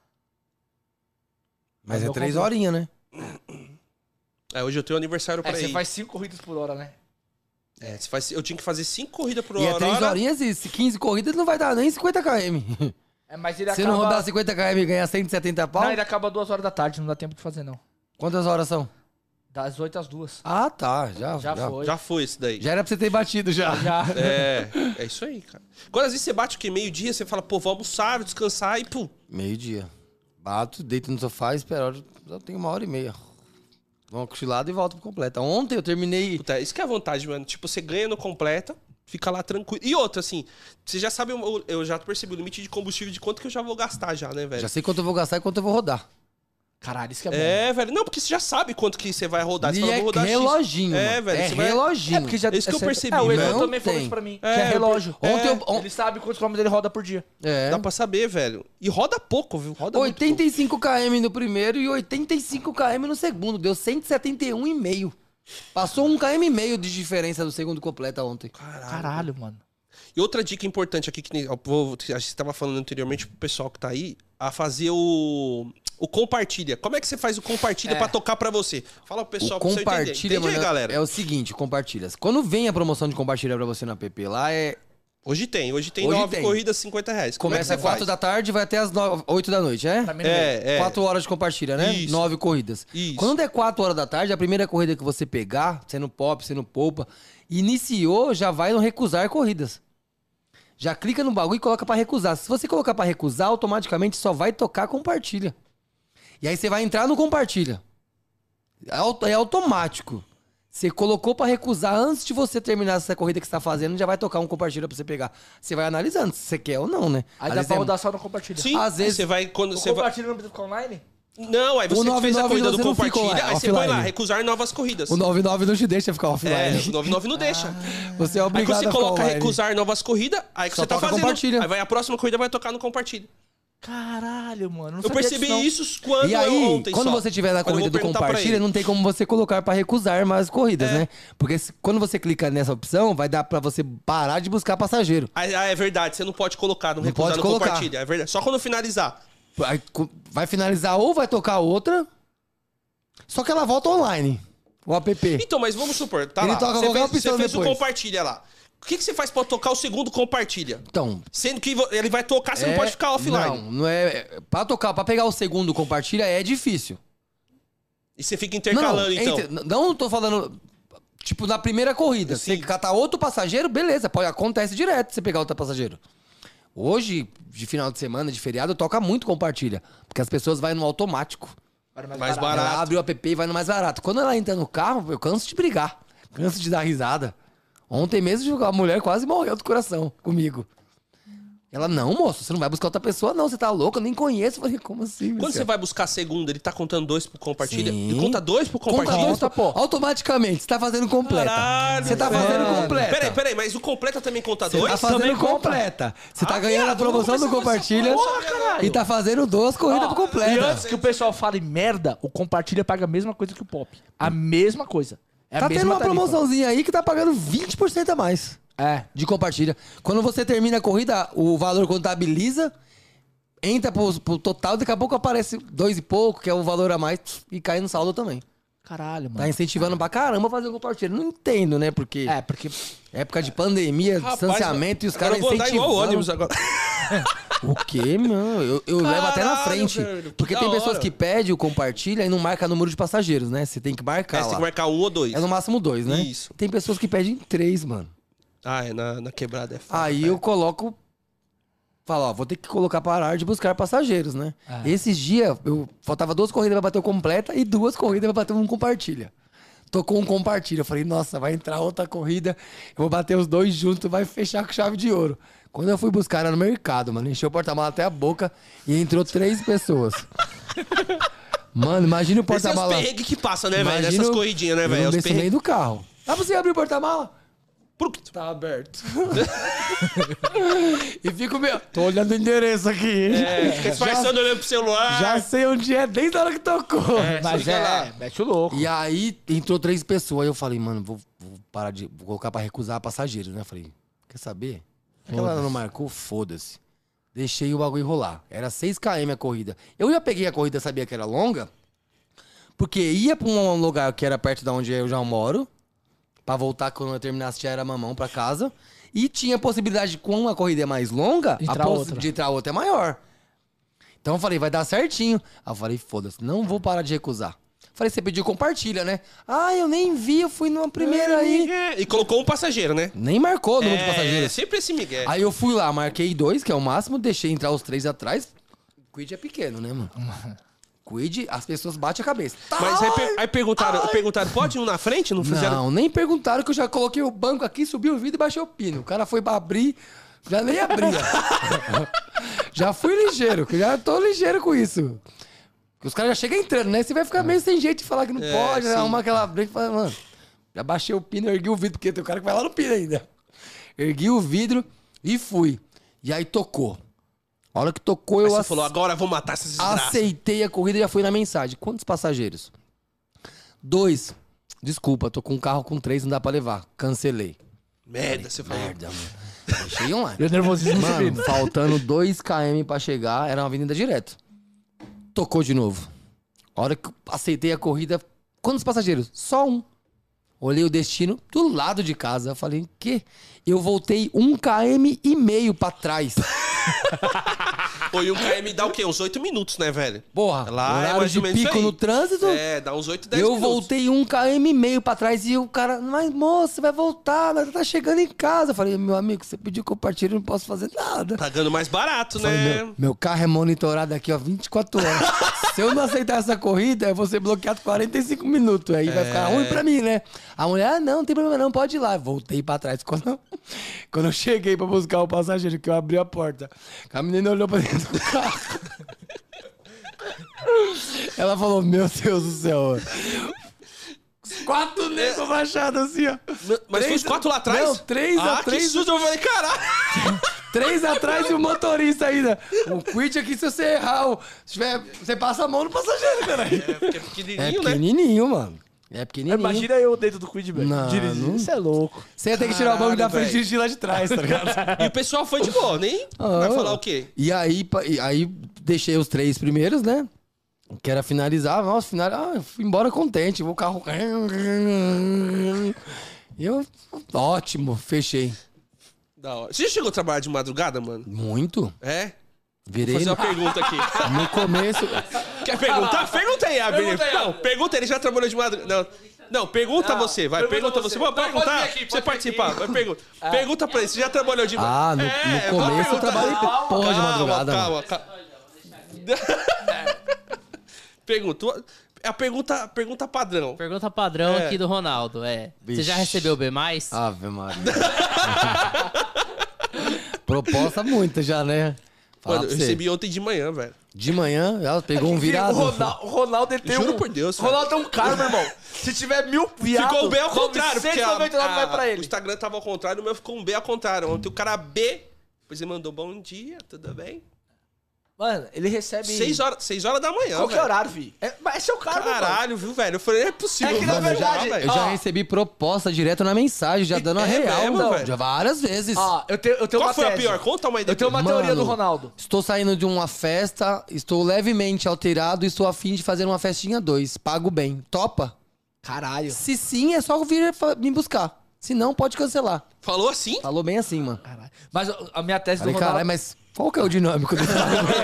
Mas Mas é eu três compro. horinhas, né? É, hoje eu tenho aniversário É, pra você ir. faz cinco corridas por hora, né? É, você faz- eu tinha que fazer cinco corridas por E é hora. três horinhas e se quinze corridas não vai dar nem cinquenta quilômetros. É, mas ele Se acaba... não rodar cinquenta quilômetros e ganhar cento e setenta pau, Não, ele acaba duas horas da tarde, não dá tempo de fazer, não. quantas horas são? Das oito às duas. Ah, tá. Já, Já, já, foi. Já foi esse daí. Já era pra você ter batido já. Já. É, é isso aí, cara. Quando às vezes você bate o quê? Meio-dia, você fala, pô, vou almoçar, vou descansar e pum. Meio-dia. Bato, deito no sofá e espero. Já tenho uma hora e meia. Dou uma cochilada e volto pro completa. Ontem eu terminei. Puta, isso que é a vontade, mano. Tipo, você ganha no completa, fica lá tranquilo. E outra, assim, você já sabe, o- eu já percebi o limite de combustível de quanto que eu já vou gastar já, né, velho? Já sei quanto eu vou gastar e quanto eu vou rodar. Caralho, isso que é bom. É, velho. Não, porque você já sabe quanto que você vai rodar. Você E fala, é vou rodar reloginho, X. É, mano. velho. É você vai- reloginho. É, porque já... É isso que eu sempre- percebi, É, o Edu velho. também falou Tem. isso pra mim. É, que é relógio. Ontem É. eu... on- Ele sabe quantos quilômetros ele roda por dia. É. Dá pra saber, velho. E roda pouco, viu? Roda muito oitenta e cinco quilômetros no primeiro e oitenta e cinco quilômetros no segundo. Deu cento e setenta e um e meio. Passou um quilômetro e meio de diferença do segundo completa ontem. pouco. Caralho. Caralho, mano. E outra dica importante aqui, que nem- eu vou- a gente estava falando anteriormente pro pessoal que tá aí, a fazer o, o compartilha. Como é que você faz o compartilha É. pra tocar pra você? Fala pro pessoal O pra você entender. compartilha, Entende aí, mano, galera? é o seguinte, compartilha. Quando vem a promoção de compartilha pra você no app lá, é... Hoje tem. Hoje tem Hoje nove tem. corridas, cinquenta reais. Como Começa é às que você quatro faz? da tarde e vai até às oito da noite, é? Pra mim não é. É, é. Quatro horas de compartilha, né? Isso. Nove corridas. Isso. Quando der quatro horas da tarde, a primeira corrida que você pegar, sendo pop, sendo poupa, iniciou, já vai no recusar corridas. Já clica no bagulho e coloca pra recusar. Se você colocar pra recusar, automaticamente só vai tocar compartilha. E aí você vai entrar no compartilha. É auto- é automático. Você colocou pra recusar antes de você terminar essa corrida que você tá fazendo, já vai tocar um compartilha pra você pegar. Você vai analisando se você quer ou não, né? Aí Às dá vezes pra é- rodar só no compartilha. Sim, Às vezes- você vai... Quando O você vai... compartilha não precisa ficar online? Não, aí você O fez a nove nove corrida do você não fica compartilha, online, aí você põe lá, offline. recusar novas corridas. O nove nove não te deixa ficar offline. É, o nove nove não deixa. Você é Aí obrigado quando você a ficar coloca online. recusar novas corridas, aí que Só você tá toca fazendo. compartilha. Aí vai a próxima corrida vai tocar no compartilha. Caralho, mano. Não Eu sabia percebi disso, não. isso quando E aí, ontem quando só. você tiver na Quando eu corrida vou do perguntar pra compartilha, ele. não tem como você colocar pra recusar mais corridas, É. né? Porque se- quando você clica nessa opção, vai dar pra você parar de buscar passageiro. Ah, é verdade, você não pode colocar, não, Não recusar pode no colocar. compartilha. É verdade. Só quando finalizar. Aí co- vai finalizar ou vai tocar outra, só que ela volta online, o app. Então, mas vamos supor, tá Ele lá. toca você qualquer fez, opção você fez o depois. compartilha lá. O que, que você faz pra tocar o segundo compartilha? Então, Sendo que vo- ele vai tocar, você não é- pode ficar offline. Não, não é... Pra tocar, pra pegar o segundo compartilha é difícil. E você fica intercalando, não, então. entre- não tô falando... Tipo, na primeira corrida, Sim. você catar outro passageiro, beleza, pode, acontece direto você pegar outro passageiro. Hoje, de final de semana, de feriado, toca muito compartilha. Porque as pessoas vão no automático. Era Mais barato. Ela abre o app e vai no mais barato. Quando ela entra no carro, eu canso de brigar. Canso de dar risada. Ontem mesmo, a mulher quase morreu do coração comigo. Ela, não, moço, você não vai buscar outra pessoa, não. Você tá louco, eu nem conheço. Eu falei, como assim, Quando Luciano? você vai buscar a segunda, ele tá contando dois pro compartilha? Sim. Ele conta dois pro Conta compartilha? dois, pô. Automaticamente, você tá fazendo completa. Caralho, você tá velho. fazendo completa. Peraí, peraí, mas o completa também conta Você dois? tá fazendo Também conta. completa. Você tá Ah, ganhando a viado, promoção do vamos começar com essa compartilha. porra, caralho. E tá fazendo duas corridas Ó, pro E completa. antes que o pessoal fale merda, o compartilha paga a mesma coisa que o pop. A mesma coisa. É a Tá tendo mesma uma tarifa. promoçãozinha aí que tá pagando vinte por cento a mais. É. De compartilha. Quando você termina a corrida, o valor contabiliza, entra pro, pro total, daqui a pouco aparece dois e pouco, que é o valor a mais, e cai no saldo também. Caralho, mano. Tá incentivando pra caramba fazer o compartilha. Não entendo, né? Porque É, porque... época de pandemia, Rapaz, distanciamento, e os agora caras eu vou andar igual incentivando. ônibus agora. O quê, meu? Eu, eu levo até na Caralho, frente. velho, que Porque da tem pessoas hora. que pedem o compartilha e não marca número de passageiros, né? Você tem que marcar É, lá. você tem que marcar um ou dois. É no máximo dois, né? Isso. Tem pessoas que pedem três, mano. Ah, é na, na quebrada é foda. Aí eu coloco. Falo, ó, vou ter que colocar parar de buscar passageiros, né? É. Esses dias, eu faltava duas corridas pra bater o completa e duas corridas pra bater um compartilha. Tocou um compartilha. Eu falei, nossa, vai entrar outra corrida, eu vou bater os dois juntos, vai fechar com chave de ouro. Quando eu fui buscar, era no mercado, mano. Encheu o porta-mala até a boca e entrou três pessoas. Mano, imagina o Esses são os porta-mala. perrengues que passa, né, velho? Imagina Nessas eu- corridinhas, né, eu velho? não Os desço nem perrengues. do carro. Dá pra você abrir o porta-mala? Por que- Tá aberto. E fico meio. Tô olhando o endereço aqui. É, fica disfarçando olhando pro celular. Já sei onde é desde a hora que tocou. É, Mas fica é, lá. mete o louco. E aí entrou três pessoas. Aí eu falei, mano, vou, vou parar de. Vou colocar pra recusar passageiros, né? Eu falei, quer saber? Aquela não marcou, foda-se. Deixei o bagulho rolar. Era seis quilômetros a corrida. Eu já peguei a corrida, sabia que era longa. Porque ia pra um lugar que era perto de onde eu já moro. Pra voltar quando eu terminasse já era mamão pra casa. E tinha a possibilidade, de, com uma corrida mais longa, De a entrar poss- outra. de entrar outra é maior. Então eu falei, vai dar certinho. Aí eu falei, foda-se, não vou parar de recusar. Falei, você pediu compartilha, né? Ah, eu nem vi, eu fui numa primeira aí. É, e colocou um passageiro, né? Nem marcou o número de É, passageiros. sempre esse Miguel. Aí eu fui lá, marquei dois, que é o máximo, deixei entrar os três atrás. Quid é pequeno, né, mano? Quid, as pessoas batem a cabeça. Mas aí, per- aí perguntaram, perguntaram, pode ir um na frente? Não fizeram? Não, nem perguntaram que eu já coloquei o banco aqui, subi o vidro e baixei o pino. O cara foi pra abrir, já nem abria. Já fui ligeiro, que já tô ligeiro com isso. Porque os caras já chegam entrando, né? Você vai ficar meio sem jeito de falar que não É, pode, né? sim. Arrumar aquela break e falar, mano, já baixei o pino, ergui o vidro, porque tem o cara que vai lá no pino ainda. Ergui o vidro e fui. E aí tocou. A hora que tocou, Aí eu você ace- falou, agora eu vou matar essas desgraças. aceitei a corrida e já fui na mensagem. Quantos passageiros? Dois. Desculpa, tô com um carro com três, não dá pra levar. Cancelei. Merda, você falou. Merda, mano. Deixei online. Eu nervosismo Mano, subindo. faltando dois quilômetros pra chegar, era uma avenida direto. Tocou de novo. A hora que eu aceitei a corrida, quantos passageiros? Só um. Olhei o destino do lado de casa. Eu falei, que? Eu voltei um quilômetro e meio pra trás. Oi, um km dá o quê? Uns oito minutos, né, velho? Porra, Lá é horário mais de ou menos pico isso aí. no trânsito. É, dá uns oito, dez Eu minutos. voltei um quilômetro e meio pra trás e o cara, mas moço, você vai voltar, mas tá chegando em casa. Eu falei, meu amigo, você pediu compartilho, eu não posso fazer nada. Pagando mais barato, Falei, né? meu, meu carro é monitorado aqui, ó, vinte e quatro horas. Se eu não aceitar essa corrida, eu vou ser bloqueado quarenta e cinco minutos. Aí vai ficar ruim pra mim, né? A mulher, ah, não, não tem problema não, pode ir lá. Voltei pra trás. Quando, quando eu cheguei pra buscar o passageiro, que eu abri a porta, a menina olhou pra dentro do carro. Ela falou, meu Deus do céu. Quatro negros baixados assim, ó. Mas foi os quatro lá atrás? Não, três ah, a três. que susto, eu falei, caralho. Três atrás e o motorista ainda. Um quid aqui, se você errar, o- se tiver, você passa a mão no passageiro, caralho. É, porque é É pequenininho, né? pequenininho, mano. É pequenininho. Imagina eu dentro do Quid, velho. Não, Dirigindo. não- Isso é louco. Você ia ter que tirar o banco da Caralho, frente e dirigir lá de trás, tá ligado? E o pessoal foi de boa, nem vai falar o quê? E aí, pa- e aí deixei os três primeiros, né? Que era finalizar. Nossa, final... ah, eu fui embora contente. O carro... E eu... Ótimo, fechei. Da hora. Você já chegou a trabalhar de madrugada, mano? Muito. É? Vou Virei fazer no, uma pergunta aqui. no começo... Quer perguntar? Pergunta aí, Abner. Pergunta aí, Não, Abner. pergunta, ele já trabalhou de madrugada. Não, não pergunta você, vai, pergunta, pergunta você. você. Pode Não, perguntar, pode vir aqui, pra você pode vir participar. aqui. Vai, pergunta. Pergunta pra ele, você já trabalhou de Ah, no, É, no vamos começo eu perguntar. trabalhei Calma, porra de Calma, madrugada, mano. calma, calma. Pergunta. É a pergunta, pergunta padrão. Pergunta padrão É. aqui do Ronaldo, é. Você Vixe. já recebeu B mais? Ave Maria. Proposta muita já, né? Fala Mano, pra eu você. recebi ontem de manhã, velho. De manhã, ela pegou um O virado. Ronaldo, o Ronaldo ele tem Juro um... por Deus, O Ronaldo tem um karma, irmão. Se tiver mil viados... Ficou um B ao contrário, porque a, novecentos e noventa e nove vai a- pra o ele. Instagram tava ao contrário, o meu ficou um B ao contrário. Ontem o cara B, depois ele mandou bom dia, tudo bem? Mano, ele recebe... Seis horas, seis horas da manhã, Qualquer velho. horário, fi. É, mas esse é o karma, mano. Caralho, viu, velho? Eu falei, não é possível. É que, na mano, verdade, já, velho. Eu já Ó. recebi proposta direto na mensagem, já dando a é real. mesmo, não, velho? já várias vezes. Ó, eu tenho, eu tenho Qual uma foi a tese. pior? Conta uma ideia. Eu tenho uma Mano, teoria do Ronaldo. Estou saindo de uma festa, estou levemente alterado e estou a fim de fazer uma festinha dois. Pago bem. Topa? Caralho. Se sim, é só vir fa- me buscar. Se não, pode cancelar. Falou assim? Falou bem assim, mano. Caralho. Mas a- a minha tese Falei, do Ronaldo... caralho, mas qual que é o dinâmico desse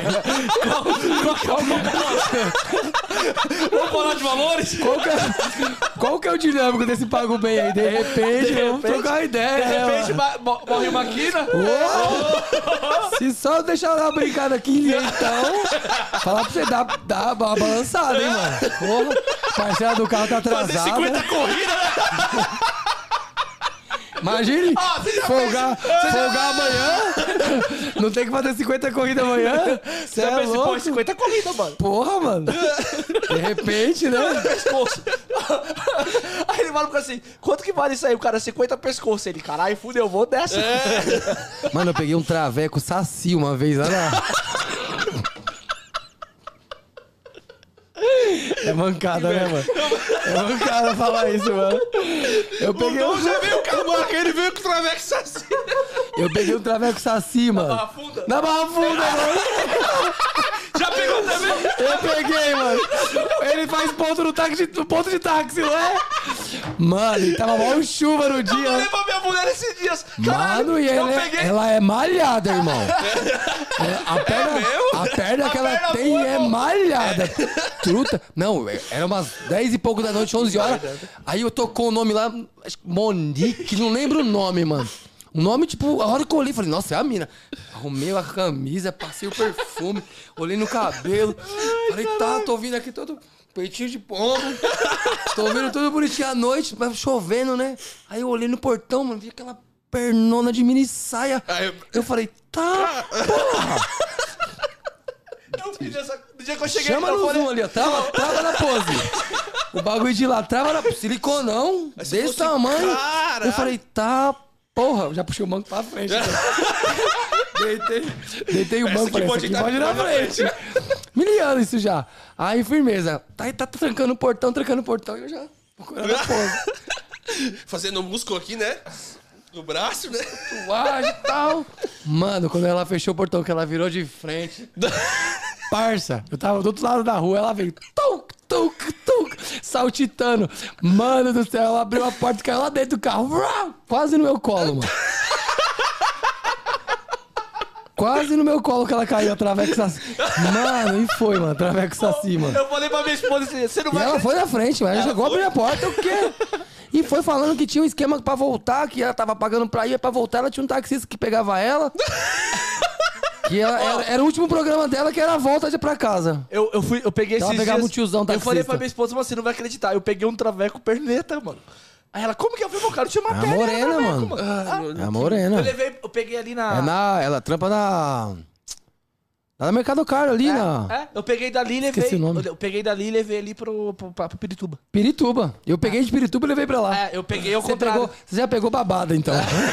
Vamos falar de valores? qual, que é, qual que é o dinâmico desse pago bem aí? De repente, vamos trocar uma ideia. De né, repente, mano? ma- mo- morre uma quina. Se só deixar eu dar uma brincada aqui, então. Falar pra você dar, dar uma balançada, hein, mano? Porra, parceira do carro tá Fazer atrasada. cinquenta corridas, né? Imagine folgar, folgar amanhã. Não tem que fazer cinquenta corridas amanhã. Você Já é pensei, pô, louco? cinquenta corridas, mano. Porra, mano. De repente, né? Pescoço. Aí ele fala assim, quanto que vale isso aí? O cara, cinquenta pescoço. Ele, caralho, fudeu, vou dessa. Mano, eu peguei um traveco saci uma vez lá na... É mancada, né, mano? É mancada falar isso, mano. Eu peguei, Não, um... já veio o camaca, ele veio com o traveco assim. eu peguei um traveco saci, mano. Barra Funda? Na Barra Funda, mano. Já pegou também? Eu peguei, mano. Ele faz ponto no, táxi, no ponto de táxi, não é? Mano, e tava mal chuva no Eu dia. falei pra minha mulher esses dias. Caralho, Mano, e eu ela, é- peguei... ela é malhada, irmão. É, a perna, mesmo? a perna que ela perna tem boa, é irmão. malhada. Truta. Não, é- era umas dez e pouco da noite, onze horas. Aí eu tocou o nome lá, acho que Monique, não lembro o nome, mano. O nome, tipo, a hora que eu olhei, falei, nossa, é a mina. Arrumei a camisa, passei o perfume, olhei no cabelo. Falei, tá, tô vindo aqui todo peitinho de pombo. Tô vendo tudo bonitinho à noite, mas chovendo, né? Aí eu olhei no portão, mano, vi aquela pernona de mini saia. Aí eu- Eu falei, tá, porra. No dia que eu cheguei Chama eu no falei- zoom ali, ó. Trava, trava na pose. O bagulho de lá, trava na siliconão, Aí você desse falou assim, tamanho. "Caralho." Eu falei, tá, porra. Eu já puxei o banco pra frente. né? deitei, deitei o Essa banco, aqui falei, pode esse dar- aqui pode ir na pode ir na frente. Me ligando isso já. Aí, firmeza. Tá, tá trancando o portão, trancando o portão. E eu já procurando a pose. Fazendo músculo aqui, né? No braço, né? Tatuagem e tal. Mano, quando ela fechou o portão, que ela virou de frente. Parça, eu tava do outro lado da rua, ela veio. Tuc, tuc, tuc, saltitando. Mano do céu, ela abriu a porta e caiu lá dentro do carro. Vrá, quase no meu colo, mano. Quase no meu colo que ela caiu, a Traveco Saci. Mano, e foi, mano, Traveco Saci, mano. Eu falei pra minha esposa assim, você não E vai ela acreditar. foi na frente, mas ela chegou a abrir a porta, o quê? E foi falando que tinha um esquema pra voltar, que ela tava pagando pra ir, pra voltar, ela tinha um taxista que pegava ela. Que ela, era, era o último programa dela, que era a volta de pra casa. Eu, eu, fui, eu peguei Ela esses pegava dias, um tiozão Eu falei taxista. pra minha esposa, mas você não vai acreditar. Eu peguei um traveco perneta, mano. Aí ela, como que eu fui, meu cara? Eu tinha uma É a perna, morena, era traveco, mano. Ah, É a morena. eu levei, eu peguei ali na... É na. Ela trampa na. Lá na Mercado Caro, ali, É, na. é, eu peguei dali e levei... Esqueci o nome. Eu peguei dali e levei ali pro, pro, pra- pro Pirituba. Pirituba. Eu peguei de Pirituba e levei pra lá. É, eu peguei ao Você, contrário. pegou, você já pegou babada, então.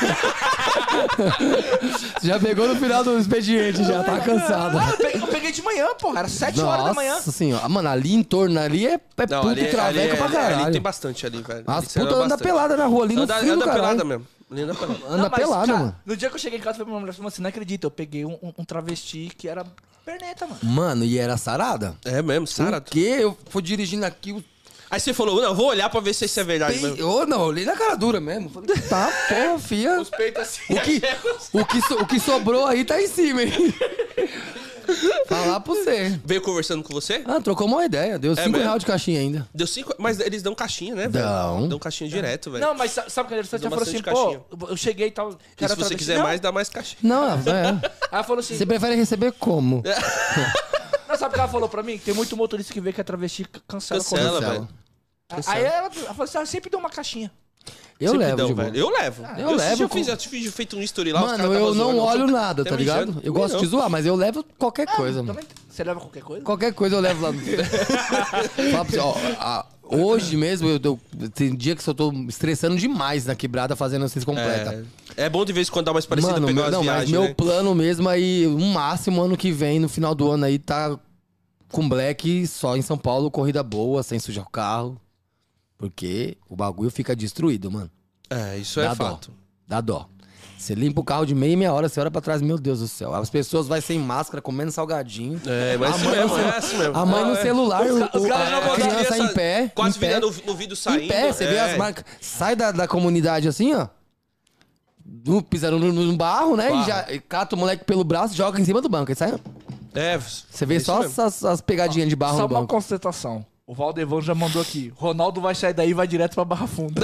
Você já pegou no final do expediente, já tá cansado. Ah, eu peguei, eu peguei de manhã, porra. Era sete horas da manhã. Nossa senhora. Mano, ali em torno ali é, é Não, puta ali, e ali, traveco ali, pra ali, caralho. ali tem bastante ali, velho. As Ali você anda putas andam bastante. pelada na rua ali no Anda, frio do anda caralho. pelada mesmo. Ali anda pelada. Anda Não, mas, pelada, cara, mano. No dia que eu cheguei em casa, eu falei pra minha mulher, assim, você não acredita, eu peguei um, um- um travesti que era perneta, mano. Mano, e era sarada? É mesmo, Sara. Porque eu fui dirigindo aqui, o Aí você falou, não, eu vou olhar pra ver se isso é verdade mesmo. Ô, não, olhei na cara dura mesmo. Falei, tá, porra, fia. Os peitos assim. O que, o, que so- o que sobrou aí tá em cima, hein? Falar pra você. Veio conversando com você? Ah, trocou uma ideia. Deu cinco mesmo? reais de caixinha ainda. Deu cinco. Mas eles dão caixinha, né, velho? Dão. Dão caixinha direto, velho. Não, mas sa- sabe o que era interessante? Dá Ela falou assim, bastante pô, eu cheguei e tal. E cara se você travesti. quiser Não. mais, dá mais caixinha. Não, é. Aí ela falou assim, Você prefere receber como? não, sabe o que ela falou pra mim? Tem muito motorista que vê que é travesti c- cancela, Cancela, a velho. conversa. Aí ela, ela falou assim, ah, sempre dou uma caixinha. Eu Sempre levo, dão, de boa. velho. Eu levo. eu eu levo Já com- fiz, já fiz feito um history lá. os Mano, caras eu tavam não zoando, olho tô nada, até tá ligado? mijando. Eu Também gosto não. de zoar, mas eu levo qualquer coisa, mano. Também, você leva qualquer coisa? Qualquer coisa eu levo lá. no- Fala pra você, ó, a- hoje mesmo, eu, eu- tem dia que eu tô estressando demais na quebrada fazendo a ciência completa. É, é bom de vez em quando dar mais parecido Mano, pegar meu, umas não, mas viagens, meu né? plano mesmo aí, um máximo ano que vem, no final do ano aí, tá com black só em São Paulo, corrida boa, sem sujar o carro. Porque o bagulho fica destruído, mano. É, isso Dá é dó. fato. Dá dó. Você limpa o carro de meia e meia hora, você olha pra trás, meu Deus do céu. As pessoas vai sem máscara, comendo salgadinho. É, mas A assim mãe mesmo, no é cel- assim mesmo. A mãe no Ah, é. celular, Os o, ca- os o- caras não a botam criança criança em pé. Quase em pé, virando no vídeo saindo. Em pé, você vê é. as marcas. Sai da, da comunidade assim, ó. No, pisando no, no barro, né? Barro. E já e cata o moleque pelo braço e joga em cima do banco. Aí sai, ó. É, Você vê é isso só mesmo. as, as pegadinhas de barro Só no uma banco. constatação. O Valdevão já mandou aqui. Ronaldo vai sair daí e vai direto pra Barra Funda.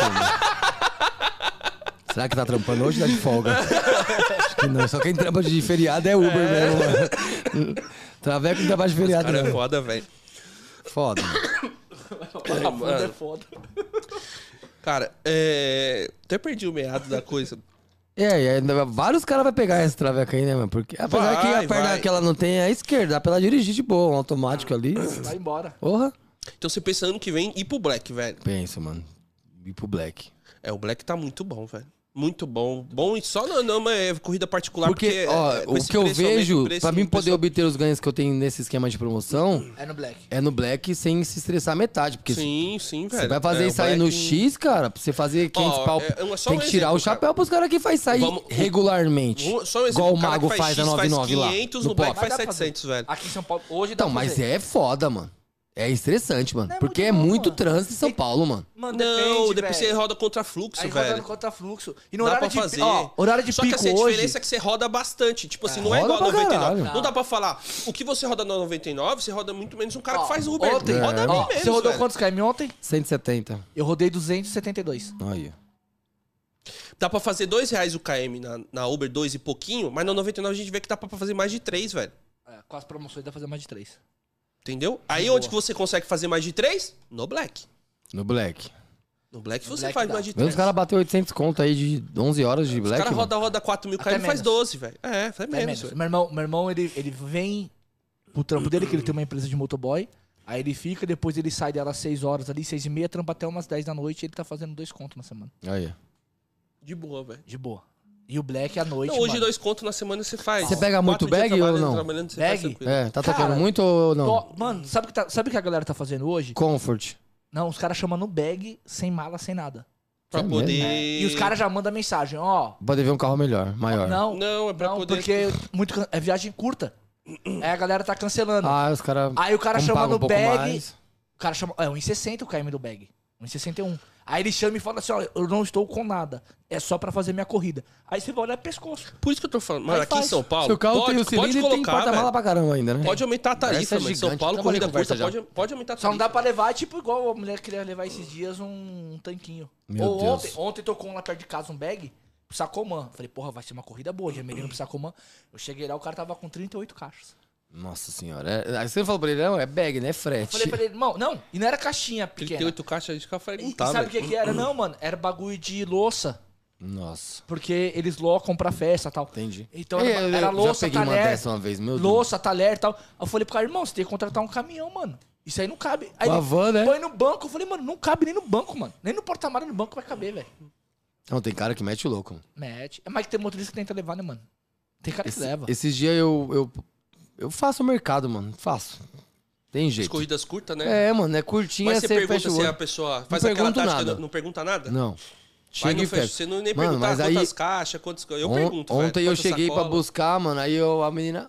Será que tá trampando hoje ou tá de folga? Acho que não. Só quem trampa de feriado é Uber mesmo, mano. Traveco não trabalha de feriado, Cara, é não. foda, velho. Foda. Barra Funda é foda. Cara, é... Até perdi o meado da coisa. É, e ainda vários caras vão pegar essa traveca aí, né, mano? Porque apesar Vai, que a perna vai. que ela não tem é a esquerda, dá pra ela dirigir de boa, um automático ali. Vai embora. Porra. Então você pensa ano que vem ir pro Black, velho. Pensa, mano. Ir pro Black. É, o Black tá muito bom, velho. Muito bom. Bom e só não, não é corrida particular. Porque, ó, é, com o esse que eu preço, aumenta o vejo, preço, pra mim o poder pessoal- obter os ganhos que eu tenho nesse esquema de promoção, É no Black. é no Black sem se estressar metade. Porque Sim, sim, velho. você vai fazer É, o isso aí no Black- X, cara, pra você fazer quinhentos Ó, pau, é- é só tem um que tirar o exemplo, chapéu cara. pros caras que faz sair Vamos- regularmente. Um- Só um exemplo, Igual o cara Mago que faz a X noventa e nove lá. quinhentos, no no Black pop. faz Mas dá pra setecentos, fazer. velho. Aqui em São Paulo, hoje dá Então, pra mas fazer. é foda, mano. É estressante, mano. Não é porque muito é bom, muito mano. trânsito em São Paulo, mano. Mano, Não, depende, depois velho. você roda contra fluxo, Aí velho. rodando contra fluxo. E no Dá horário pra de fazer. Ó, horário de Só pico que assim, a hoje. diferença é que você roda bastante. Tipo assim, não é Roda igual a pra noventa e nove. caralho. Não dá pra falar. O que você roda na noventa e nove, você roda muito menos um cara Ó, que faz Uber. Ontem, roda É. bem ó, menos, você rodou velho. quantos km ontem? cento e setenta. Eu rodei duzentos e setenta e dois. Aí. Dá pra fazer dois reais o K M na, na Uber, dois e pouquinho, mas na noventa e nove a gente vê que dá pra fazer mais de três, velho. É, com as promoções dá pra fazer mais de três. Entendeu? Aí boa. onde que você consegue fazer mais de três? No Black. No Black. No Black No você Black faz dá. mais de Mesmo três. os caras bateram oitocentos conto aí de onze horas de Os Black. caras mano. roda, roda quatro mil Até K M faz menos. doze, velho. É, faz É menos. menos. velho. Meu irmão, meu irmão ele, ele vem pro trampo dele, que ele tem uma empresa de motoboy. Aí ele fica, depois ele sai dela às seis horas ali, seis e meia, trampa até umas dez da noite e ele tá fazendo dois contos na semana. Aí. De boa, velho. De boa. E o Black à noite, Não, hoje mano. dois contos na semana você faz. Você pega Quatro muito dias bag ou trabalhando, não? trabalhando, você Bag? faz tranquilo. É, tá Cara, tocando muito ou não? Tó- Mano, sabe o que, tá- sabe o que a galera tá fazendo hoje? Comfort. Não, os caras chamam no bag, sem mala, sem nada. Pra É poder... mesmo? E os caras já mandam mensagem, ó. Pode ver um carro melhor, maior. Não, Não, é pra não, poder... porque muito, can- é viagem curta. Aí a galera tá cancelando. Ah, os caras. Aí o cara como chama paga no um pouco bag. mais. O cara chama. É um e sessenta o K M do bag. um e sessenta e um. Aí ele chama e fala assim: ó, eu não estou com nada. É só pra fazer minha corrida. Aí você vai olhar pescoço. Por isso que eu tô falando. Mano, Aí aqui em faz. São Paulo, Seu carro pode, tem o pode cilindro e tem colocar, porta-mala velho. pra caramba ainda, né? Pode aumentar a tarifa, Essa é mano. Em São gigante. Paulo, Trabalhei corrida com curta, Versa já. pode, pode aumentar a Só não tarifa. dá pra levar, tipo, igual a mulher queria levar esses dias um tanquinho. Meu Ou Deus. ontem, ontem tocou um lá perto de casa um bag pro Sacomã. Falei, porra, vai ser uma corrida boa, já menino pro Sacomã. Eu cheguei lá, o cara tava com trinta e oito caixas. Nossa senhora. É, aí você falou pra ele, não, é bag, né? Frete. Falei pra ele, irmão, não, e não era caixinha pequena. trinta e oito caixas de café E, não e tá, sabe o velho. que que era? Não, mano, era bagulho de louça. Nossa, Porque eles locam pra festa e tal. entendi. Então É, era, eu- era eu louça, já peguei uma talher, dessa uma vez, meu Deus. louça, talher e tal. Aí eu falei pro cara, irmão, você tem que contratar um caminhão, mano. Isso aí não cabe. Aí Uma ele van, né? põe no banco. Eu falei, mano, não cabe nem no banco, mano. Nem no porta-malas no banco vai caber, velho. Não, tem cara que mete o louco. Mete. É mais que tem motorista que tenta levar, né, mano? Tem cara que Esse- leva. Esses dias eu, eu, eu faço o mercado, mano. Faço. Tem As jeito. corridas curtas, né? É, mano, é curtinha, Mas você você pergunta fecha o se a olho. pessoa faz Não aquela pergunto tática, nada. não, não pergunta nada? Não. Vai Chega no e fecho. fecha. Você não nem Mano, perguntar mas quantas aí- caixas, quantas coisas. Eu On- pergunto, velho, Ontem eu quantas cheguei pra sacolas. buscar, mano, aí eu, a menina...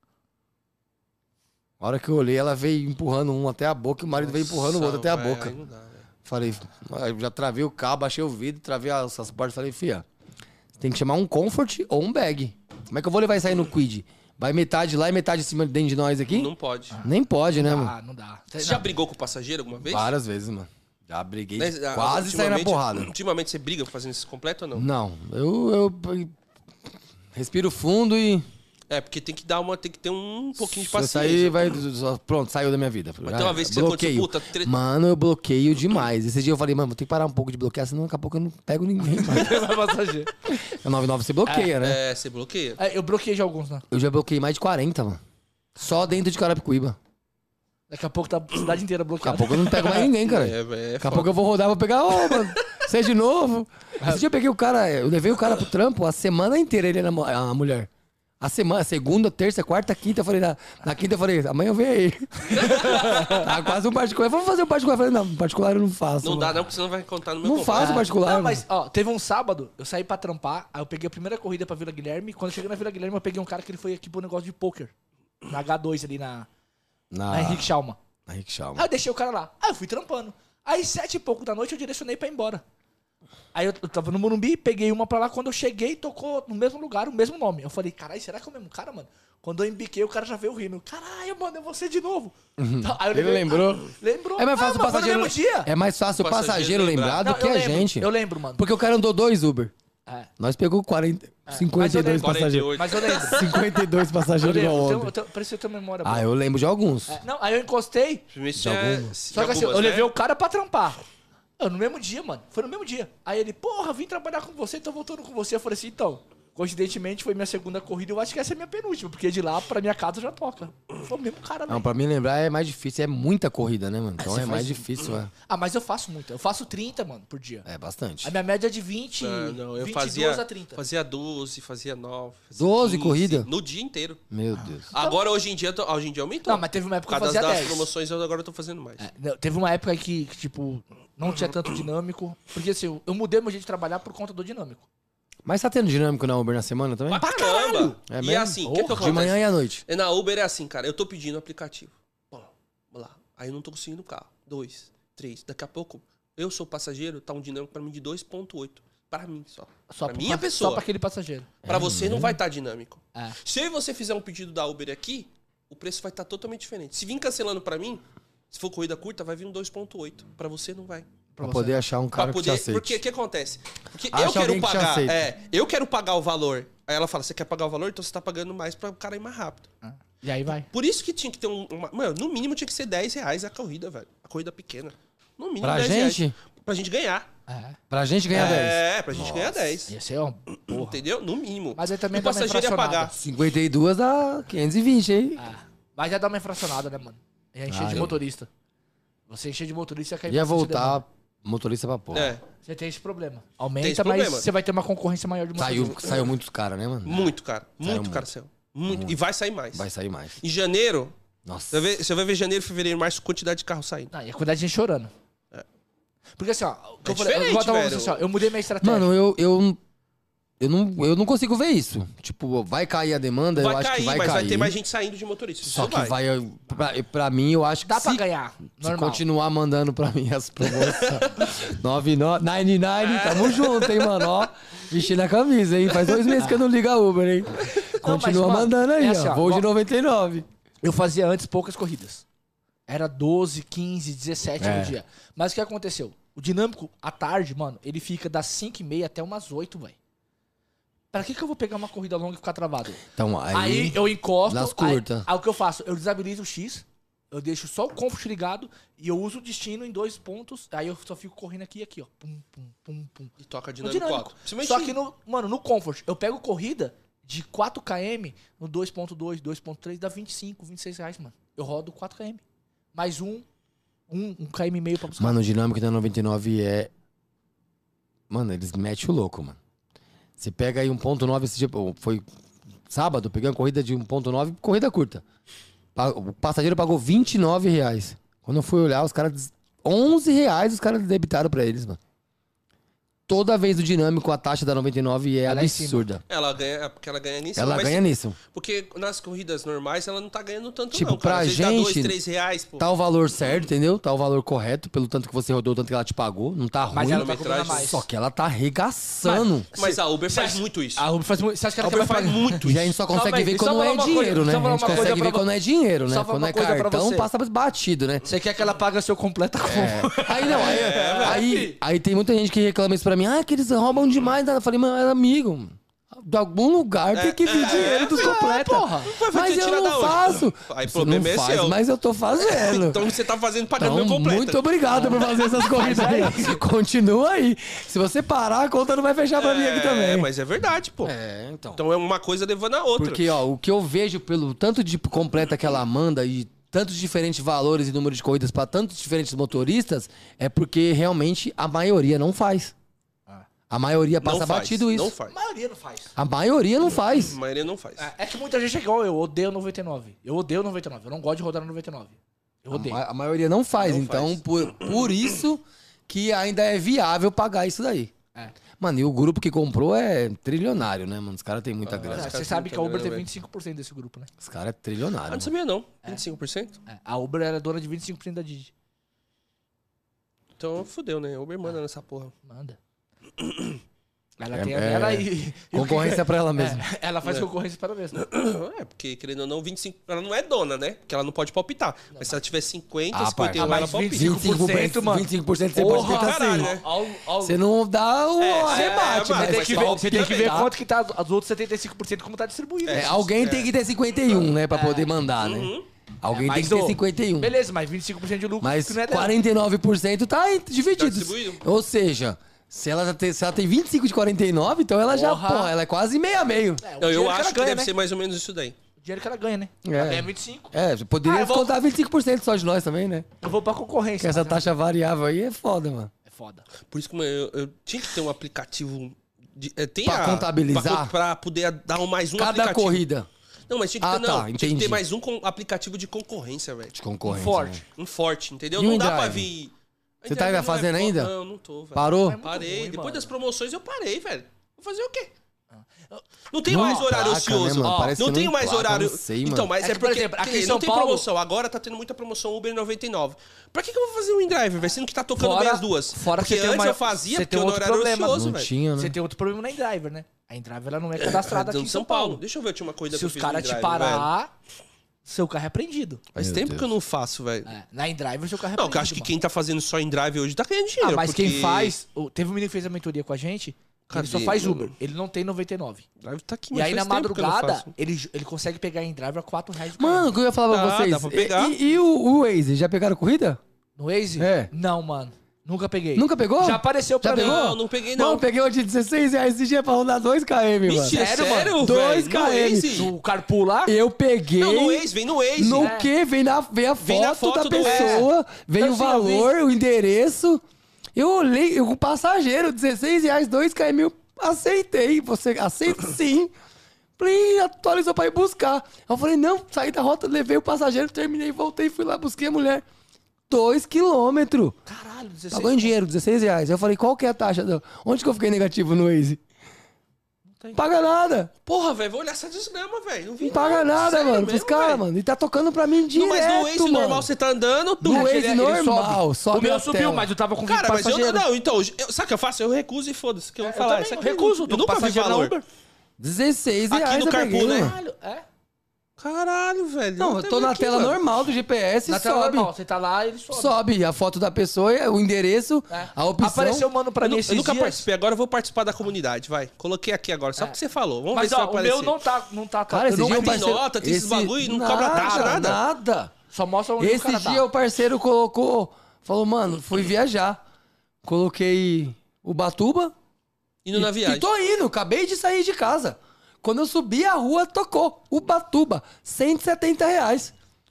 A hora que eu olhei, ela veio empurrando um até a boca e o marido veio empurrando o outro até a Nossa, boca. velho, aí não dá, velho. Falei, aí eu já travei o cabo, baixei o vidro, travei as, as portas, falei, fia, tem que chamar um comfort ou um bag. Como é que eu vou levar isso aí no quid? Vai metade lá e metade em cima dentro de nós aqui? Não pode. Nem pode, né, mano? Ah, não dá. Você já brigou com o passageiro alguma vez? Várias vezes, mano. Já briguei, Né, quase saí na ultimamente- porrada. Ultimamente você briga fazendo isso completo ou não? Não, eu, eu respiro fundo e... É, porque tem que dar uma, tem que ter um pouquinho de Se eu paciência. sair, vai... só- Pronto, saiu da minha vida. Mas tem uma vez que você bloqueio. aconteceu, puta, tre- Mano, eu bloqueio demais. Esse dia eu falei, mano, vou ter que parar um pouco de bloquear, senão daqui a pouco eu não pego ninguém mais. Vai passageiro. A noventa e nove você bloqueia, né? É, você bloqueia. É, eu bloqueei já alguns, né? Eu já bloqueei mais de quarenta, mano. Só dentro de Carapicuíba. Daqui a pouco tá a cidade inteira Daqui a bloqueada. pouco eu não pego mais ninguém, cara. É, velho. É Daqui a foda. pouco eu vou rodar, vou pegar, ô, mano, você de novo. Esse dia eu peguei o cara, eu levei o cara pro trampo a semana inteira, ele era mo- a mulher. A semana, segunda, terça, quarta, quinta, eu falei, na, na quinta eu falei, amanhã eu venho aí. Tá quase um particular. Vamos fazer um particular. Eu falei, não, particular eu não faço. Não mano. dá não, porque senão vai contar no meu Não completo. faço particular. Não, mano. mas, ó, teve um sábado, eu saí pra trampar, aí eu peguei a primeira corrida pra Vila Guilherme. Quando eu cheguei na Vila Guilherme, eu peguei um cara que ele foi aqui pro negócio de poker. Na H dois ali, na, Na, na Henrique Schalma. na Henrique Schalma. Aí eu deixei o cara lá. Aí eu fui trampando. Aí, sete e pouco da noite, eu direcionei pra ir embora. Aí eu, eu tava no Morumbi, peguei uma pra lá. Quando eu cheguei, tocou no mesmo lugar, o mesmo nome. Eu falei, caralho, será que é o mesmo cara, mano? Quando eu embiquei, o cara já veio rindo. Caralho, mano, é você de novo. Tá, aí eu Ele levei- lembrou? Ah, lembrou. É mais fácil ah, o mas foi no passageiro. mesmo dia. É mais fácil o O passageiro passageiro lembrar lembrar. do Não, que eu a lembro, gente. Eu lembro, mano. Porque o cara andou dois Uber. É. Nós pegou quarenta, cinquenta e dois lembro. passageiros. Mas eu lembro. cinquenta e dois Eu passageiros lembro. igual Tenho- ontem. eu tenho- Parecia ter memória boa. Ah, eu lembro de alguns. É, não, aí eu encostei. Primeiro De é- alguma. de Só que assim, algumas, eu levei né? o cara pra trampar. Eu, no mesmo dia, mano. Foi no mesmo dia. Aí ele, porra, vim trabalhar com você, tô voltando com você. Eu falei assim, então, coincidentemente foi minha segunda corrida, eu acho que essa é minha penúltima, porque de lá pra minha casa já toca. Foi o mesmo cara, Não, velho. pra mim lembrar é mais difícil. É muita corrida, né, mano? Então você é mais faz- difícil, é. Ah, mas eu faço muito. Eu faço trinta, mano, por dia. É bastante. A minha média é de vinte, Não, não, eu vinte e fazia, duas a trinta. fazia doze, fazia nove. Fazia doze quinze, corrida? No dia inteiro. Meu Deus. Agora, hoje em dia, tô- hoje em dia aumentou. Não, mas teve uma época Por que eu causa fazia das dez. promoções, eu agora tô fazendo mais. É, não, teve uma época que, que, tipo, não tinha tanto dinâmico. Porque assim, eu, eu mudei meu jeito de trabalhar por conta do dinâmico. Mas tá tendo dinâmico na Uber na semana também? Pra caramba! É e mesmo? assim, o que, que De acontece? manhã e à noite. E na Uber é assim, cara, eu tô pedindo o aplicativo. Bom, vamos lá. Aí eu não tô conseguindo o carro. Dois, três. Daqui a pouco, eu sou passageiro, tá um dinâmico pra mim de dois ponto oito. Pra mim só. Só pra pra, minha pra- pessoa. Só pra aquele passageiro. Pra você não vai estar dinâmico. É. Se você fizer um pedido da Uber aqui, o preço vai estar totalmente diferente. Se vir cancelando pra mim, se for corrida curta, vai vir um dois ponto oito. Pra você não vai. Pra você. poder achar um cara Pra que te poder, aceite. porque o que acontece? Porque Acha eu quero alguém que te pagar, aceite. é, eu quero pagar o valor. Aí ela fala, você quer pagar o valor, então você tá pagando mais pra o cara ir mais rápido. E aí vai. Por isso que tinha que ter um, uma, mano, no mínimo tinha que ser dez reais a corrida, velho. A corrida pequena. No mínimo Pra dez gente? reais. Pra gente ganhar. É. Pra gente ganhar dez. É, pra gente ganhar dez. Ia ser, ó, porra. Entendeu? No mínimo. Mas aí também E o dá uma passageiro ia infracionada. pagar. cinquenta e dois dá quinhentos e vinte, hein? Ah, Mas ia dar uma infracionada, né, mano? Ia encher Ah, de eu- motorista. Você encher de motorista ia cair Ia bastante demanda. voltar motorista pra porra. É, Você tem esse problema. Tem Aumenta, esse mas problema. você vai ter uma concorrência maior de Saiu, motorista. saiu muitos caras, né, mano? muito, cara. Muito, muito. cara, saiu. Muito. E vai sair mais. Vai sair mais. Em janeiro, Nossa. você vai, ver, você vai ver janeiro, fevereiro, março, quantidade de carro saindo. Não, e a quantidade de gente chorando. Porque assim, ó, o que É eu, falei, eu, diferente, vou botar pra velho. você, assim, ó, eu mudei minha estratégia. Mano, eu, eu, eu, não, eu não consigo ver isso. Tipo, vai cair a demanda, eu Vai acho cair, que vai mas cair. vai ter mais gente saindo de motorista. Isso Só que vai. vai... Pra, pra mim, eu acho que Dá pra se, ganhar, se normal. continuar mandando pra mim as promoções... noventa e nove, noventa e nove, tamo junto, hein, mano? Ó, vestindo a camisa, hein? Faz dois meses que eu não ligo a Uber, hein? Continua mano, mandando aí, é assim, ó. ó, Voo de ó. noventa e nove. Eu fazia antes poucas corridas. Era doze, quinze, dezessete É. no dia. Mas o que aconteceu? O dinâmico, à tarde, mano, ele fica das cinco e meia até umas oito, velho. Pra que que eu vou pegar uma corrida longa e ficar travado? Então, aí... Aí, eu encosto. nas aí- curtas. Aí, o que eu faço? Eu desabilizo o X, eu deixo só o comfort ligado e eu uso o destino em dois pontos. Aí eu só fico correndo aqui e aqui, ó. Pum, pum, pum, pum. E toca No dinâmico, dinâmico. alto. Principalmente Só que, no, mano, no comfort, eu pego corrida de quatro quilômetros no dois ponto dois, dois ponto três, dá vinte e cinco, vinte e seis reais, mano. Eu rodo quatro quilômetros. Mais um, um, um km e meio pra buscar. Mano, o dinâmico da noventa e nove é... Mano, eles metem o louco, mano. Você pega aí um ponto nove, esse dia, foi sábado, peguei uma corrida de um ponto nove, corrida curta. Pa- O passageiro pagou vinte e nove reais. Quando eu fui olhar, os caras... onze reais os caras debitaram pra eles, mano. Toda vez o dinâmico, a taxa da noventa e nove é Ela é em cima. absurda. Ela ganha, é porque ela ganha nisso. Ela mas- ganha nisso. Porque nas corridas normais ela não tá ganhando tanto, Tipo, não. Cara. pra Às vezes dá dois, gente, três reais, pô. Tá o valor certo, entendeu? Tá o valor correto, pelo tanto que você rodou, tanto que ela te pagou. Não tá ruim. Mas ela tá cobrando a quilometragem. mais. Só que ela tá arregaçando. Mas a Uber Você faz acha- muito isso. A Uber faz muito. Você acha que A ela Uber vai faz pagar? muito E isso. a gente só Calma consegue aí, ver deixa eu quando não falar é uma coisa, dinheiro, né? deixa eu A falar gente uma coisa consegue pra ver quando é dinheiro, né? Deixa eu falar Quando é uma coisa pra cartão, você. passa batido, né? Você quer que ela pague o seu completo como? É. Aí não, aí, aí, aí tem muita gente que reclama isso pra mim. Ah, que eles roubam demais. Eu falei, mano, é amigo. De algum lugar tem que vir dinheiro dos completos. porra. Mas Você eu tira da não onde? faço. Aí o Você problema não é faz, seu. mas eu tô fazendo. Então você tá fazendo pagando meu Então, completo. muito obrigado por fazer essas corridas aí. Continua aí. Se você parar, a conta não vai fechar pra mim aqui também. É, mas é verdade, pô. É, então. Então é uma coisa levando a outra. Porque, ó, o que eu vejo pelo tanto de completa que ela manda e tantos diferentes valores e número de corridas pra tantos diferentes motoristas, é porque realmente a maioria não faz. A maioria passa não faz, batido isso. Não faz. A maioria não faz. A maioria não faz. A maioria não faz. É, é que muita gente é igual, eu odeio noventa e nove. Eu odeio noventa e nove. Eu não gosto de rodar no noventa e nove. Eu A, odeio. ma- a maioria não faz. Não então, faz. Por, por isso que ainda é viável pagar isso daí. É. Mano, e o grupo que comprou é trilionário, né, mano? Os caras têm muita É, grana. você caras sabe têm que a muita Uber tem grana, vinte e cinco por cento desse grupo, né? Os caras é Ah, trilionário. não mano. sabia não. vinte e cinco por cento? É, a Uber era dona de vinte e cinco por cento da Didi. Então fudeu, né? Uber manda nessa porra. Manda. Ela É- tem a é dela e... Concorrência pra ela mesma. É, ela faz É. concorrência para ela mesma. É, porque querendo ou não, vinte e cinco. Ela não é dona, né? Porque ela não pode palpitar. Mas se ela tiver cinquenta, Ah, cinquenta e um, pai. ela Ah, mas palpita. vinte e cinco por cento, mano. vinte e cinco por cento você Porra, pode tentar caralho, sim. né? Ao- ao- Você não dá o É, arremate, é, mas mas Tem que você ver, palpita, você tem que ver tá? quanto que tá os outros setenta e cinco por cento como tá distribuído. É, alguém tem que ter cinquenta e um, né? Pra poder mandar, né? Uhum. Alguém É, tem mas, que ter ô, cinquenta e um. Beleza, mas vinte e cinco por cento de lucro Mas que não é dela. quarenta e nove por cento tá aí, dividido. distribuído. Ou seja, se ela, já tem, se ela tem vinte e cinco de quarenta e nove, então ela já, Porra. pô, ela é quase meio a meio. É, o Eu, dinheiro eu que acho ela que ganha, deve né? ser mais ou menos isso daí. O dinheiro que ela ganha, né? É. Ela ganha vinte e cinco. É, poderia Ah, eu vou- descontar vinte e cinco por cento só de nós também, né? Eu vou pra concorrência. Porque essa mas é- taxa variável aí é foda, mano. É foda. Por isso que mano, eu, eu tinha que ter um aplicativo. De, é, tem Pra a- contabilizar? Pra, pra poder dar um mais um Cada aplicativo. corrida Não, mas tinha que Ah, ter, tá, não, tinha que entendi. ter mais um com- aplicativo de concorrência, velho. de concorrência. Forte. né? Um forte, entendeu? E o não dá pra InDrive? vir. Você tá ainda Não é fazendo fo- ainda? Não, não tô, velho. Parou? muito Parei. ruim, Depois mano. das promoções eu parei, velho. Vou fazer o quê? Não tem Não mais horário emplaca, né, ocioso. mano? Ó, Parece não que tenho não mais emplaca, horário. não sei, Então, mano. mas É é, que, por porque exemplo, aqui tem- em não São tem Paulo- promoção. Agora tá tendo muita promoção Uber noventa e nove. Pra que, que eu vou fazer o InDrive, velho? Sendo que tá tocando Fora- bem as duas. fora que porque você tem antes uma- eu fazia, você porque tem o outro horário era problema. ocioso, Não velho. tinha, né? Você tem outro problema na Indriver, né? A Indriver ela não é cadastrada Tá aqui em São Paulo. Deixa eu ver a última corrida Se que eu os fiz no caras te InDrive, velho. parar, seu carro é apreendido. Faz Meu tempo Deus. que eu não faço, velho. É, na Indriver, seu carro é Não, apreendido. que eu acho que mano. quem tá fazendo só InDrive hoje tá ganhando dinheiro. Ah, mas porque... quem faz... o- Teve um menino que fez a mentoria com a gente, ele só Cadê? faz Uber. Ele não tem noventa e nove. InDrive tá aqui, E mas aí, na faz tempo que eu não madrugada, faço. ele, ele consegue pegar em driver a quatro reais. Mano, o que eu ia falar pra Dá, vocês? dá pra pegar. E, e o, o Waze, já pegaram corrida? No Waze? É. Não, mano. Nunca peguei. Nunca pegou? Já apareceu pra Já mim. pegou? Não, não peguei, não. Não, peguei uma de dezesseis reais esse dia pra rodar dois quilômetros, mano. Mentira, Sério, sério, mano? dois velho? No km. Waze? No Carpool lá? Eu peguei... Não, no Waze, vem no Waze. No É. quê? Vem, na, vem a Vem na foto, foto da do- pessoa, vem Eu o sim, eu vi. valor, o endereço. Eu olhei, eu, o passageiro, dezesseis reais, dois quilômetros, aceitei. Você aceita sim. Falei, atualizou pra ir buscar. Eu falei, não, saí da rota, levei o passageiro, terminei, voltei, fui lá, busquei a mulher. Dois quilômetros. Caralho, dezesseis. Pagou em dinheiro, dezesseis reais. Eu falei, qual que é a taxa? Não. Onde que eu fiquei negativo no Waze? tem. Paga nada. Porra, velho, vou olhar essa desgrama, velho. Não vi Não paga nada, Sério mano, pros mesmo, caras, velho? mano. E tá tocando pra mim Não, direto, mas no Waze mano. normal você tá andando, tu... No Waze Ele- ele normal, sobe. sobe O meu a subiu, tela. mas eu tava com vinte Cara, mas eu passageiros. não, então, eu, sabe o que eu faço? Eu recuso e foda-se, que eu vou Eu falar. também, Isso eu aqui recuso. Eu tô com nunca vi passageiro na valor. Uber. dezesseis Aqui reais no eu Carpool, peguei, né? mano. Caralho, é. Caralho, velho. Não, eu tô na aqui, tela mano. normal do G P S Na e tela sobe. normal, você tá lá e ele sobe. Sobe a foto da pessoa, o endereço, É. a opção. Apareceu, mano, pra Eu, mim nu- esses eu nunca dias. participei, agora eu vou participar da comunidade, vai. Coloquei aqui agora, só É. porque você falou. Vamos Mas ver se ó, vai o aparecer. meu não tá, não tá... Cara, eu esse não dia mas o tem parceiro... nota, tem esses bagulho e não cobra taxa, nada. Nada. Só mostra onde o Esse cara dia tá. o parceiro colocou... Falou, mano, fui viajar. Coloquei o Batuba. Indo na E viagem. tô indo, acabei de sair de casa. Quando eu subi a rua, tocou. O Batuba, cento e setenta reais.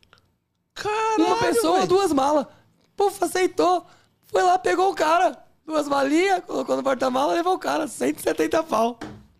Caralho, Uma pessoa, velho. duas malas. Puf, aceitou. Foi lá, pegou o cara. Duas malinhas, colocou no porta-mala, levou o cara. cento e setenta pau.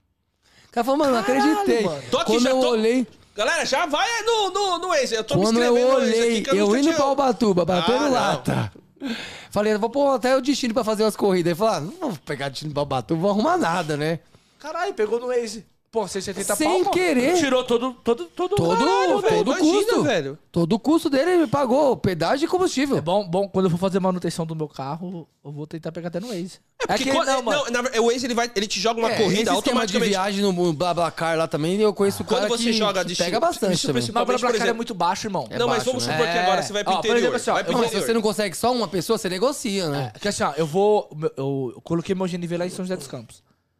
O cara falou, mano, não acreditei. mano. Tô aqui, Quando já eu tô- olhei, Galera, já vai no, no, no Waze. Eu tô quando me eu inscrevendo no Waze olhei, aqui, que eu, eu nunca indo tinha... pra Ubatuba, batendo Ah, não. lata. Falei, eu vou pôr até o destino pra fazer umas corridas. Ele falou, ah, não vou pegar destino pra Ubatuba, vou arrumar nada, né? Caralho, pegou no Waze. Pô, cento e setenta Sem pau, pô. querer. Tirou todo, todo, todo... Todo, Caralho, velho. todo o imagina, custo. velho. Todo o custo dele ele pagou, pedágio e combustível. É bom, bom, quando eu for fazer manutenção do meu carro, eu vou tentar pegar até no Waze. É porque que- quando, não, mano. não, na verdade, o Waze ele, vai, ele te joga uma É, corrida esse esquema de automaticamente. viagem no BlaBlaCar lá também, eu conheço o Quando cara você que, joga que destino- pega bastante isso também. principalmente, Mas o por BlaBlaCar é exemplo- muito baixo, irmão. É não, mas baixo, vamos né? supor que É. agora você vai pro Ó, por interior. exemplo, assim, ó, vai pro eu Não, vou- mas se interior. você não consegue só uma pessoa, você negocia, né? É, porque assim, ó, eu vou... Eu, eu coloquei meu G N V lá em São José dos Campos.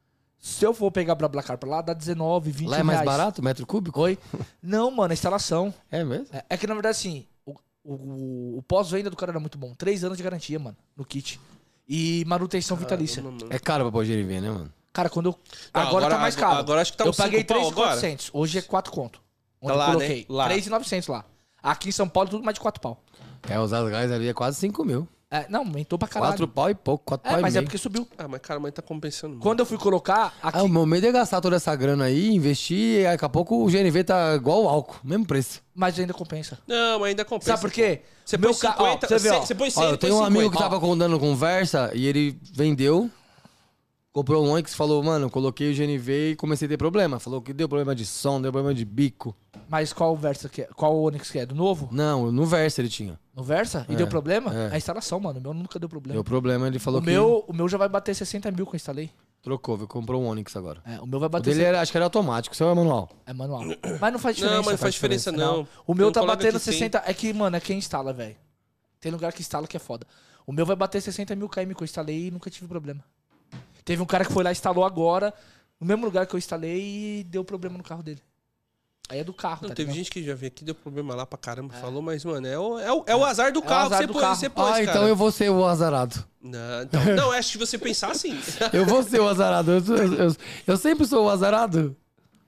Se eu for pegar BlaBlaCar pra lá, dá dezenove, vinte Lá é reais. mais barato, metro cúbico? Oi? Não, mano, a instalação. É mesmo? É, é que, na verdade, assim, o, o, o pós-venda do cara era muito bom. Três anos de garantia, mano, no kit. E manutenção vitalícia. É caro pra pôr G N V, né, mano? Cara, quando eu... Não, agora, agora- tá mais caro. agora acho que tá Eu uns paguei cinco pau três mil e agora. quatrocentos. Hoje é quatro conto. Onde Tá lá, eu coloquei. né? Lá. três mil e novecentos lá. Aqui em São Paulo, tudo mais de quatro pau. É, os gás ali é quase cinco mil. É, não, aumentou pra caralho. Quatro pau e pouco, quatro É, pau e mas é meio. porque subiu. Ah, mas cara, mas tá compensando muito. Quando eu fui colocar, aqui... Ah, o meu medo é gastar toda essa grana aí, investir, e daqui a pouco o G N V tá igual o álcool, mesmo preço. Mas ainda compensa. Não, mas ainda compensa. Sabe por quê? Você Meu põe ca- ó, cinquenta, você vê, ó. você põe cem, Ó, eu põe tenho um amigo que cinquenta. tava contando conversa e ele vendeu, comprou um Onix e falou, mano, eu coloquei o G N V e comecei a ter problema. Falou que deu problema de som, deu problema de bico. Mas qual Versa que é? Qual Onix que é? Do novo? Não, no Versa ele tinha. No Versa? E É, deu problema? é. A instalação, mano. O meu nunca deu problema. Deu problema, ele falou O que meu, o meu já vai bater sessenta mil que eu instalei. trocou, viu? Comprou um Onix agora. É, o meu vai O bater... dele era, acho que era automático, o seu é manual. É manual. Mas não faz diferença. Não, mas não faz diferença, não. O meu Tem um tá colega batendo que tem. sessenta... É que, mano, é quem instala, velho. Tem lugar que instala que é foda. O meu vai bater sessenta mil km que eu instalei e nunca tive problema. Teve um cara que foi lá e instalou agora, no mesmo lugar que eu instalei, e deu problema no carro dele. Aí é do carro, Não, tá teve ligado? gente que já veio aqui, deu problema lá pra caramba, falou, mas, mano, é o, é o, é o azar do É o carro azar que você do pôs, carro. você pôs, Ah, cara. então eu vou ser o azarado. Não, então, não, acho que você pensar assim. Eu vou ser o azarado. Eu, eu, eu, eu sempre sou o azarado.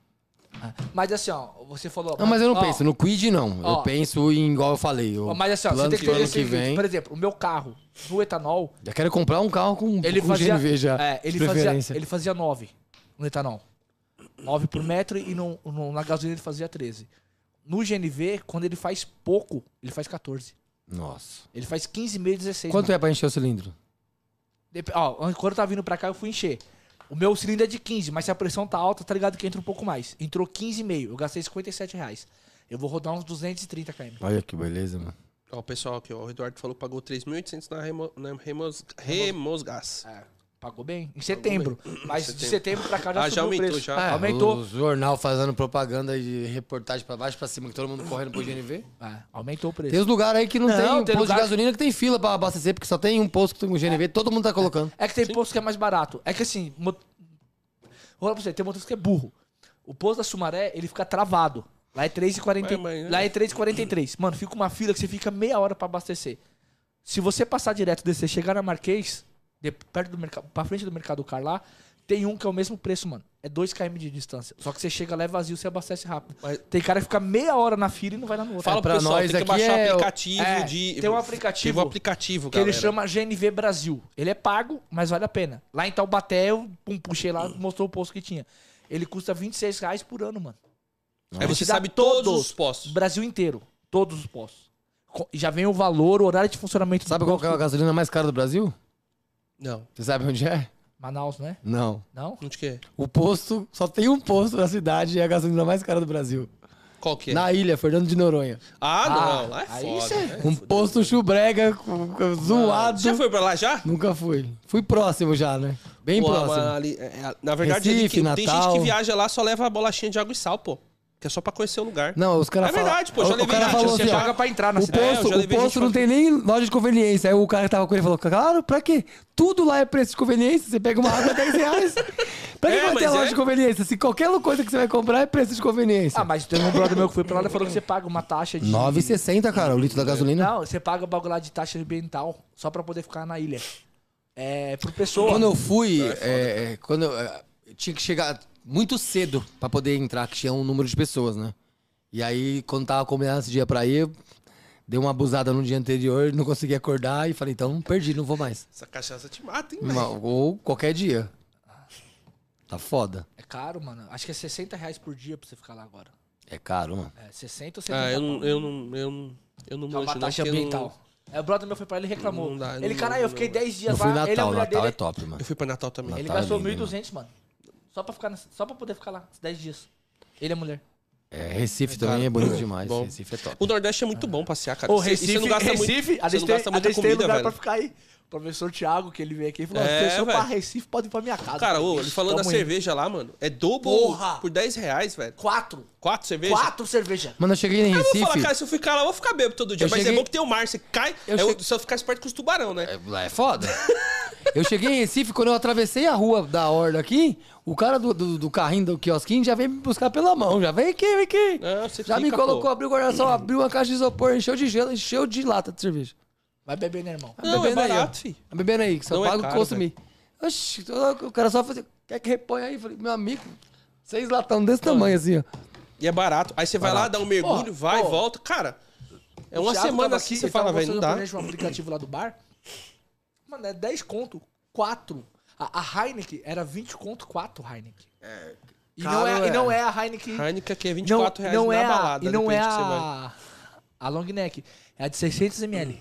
Mas assim, ó, você falou... Não, mas eu não ó, penso. No Quid, não. ó. eu penso em, igual eu falei. Eu, ó, Mas assim, ó, você plano tem que que ano entender que o seguinte, vem. por exemplo, o meu carro, no etanol, Já quero comprar um carro com, ele com fazia... G N V já. É, ele de fazia, preferência. ele fazia nove no etanol. nove por metro e no, no- na gasolina ele fazia treze. No G N V, quando ele faz pouco, ele faz quatorze. Nossa. Ele faz quinze, meio, dezesseis. Quanto mano. é pra encher o cilindro? Dep- Ó, quando eu tava vindo pra cá, eu fui encher. O meu cilindro é de quinze, mas se a pressão tá alta, tá ligado que entra um pouco mais. Entrou quinze e meio, eu gastei cinquenta e sete reais. Eu vou rodar uns duzentos e trinta quilômetros. Olha que beleza, mano. Ó, o pessoal aqui, ó, o Eduardo falou que pagou três mil e oitocentos na, Remo, na Remos, Remosgas. É, pagou bem? Em setembro. Mas de Setembro. setembro pra cá já Ah, já subiu o aumentou, preço. já. É, aumentou. O jornal fazendo propaganda de reportagem pra baixo, pra cima, que todo mundo correndo pro G N V. É, aumentou o preço. Tem os lugares aí que não, Não, tem, tem posto lugar- de gasolina que tem fila pra abastecer, porque só tem um posto que tem com G N V, todo mundo tá colocando. É que tem posto que é mais barato. É que assim, mo... vou falar pra você, tem motorista que é burro. O posto da Sumaré, ele fica travado. Lá é três e quarenta. Mas, mas, Lá é três e quarenta e três. Mano, fica uma fila que você fica meia hora pra abastecer. Se você passar direto desse, você chegar na Marquês, de, perto do mercado, pra frente do Mercado Car lá, tem um que é o mesmo preço, mano. É dois quilômetros de distância. Só que você chega lá é vazio, você abastece rápido. Mas- Tem cara que fica meia hora na fila e não vai lá no outro. Fala pra pro pessoal, nós tem que aqui baixar é o o- aplicativo É, de... tem um aplicativo Tem um aplicativo, que galera. ele chama G N V Brasil. Ele é pago, mas vale a pena. Lá em Taubaté, eu pum, puxei lá, mostrou o posto que tinha. Ele custa vinte e seis reais por ano, mano. Aí você Te dá sabe todos os postos. Brasil inteiro. Todos os postos. Co- Já vem o valor, o horário de funcionamento Sabe do qual posto. que é a gasolina mais cara do Brasil? Não. Você sabe onde é? Manaus, né? Não. Não? Onde que é? O posto, só tem um posto na cidade e é a gasolina mais cara do Brasil. Qual que é? Na ilha, Fernando de Noronha. Ah, Ah, não. Lá é aí foda. cê- né? Um posto chubrega, com- com- zoado. Você já foi pra lá já? Nunca fui. Fui próximo já, né? Bem Pô, próximo. mas ali- é, é, na verdade, Recife, ali que- tem gente Natal. que viaja lá só leva a bolachinha de água e sal, pô. Que é só pra conhecer o lugar. Não, os caras É verdade, pô, já O, o levei cara gente, falou você assim, ó, paga pra entrar na o cidade. É, eu posto, já o levei posto gente não pra- tem nem loja de conveniência. Aí o cara que tava com ele falou, claro, pra quê? Tudo lá é preço de conveniência. Você pega uma água dez reais. Pra que É, vai ter mas loja é. de conveniência? Se qualquer coisa que você vai comprar é preço de conveniência. Ah, mas teve um brother meu que foi pra lá e falou que você paga uma taxa de... nove e sessenta, cara, o litro da gasolina. Não, você paga o bagulho lá de taxa ambiental só pra poder ficar na ilha. É, por pessoa. Quando eu fui, é, é, quando eu, é, eu tinha que chegar muito cedo pra poder entrar, que tinha um número de pessoas, né? E aí, quando tava combinado esse dia pra ir, eu dei uma abusada no dia anterior, não consegui acordar e falei, então perdi, não vou mais. Essa cachaça te mata, hein, Uma- velho? ou qualquer dia. Tá foda. É caro, mano. Acho que é sessenta reais por dia pra você ficar lá agora. É caro, mano. É sessenta ou setenta Ah, eu não, pau. eu não, eu não, eu não É uma manjo, não, taxa porque eu não- ambiental. É, o brother meu foi pra lá e reclamou. Não dá, ele, não- caralho, eu fiquei não- dez dias Eu fui lá. Ele, a Natal, mulher Natal dele, é top, mano. Eu fui pra Natal também. ele Natal é gastou lindo, mil e duzentos, mano. Só pra, ficar, nessa- só pra poder ficar lá, dez dias. Ele é mulher. É, Recife também é bonito demais. Bom. Recife é top. O Nordeste é muito bom passear, cara. Ô, Você- e Recife, você não gasta Recife, muito, a você gente não tem, gasta a muita gente tem comida, lugar velho. pra ficar aí. O professor Thiago, que ele veio aqui, falou: É, se eu for pra velho. Recife, pode ir pra minha casa. Cara, ô, ele falando da Tamo indo. cerveja lá, mano, é dobro Porra! por dez reais, velho. Quatro. Quatro cervejas? Quatro cervejas. Mano, eu cheguei em Eu vou Recife. falar, cara, se eu ficar lá, eu vou ficar bêbado todo dia. Eu Mas cheguei- é bom que tem o mar, você cai. Eu é o- cheguei- Se eu ficar esperto com os tubarão, né? É, lá é foda. Eu cheguei em Recife, quando eu atravessei a rua da Orla aqui, o cara do, do, do carrinho do quiosquinho já veio me buscar pela mão. Já vem aqui, vem aqui. Não, você já fica, me colocou, pô. abriu o guarda-sol, abriu uma caixa de isopor, encheu de gelo, encheu de lata de cerveja. Vai beber, né, irmão? Não, é bebendo aí, ó. barato, fi. Tá bebendo aí, que só Não é paga o caro, consumir. Oxi, o cara só fazia. Quer que reponha aí? Falei, meu amigo, seis latão desse tamanho assim, ó. E é barato. Aí você vai lá, Barato. dá um mergulho, Porra, vai, pô. volta. Cara, é O uma Thiago semana tava assim, aqui, você ele fala, tava velho, não dá. mostrando um aplicativo lá do bar. Mano, é dez conto, quatro. A, a Heineken era vinte conto, quatro Heineken. É. E, não caro, é, e é. não é a Heineken. Heineken aqui é vinte e Não, quatro reais não na é a, balada. e não depende é que você vai. a, a long neck. É a de seiscentos mililitros.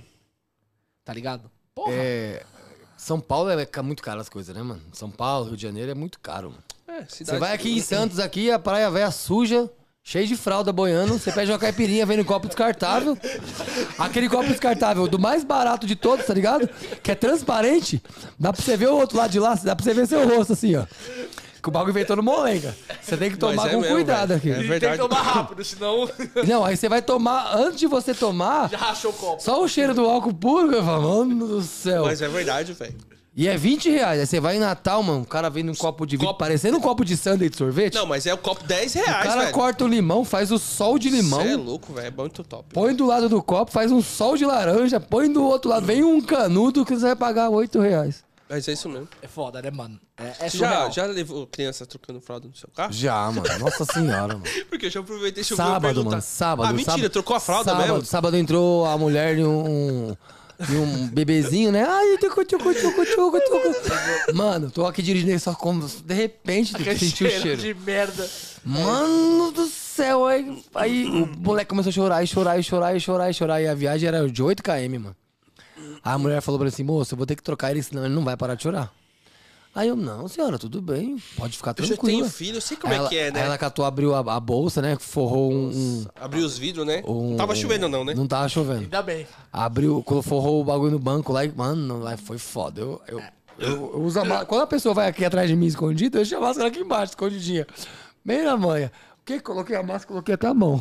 Tá ligado? Porra. É. São Paulo é ca- muito caro as coisas, né, mano? São Paulo, Rio de Janeiro é muito caro, mano. É, Você cidade... vai aqui em Santos, aqui, a praia velha suja, cheia de fralda boiando. Você pede uma caipirinha, vem no copo descartável. Aquele copo descartável do mais barato de todos, tá ligado? Que é transparente. Dá pra você ver o outro lado de lá, dá pra você ver seu rosto assim, ó. Que o bagulho veio todo molenga. Você tem que tomar Mas é com mesmo, cuidado velho. aqui. É E tem verdade. que tomar rápido, senão Não, aí você vai tomar, antes de você tomar, já rachou o copo. só o cheiro do álcool puro, eu falo, mano do céu. Mas é verdade, velho. E é vinte reais. Aí você vai em Natal, mano, o cara vem num copo de vidro, Copo- parecendo um copo de sundae de sorvete. Não, mas é o copo dez o reais, cara velho. corta o limão, faz o sol de limão. Você é louco, velho. É muito top. Põe do lado do copo, faz um sol de laranja, põe do outro lado, vem um canudo que você vai pagar oito reais. Mas é isso mesmo. É foda, né, mano? É, é Você surreal. já, já levou criança trocando fralda no seu carro? Já, mano. Nossa senhora, mano. Porque eu já aproveitei e Sábado, mano. Sábado. Ah, mentira, sábado, trocou a fralda sábado, mesmo? Sábado entrou a mulher e um, e um bebezinho, né? Ai, tucu, tucu, tucu, tucu, tucu. Mano, tô aqui dirigindo aí só como. De repente, tu Aquele sentiu o cheiro. de merda. Mano do céu, aí, aí o moleque começou a chorar, e chorar, e chorar, e chorar, e chorar. E a viagem era de oito quilômetros, mano. Aí a mulher falou pra ele assim, moço, eu vou ter que trocar ele, senão ele não vai parar de chorar. Aí eu, não, senhora, tudo bem, pode ficar Eu já tranquila. tenho filho, eu sei como Aí é ela- que é, né? Aí ela catou, abriu a, a bolsa, né, forrou um... um- Abriu os vidros, né? um- Não tava chovendo não, né? Não tava chovendo. Ainda bem. Abriu, colo- forrou o bagulho no banco lá e, mano, lá foi foda. Eu, eu, eu, eu uso a máscara. Quando a pessoa vai aqui atrás de mim escondido, eu deixo a máscara aqui embaixo, escondidinha. Bem na manha. Porque coloquei a máscara, coloquei até a mão.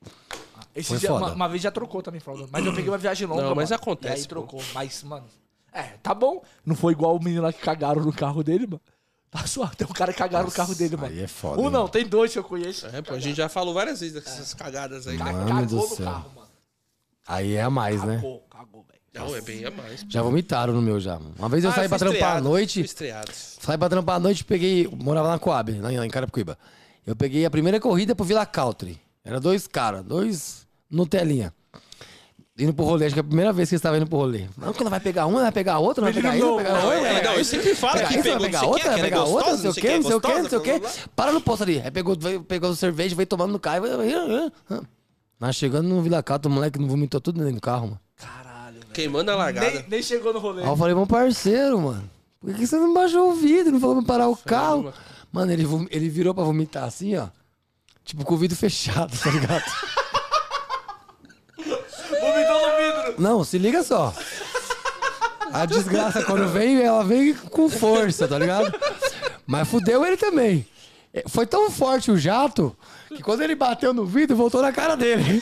Esse Foi dia, foda. uma, uma vez já trocou também, fralda. Mas eu peguei uma viagem longa. Não, mas mano. acontece, E aí pô. trocou. Mas, mano. É, tá bom. Não foi igual o menino lá que cagaram no carro dele, mano. Tá suave. Tem um cara que cagaram no carro dele, mano. aí é foda, Um hein? não, tem dois que eu conheço. É, pô, a gente já falou várias vezes dessas cagadas aí. Ca- Mano Cagou do no céu. carro, mano. Aí é a mais, né? Cagou, cagou. bagulho, velho. Não, é bem a mais. Já vomitaram no meu já. Uma vez eu Ah, saí eu pra fui trampar à estreado, noite. fui estreado. Saí pra trampar à noite, peguei. Morava na Coab, lá em, lá em Carapicuíba. Eu peguei a primeira corrida pro Vila Country. Era dois caras, dois Nutelinha. Indo pro rolê, acho que é a primeira vez que eles estavam indo pro rolê. Não, quando vai pegar uma, vai pegar outra, vai pegar isso, vai pegar Não, outra. é, vai não, pegar eu isso, sempre falo pegar que isso, pegou vai não pegar sei o outra, que, vai que pegar ela é outra, não gostosa, sei o que, não sei o que, não sei o que. gostosa, Para no posto ali. Aí pegou, veio, pegou cerveja, veio tomando no carro. Mas chegando no Vila Country, o moleque não vomitou tudo dentro do carro, mano. Caralho, velho. Queimando a largada. Nem, nem chegou no rolê. Aí eu falei, meu parceiro, mano, por que você não baixou o vidro? Não falou pra parar o carro? mano. Mano, ele, vom- ele virou pra vomitar assim, ó. Tipo, com o vidro fechado, tá ligado? Vomitou no vidro. Não, se liga só. A desgraça, quando vem, ela vem com força, tá ligado? Mas fudeu ele também. É, foi tão forte o jato que quando ele bateu no vidro, voltou na cara dele.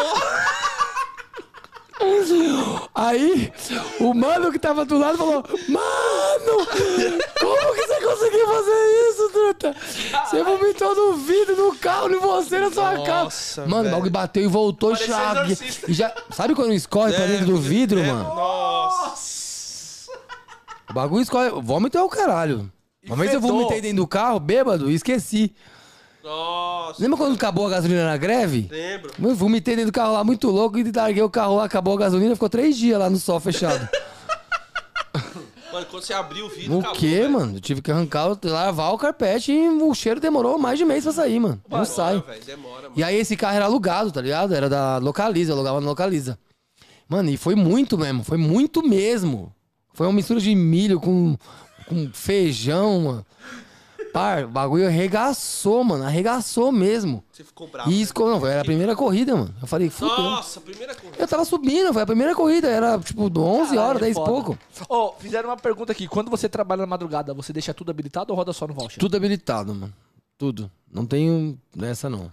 Aí, o mano que tava do lado falou: Mano, como que você conseguiu fazer isso, truta? Você vomitou no vidro, no carro, em você, na sua Nossa, cara. Mano, o velho. bagulho bateu e voltou Parecia chave. exorcista. E já, sabe quando escorre pra dentro do vidro, É, mano? Nossa. O bagulho escorre. Vômito é o caralho. Uma vez eu fedor. vomitei dentro do carro, bêbado, e esqueci. Nossa. Lembra quando acabou a gasolina na greve? Lembro. Eu vomitei dentro do carro lá muito louco e larguei o carro lá, acabou a gasolina, ficou três dias lá no sol fechado. Mano, quando você abriu o vidro, O acabou, quê, velho. mano? Eu tive que arrancar, o- lavar o carpete e o cheiro demorou mais de mês pra sair, mano. Não Demora, sai. velho, demora, mano. E aí esse carro era alugado, tá ligado? Era da Localiza, eu alugava na Localiza. Mano, e foi muito mesmo, foi muito mesmo. Foi uma mistura de milho com, com feijão, mano. Par, o bagulho arregaçou, mano, arregaçou mesmo. Você ficou bravo. E né? isso, não, foi- era a primeira corrida, mano. Eu falei, fudeu. Nossa, primeira corrida. Eu tava subindo, foi a primeira corrida, era tipo onze Caralho, horas, é dez e foda. pouco. Ó, fizeram uma pergunta aqui. Quando você trabalha na madrugada, você deixa tudo habilitado ou roda só no voucher? Tudo habilitado, mano. Tudo. Não tenho nessa, não.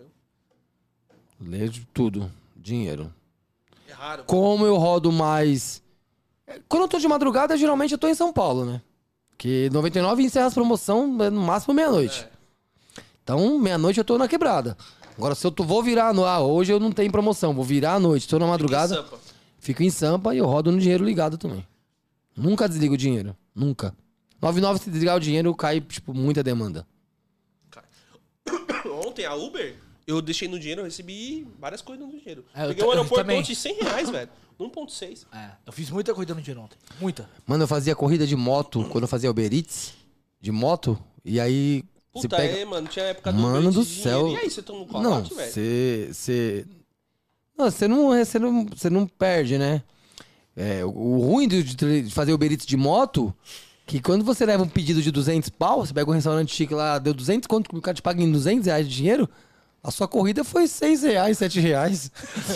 Leio tudo. Dinheiro. É raro. Como eu rodo mais... Quando eu tô de madrugada, geralmente eu tô em São Paulo, né? Que noventa e nove encerra as promoções no máximo meia-noite. Então, meia-noite eu tô na quebrada. Agora, se eu tô, vou virar... No, ah, hoje eu não tenho promoção, vou virar à noite, tô na madrugada, Sampa. fico em Sampa e eu rodo no dinheiro ligado também. Nunca desligo o dinheiro. Nunca. noventa e nove, se desligar o dinheiro, cai, tipo, muita demanda. Ontem, a Uber, eu deixei no dinheiro, eu recebi várias coisas no dinheiro. É, eu Peguei ta- um eu aeroporto também. ontem de cem reais, velho. um ponto seis. É, eu fiz muita corrida no dinheiro ontem. Muita. Mano, eu fazia corrida de moto quando eu fazia Uber Eats, de moto, e aí você Puta, pega... é, mano. Tinha época do Mano Uber do de céu. dinheiro. E aí, você toma um Não, corote, velho? você... Você não, você não, você não, você não perde, né? É, o, o ruim de, de fazer Uber Eats de moto, que quando você leva um pedido de duzentos pau, você pega um restaurante chique lá, deu duzentos, quanto que o cara te paga em duzentos reais de dinheiro? A sua corrida foi seis reais, sete reais.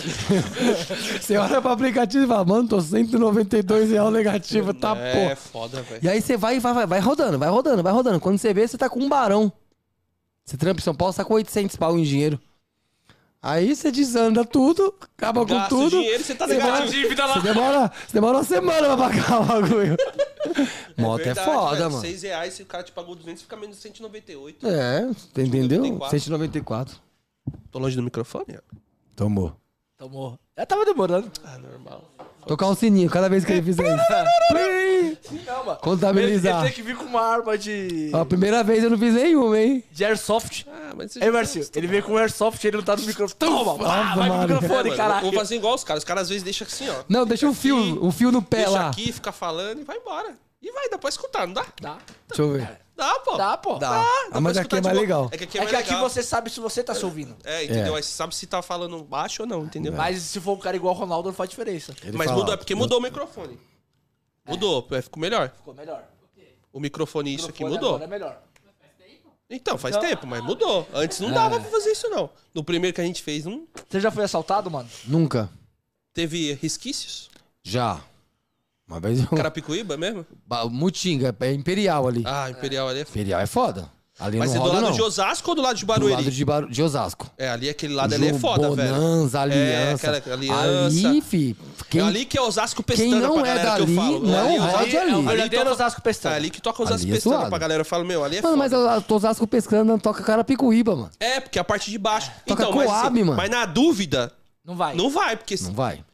Você olha pro aplicativo e fala, mano, tô cento e noventa e dois reais negativo, tá É, porra. foda, velho. E aí você vai, vai, vai, vai rodando, vai rodando, vai rodando. Quando você vê, você tá com um barão. Você trampa em São Paulo, você tá com oitocentos pau em dinheiro. Aí você desanda tudo, acaba com Gasta tudo. dinheiro e você tá Você negativo. vai- Dívida Você demora, você demora uma semana pra pagar o bagulho. Moto é, Verdade, foda, velho. mano. seis reais, se o cara te pagou duzentos, fica menos cento e noventa e oito. É, você entendeu? noventa e quatro. cento e noventa e quatro. Tô longe do microfone? ó. Tomou. Tomou. Já tava demorando. Ah, normal. Tocar um sininho cada vez que ele fizer isso. Plim! Não, mano. Contabilizar. Ele tem que vir com uma arma de. Ó, a primeira vez eu não fiz nenhuma, hein? de airsoft. Ah, mas você Ei, Marcinho, ele veio com airsoft e ele não tá no microfone. Toma! Ave Ah, vai pro Maria. microfone, mano, caralho. Vamos fazer igual os caras. Os caras às vezes deixam assim, ó. Não, deixa um fio, aqui, um fio no pé Deixa lá. aqui, fica falando e vai embora. E vai, dá pra escutar, não dá? Dá. Deixa eu ver. Dá, pô. Dá, pô. Dá. Dá, Ah, dá mas pra aqui é escutar mais de boa. legal. É que aqui é, É mais que aqui legal. você sabe se você tá se ouvindo. É, entendeu? É. Aí você sabe se tá falando baixo ou não, entendeu? Mas se for um cara igual o Ronaldo, não faz diferença. Ele Mas fala, mudou, é porque mudou o microfone. Mudou, é, ficou melhor. Ficou melhor. O microfone, isso aqui Microfone mudou. agora é melhor. Então, faz tempo, mas mudou. Antes não dava pra fazer isso, não. No primeiro que a gente fez, não Você já foi assaltado, mano? Nunca. teve resquícios. Já. Uma vez eu... Carapicuíba mesmo? Ba- Mutinga, é Imperial ali. Ah, Imperial ali é foda. Imperial é foda. Ali Mas não é do roda, lado não. de Osasco ou do lado de Do Barueri? lado de, Bar... de Osasco. É, ali aquele lado ali é foda, velho. Bonanza, Aliança. É, aquela aliança. Ali, fi. Quem, É ali que é Osasco quem pestana não pra é galera que eu dali, falo. não ali, rode ali. É o Ali verdadeiro toca- Osasco É Pestana. ali que toca Osasco Ali é pestana suave. pra galera. Eu falo, meu, ali é Mano, foda. mas o Osasco pescando não toca Carapicuíba, mano. É, porque a parte de baixo. Toca então, mas, Coab, assim, mano. mas na dúvida, Não vai. não vai, porque Não vai.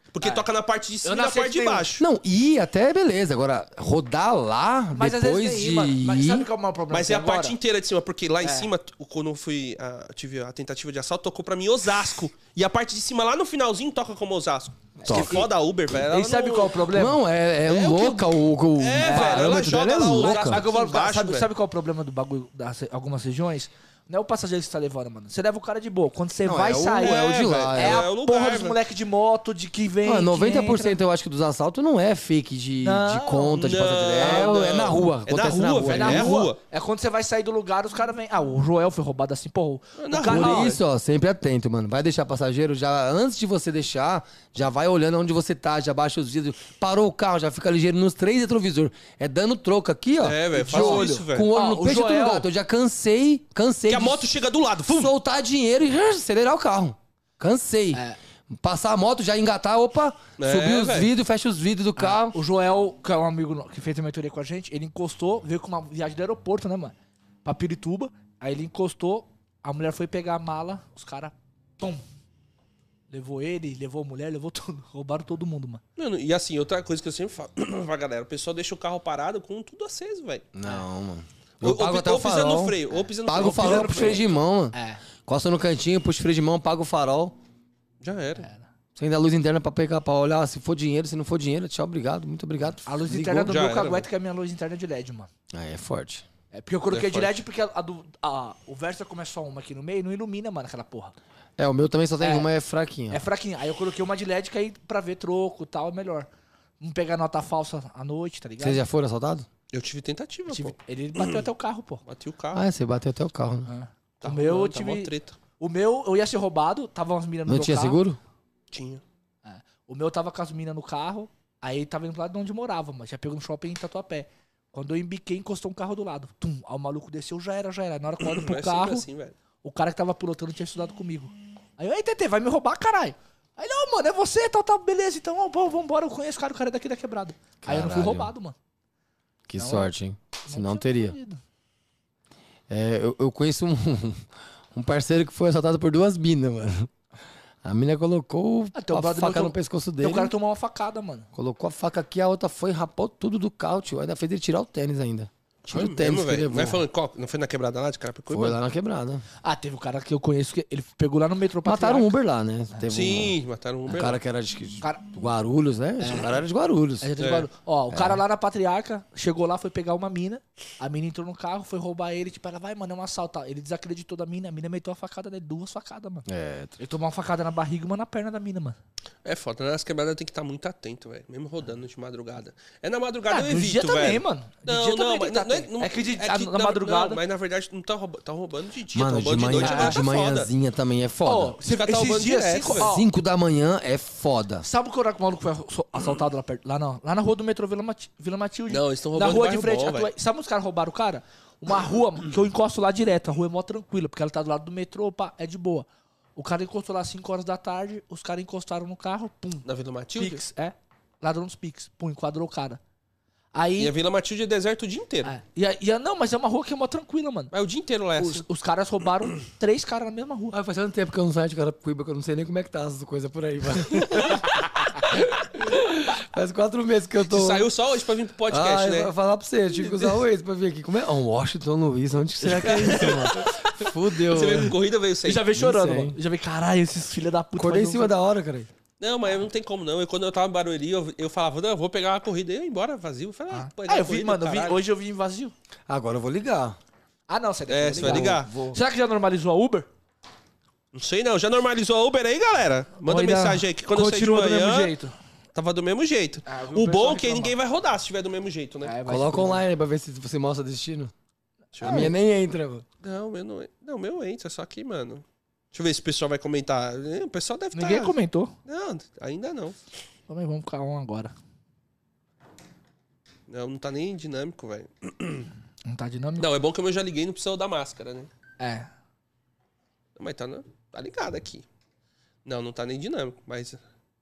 Porque É. toca na parte de cima Eu e não na parte aceito de nenhum. baixo. Não, ir até beleza. Agora, rodar lá, Mas às depois vezes nem de ir, mano. Mas sabe ir... qual é o maior problema? Mas que é a agora? parte inteira de cima, porque lá em É. cima, t- quando eu fui, ah, tive a tentativa de assalto, tocou pra mim Osasco. E a parte de cima, lá no finalzinho, toca como Osasco. Que Toca. foda a Uber, velho. ela E sabe não- qual é o problema? Não, é, é, É o que- louca o, o, É, o velho, ela parâmetro joga dela é lá o louca. braço- Sabe, qual- Aqui embaixo, sabe, velho. sabe qual é o problema do bagulho das algumas regiões? Não é o passageiro que você tá levando, mano. Você leva o cara de boa. Quando você Não, vai é o- sair, é o de lá, é, é a o lugar, porra dos velho. moleques de moto, de que vem. Mano, que noventa por cento entra. eu acho que dos assaltos não é fake de, Não, de conta, de não, passageiro. É, é na não. rua. É na Acontece rua, na velho, rua. é na rua. rua. É quando você vai sair do lugar, os caras vêm. Ah, o Joel foi roubado assim, porra. o- Na o cara, rua. ó, Por isso, ó, sempre atento, mano. Vai deixar passageiro, já antes de você deixar, já vai olhando onde você tá, já baixa os vidros. Parou o carro, já fica ligeiro nos três retrovisores. É dando troco aqui, ó. É, velho, de faço olho, isso, velho. com o olho Ó, no o peixe e tudo Joel- gato. Eu já cansei, cansei Que a de moto chega do lado. Fum! soltar dinheiro e acelerar o carro. Cansei. É. Passar a moto, já engatar, opa, É, subir os velho. vidros, fecha os vidros do carro. O Joel, que é um amigo no- que fez a mentoria com a gente, ele encostou, veio com uma viagem do aeroporto, né, mano? Pra Pirituba. Aí ele encostou, a mulher foi pegar a mala, os caras, pum. Levou ele, levou a mulher, levou tudo. Roubaram todo mundo, mano. Mano, e assim, outra coisa que eu sempre falo pra galera, o pessoal deixa o carro parado com tudo aceso, velho. Não, mano. Ou, Eu pago ou, até ou o pisando farol. no freio, ou pisando no Paga o freio. farol, pisando no puxa o freio de mão, mano. É. Costa no cantinho, puxa o freio de mão, paga o farol. Já era. Você ainda a luz interna pra pegar, pra olhar. Se for dinheiro, se não for dinheiro, tchau, obrigado, muito obrigado. A luz Ligou. interna do já meu era, caguete, mano. que é a minha luz interna de L E D, mano. Aí é forte. É porque eu coloquei É de L E D forte. porque a, a do, a- o Versa começou uma aqui no meio e não ilumina, mano, aquela porra. É, o meu também só tem É. uma, é fraquinha. É fraquinho. Aí eu coloquei uma de L E D que aí pra ver troco e tal é melhor. Não pegar nota falsa à noite, tá ligado? Vocês já foram assaltados? Eu tive tentativa, Tive- pô. Ele bateu até o carro, pô. Bati o carro. Ah, é, você bateu até o carro, né? Tá o meu eu rolando, tá tive. mó treta. O meu, eu ia ser roubado, tava umas minas no Não meu tinha carro. seguro? Tinha. É. O meu tava com as minas no carro, aí tava indo pro lado de onde eu morava, mas já pegou no shopping em Tatuapé. Quando eu embiquei, encostou um carro do lado. Tum, aí o maluco desceu, já era, já era. Na hora que eu olho pro É carro, sempre assim, velho. o cara que tava pilotando tinha estudado comigo. Aí eu, ei, T T, vai me roubar, caralho. Aí, não, mano, é você, tal, tal, beleza, então, ó, bom, vambora, eu conheço o cara, o cara é daqui da quebrada. Aí eu não fui Caralho. roubado, mano. Que Não, sorte, hein? Senão tinha teria. fudido. É, eu, eu conheço um, um parceiro que foi assaltado por duas minas, mano. A mina colocou Ah, tem um a brother meu faca que- no pescoço Então dele. o cara tomou uma facada, mano. Colocou a faca aqui, a outra foi, rapou tudo do carro, tio. Ainda fez ele tirar o tênis ainda. Tira Foi o tênis mesmo, que ele velho. levou. Mas falando, qual- não foi na quebrada lá de Carapicuíba? Foi lá na quebrada. Ah, teve um cara que eu conheço que ele pegou lá no metrô Mataram um Patriarca. Uber lá, né? Teve Sim, mataram um um, um Uber. cara que era de Cara- Guarulhos, né? Acho que O cara era de Guarulhos. É, já tem É. barulho. Ó, o cara lá na Patriarca chegou lá, foi pegar uma mina. A mina entrou no carro, foi roubar ele. Tipo, ela vai, mano, é um assalto. Ele desacreditou da mina. A mina meteu a facada nele, duas facadas, mano. É, Ele tomou uma facada na barriga e uma na perna da mina, mano. É foda, né? Nas quebradas tem que estar muito atento, velho. Mesmo rodando de madrugada. É na madrugada Ah, eu de evito, dia também, velho. mano. De Não, dia não, também mas tem que tá não é, atento. não, É que de- é a- que na não, madrugada- Não, mas na verdade não tá, rouba, tá roubando de dia, Mano, tá de roubando de, manhã, noite, agora de tá foda. manhãzinha também é foda. Ó, você, Os caras tá esses roubando dias, direto, cinco, velho. ó, cinco da manhã é foda. sabe que o maluco foi asso- assaltado lá perto? Lá, não, lá na rua do metrô Vila, Mati- Vila Matilde. Não, eles estão Na roubando rua bairro de frente. bom, a tua- velho. sabe onde os caras roubaram o cara? Uma rua que eu encosto lá direto. A rua é mó tranquila, porque ela tá do lado do metrô, pá, é de boa. O cara encostou lá às cinco horas da tarde, os caras encostaram no carro, pum. Na Vila Matilde? Pix, é. Ladrão dos Pix. Pum, enquadrou o cara. Aí. E a Vila Matilde é deserto o dia inteiro. É, e a, e a- não, mas é uma rua que é mó tranquila, mano. Mas o dia inteiro lá é Os, assim. os caras roubaram três caras na mesma rua. Ah, faz tanto tempo que eu não saio de Carapicuíba que eu não sei nem como é que tá as coisas por aí, mano. Faz quatro meses que eu tô... Você saiu só hoje pra vir pro podcast, ah, eu né? vou falar pra você, eu tive que usar o Waze pra vir aqui. Como é? Oh, Washington Luiz, onde que será que é isso, mano? Fudeu, Você veio mano. com corrida, veio E sem. já veio chorando, sei. mano. Já veio, caralho, esses filha da puta. Acordei em fazem cima um- da hora, cara. Não, mas não tem como não. Eu, quando eu tava em Barueri, eu, eu falava, não, eu vou pegar uma corrida e eu ia embora vazio. Eu falei, ah, pô, Ah, eu vi, corrida, mano, eu vi- caralho. hoje eu vim vazio. Agora eu vou ligar. Ah, não, você É, você vai ligar? Vou. Será que já normalizou a Uber? Não sei não. Já normalizou a Uber aí, galera? Manda Ou ainda mensagem aí que quando eu sair de continua do manhã, mesmo jeito. tava do mesmo jeito. Ah, eu vi o o pessoal bom é que reclamar. ninguém vai rodar se tiver do mesmo jeito, né? É, vai Coloca se- online aí pra ver se você mostra destino. Deixa eu A ver. minha nem entra, mano. Não, meu não, não, meu entra, só aqui, mano. Deixa eu ver se o pessoal vai comentar. Eh, O pessoal deve estar... Ninguém comentou. Não, ainda não. Também vamos ficar um agora. Não, não tá nem dinâmico, velho. Não tá dinâmico? Não, é bom que eu já liguei e não precisa da máscara, né? É. Mas tá, na- tá ligado aqui. Não, não tá nem dinâmico, mas...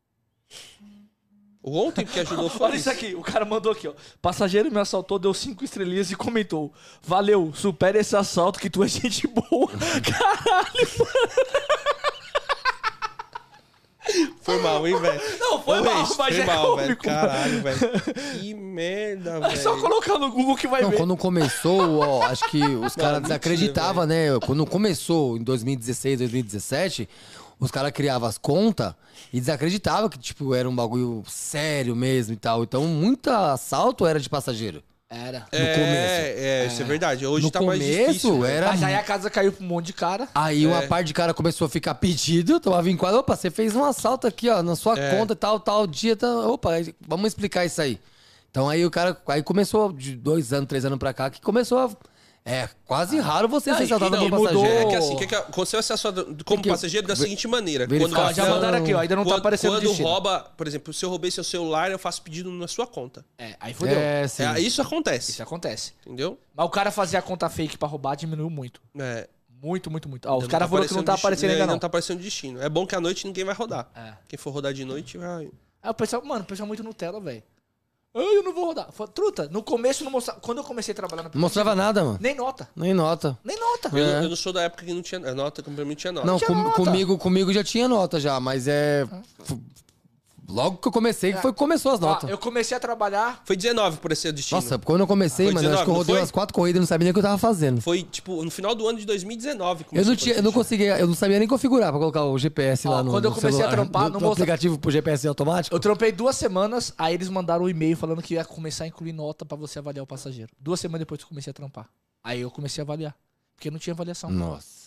O ontem que ajudou foi Olha isso aqui, o cara mandou aqui, ó. Passageiro me assaltou, deu cinco estrelinhas e comentou: valeu, supera esse assalto que tu é gente boa. Caralho, mano. Foi mal, hein, velho? Não, foi Ô, mal, Reis, mas foi é mal, velho. cômico. Caralho, velho. Que merda, É velho. só colocar no Google que vai Não, ver. quando começou, ó, acho que os caras mentira, desacreditavam, né? Quando começou em dois mil e dezesseis, dois mil e dezessete, os caras criavam as contas e desacreditavam que, tipo, era um bagulho sério mesmo e tal. Então, muito assalto era de passageiro. Era. É, começo. é, isso é verdade. Hoje No tá mais começo, difícil. né? era... Mas aí a casa caiu pra um monte de cara. Aí É. uma parte de cara começou a ficar pedido, tomava em quadro. Opa, você fez um assalto aqui, ó, na sua É. conta, tal, tal dia. Tal. Opa, aí, vamos explicar isso aí. Então aí o cara, aí começou de dois anos, três anos pra cá, que começou a... É quase raro você ser Não, e- assaltado e por mudou- passageiro. É que assim, que que, quando você vai ser assaltado como que- passageiro da seguinte maneira. Quando, verificação. Ó, já mandaram aqui, ó. Ainda não tá quando, aparecendo o quando destino. rouba, por exemplo, se eu roubei seu celular, eu faço pedido na sua conta. É, aí fodeu. É, sim. É, isso acontece. Isso acontece. Entendeu? Mas o cara fazer a conta fake pra roubar diminuiu muito. É. Muito, muito, muito. Ó, os Não caras tá falaram que não tá destino, aparecendo é, ainda não. Não tá aparecendo destino. É bom que à noite ninguém vai rodar. É. Quem for rodar de noite vai... Aí o pessoal, mano, o pessoal é muito Nutella, velho. Ah, eu não vou rodar. Falei, truta, no começo não mostrava. Quando eu comecei a trabalhar na Não mostrava nada, mano. nem nota. Nem nota. Nem nota. Eu, É. eu não sou da época que não tinha nota, que pra mim tinha nota. Não, tinha com- nota. comigo, comigo já tinha nota já, mas é... f- Logo que eu comecei, que foi que começou as Ó, notas. eu comecei a trabalhar. Foi dezenove por esse destino. Nossa, quando eu comecei, Foi mano, eu acho que eu dezenove, não rodei foi? umas quatro corridas e não sabia nem o que eu tava fazendo. Foi, tipo, no final do ano de dois mil e dezenove. Eu não, tinha, eu não conseguia, eu não sabia nem configurar pra colocar o G P S Ó, lá no, quando eu no comecei a celular, trampar, do, não do mostra- aplicativo pro G P S automático. Eu trampei duas semanas, aí eles mandaram um e-mail falando que ia começar a incluir nota pra você avaliar o passageiro. Duas semanas depois que eu comecei a trampar. Aí eu comecei a avaliar. Porque não tinha avaliação. Nossa.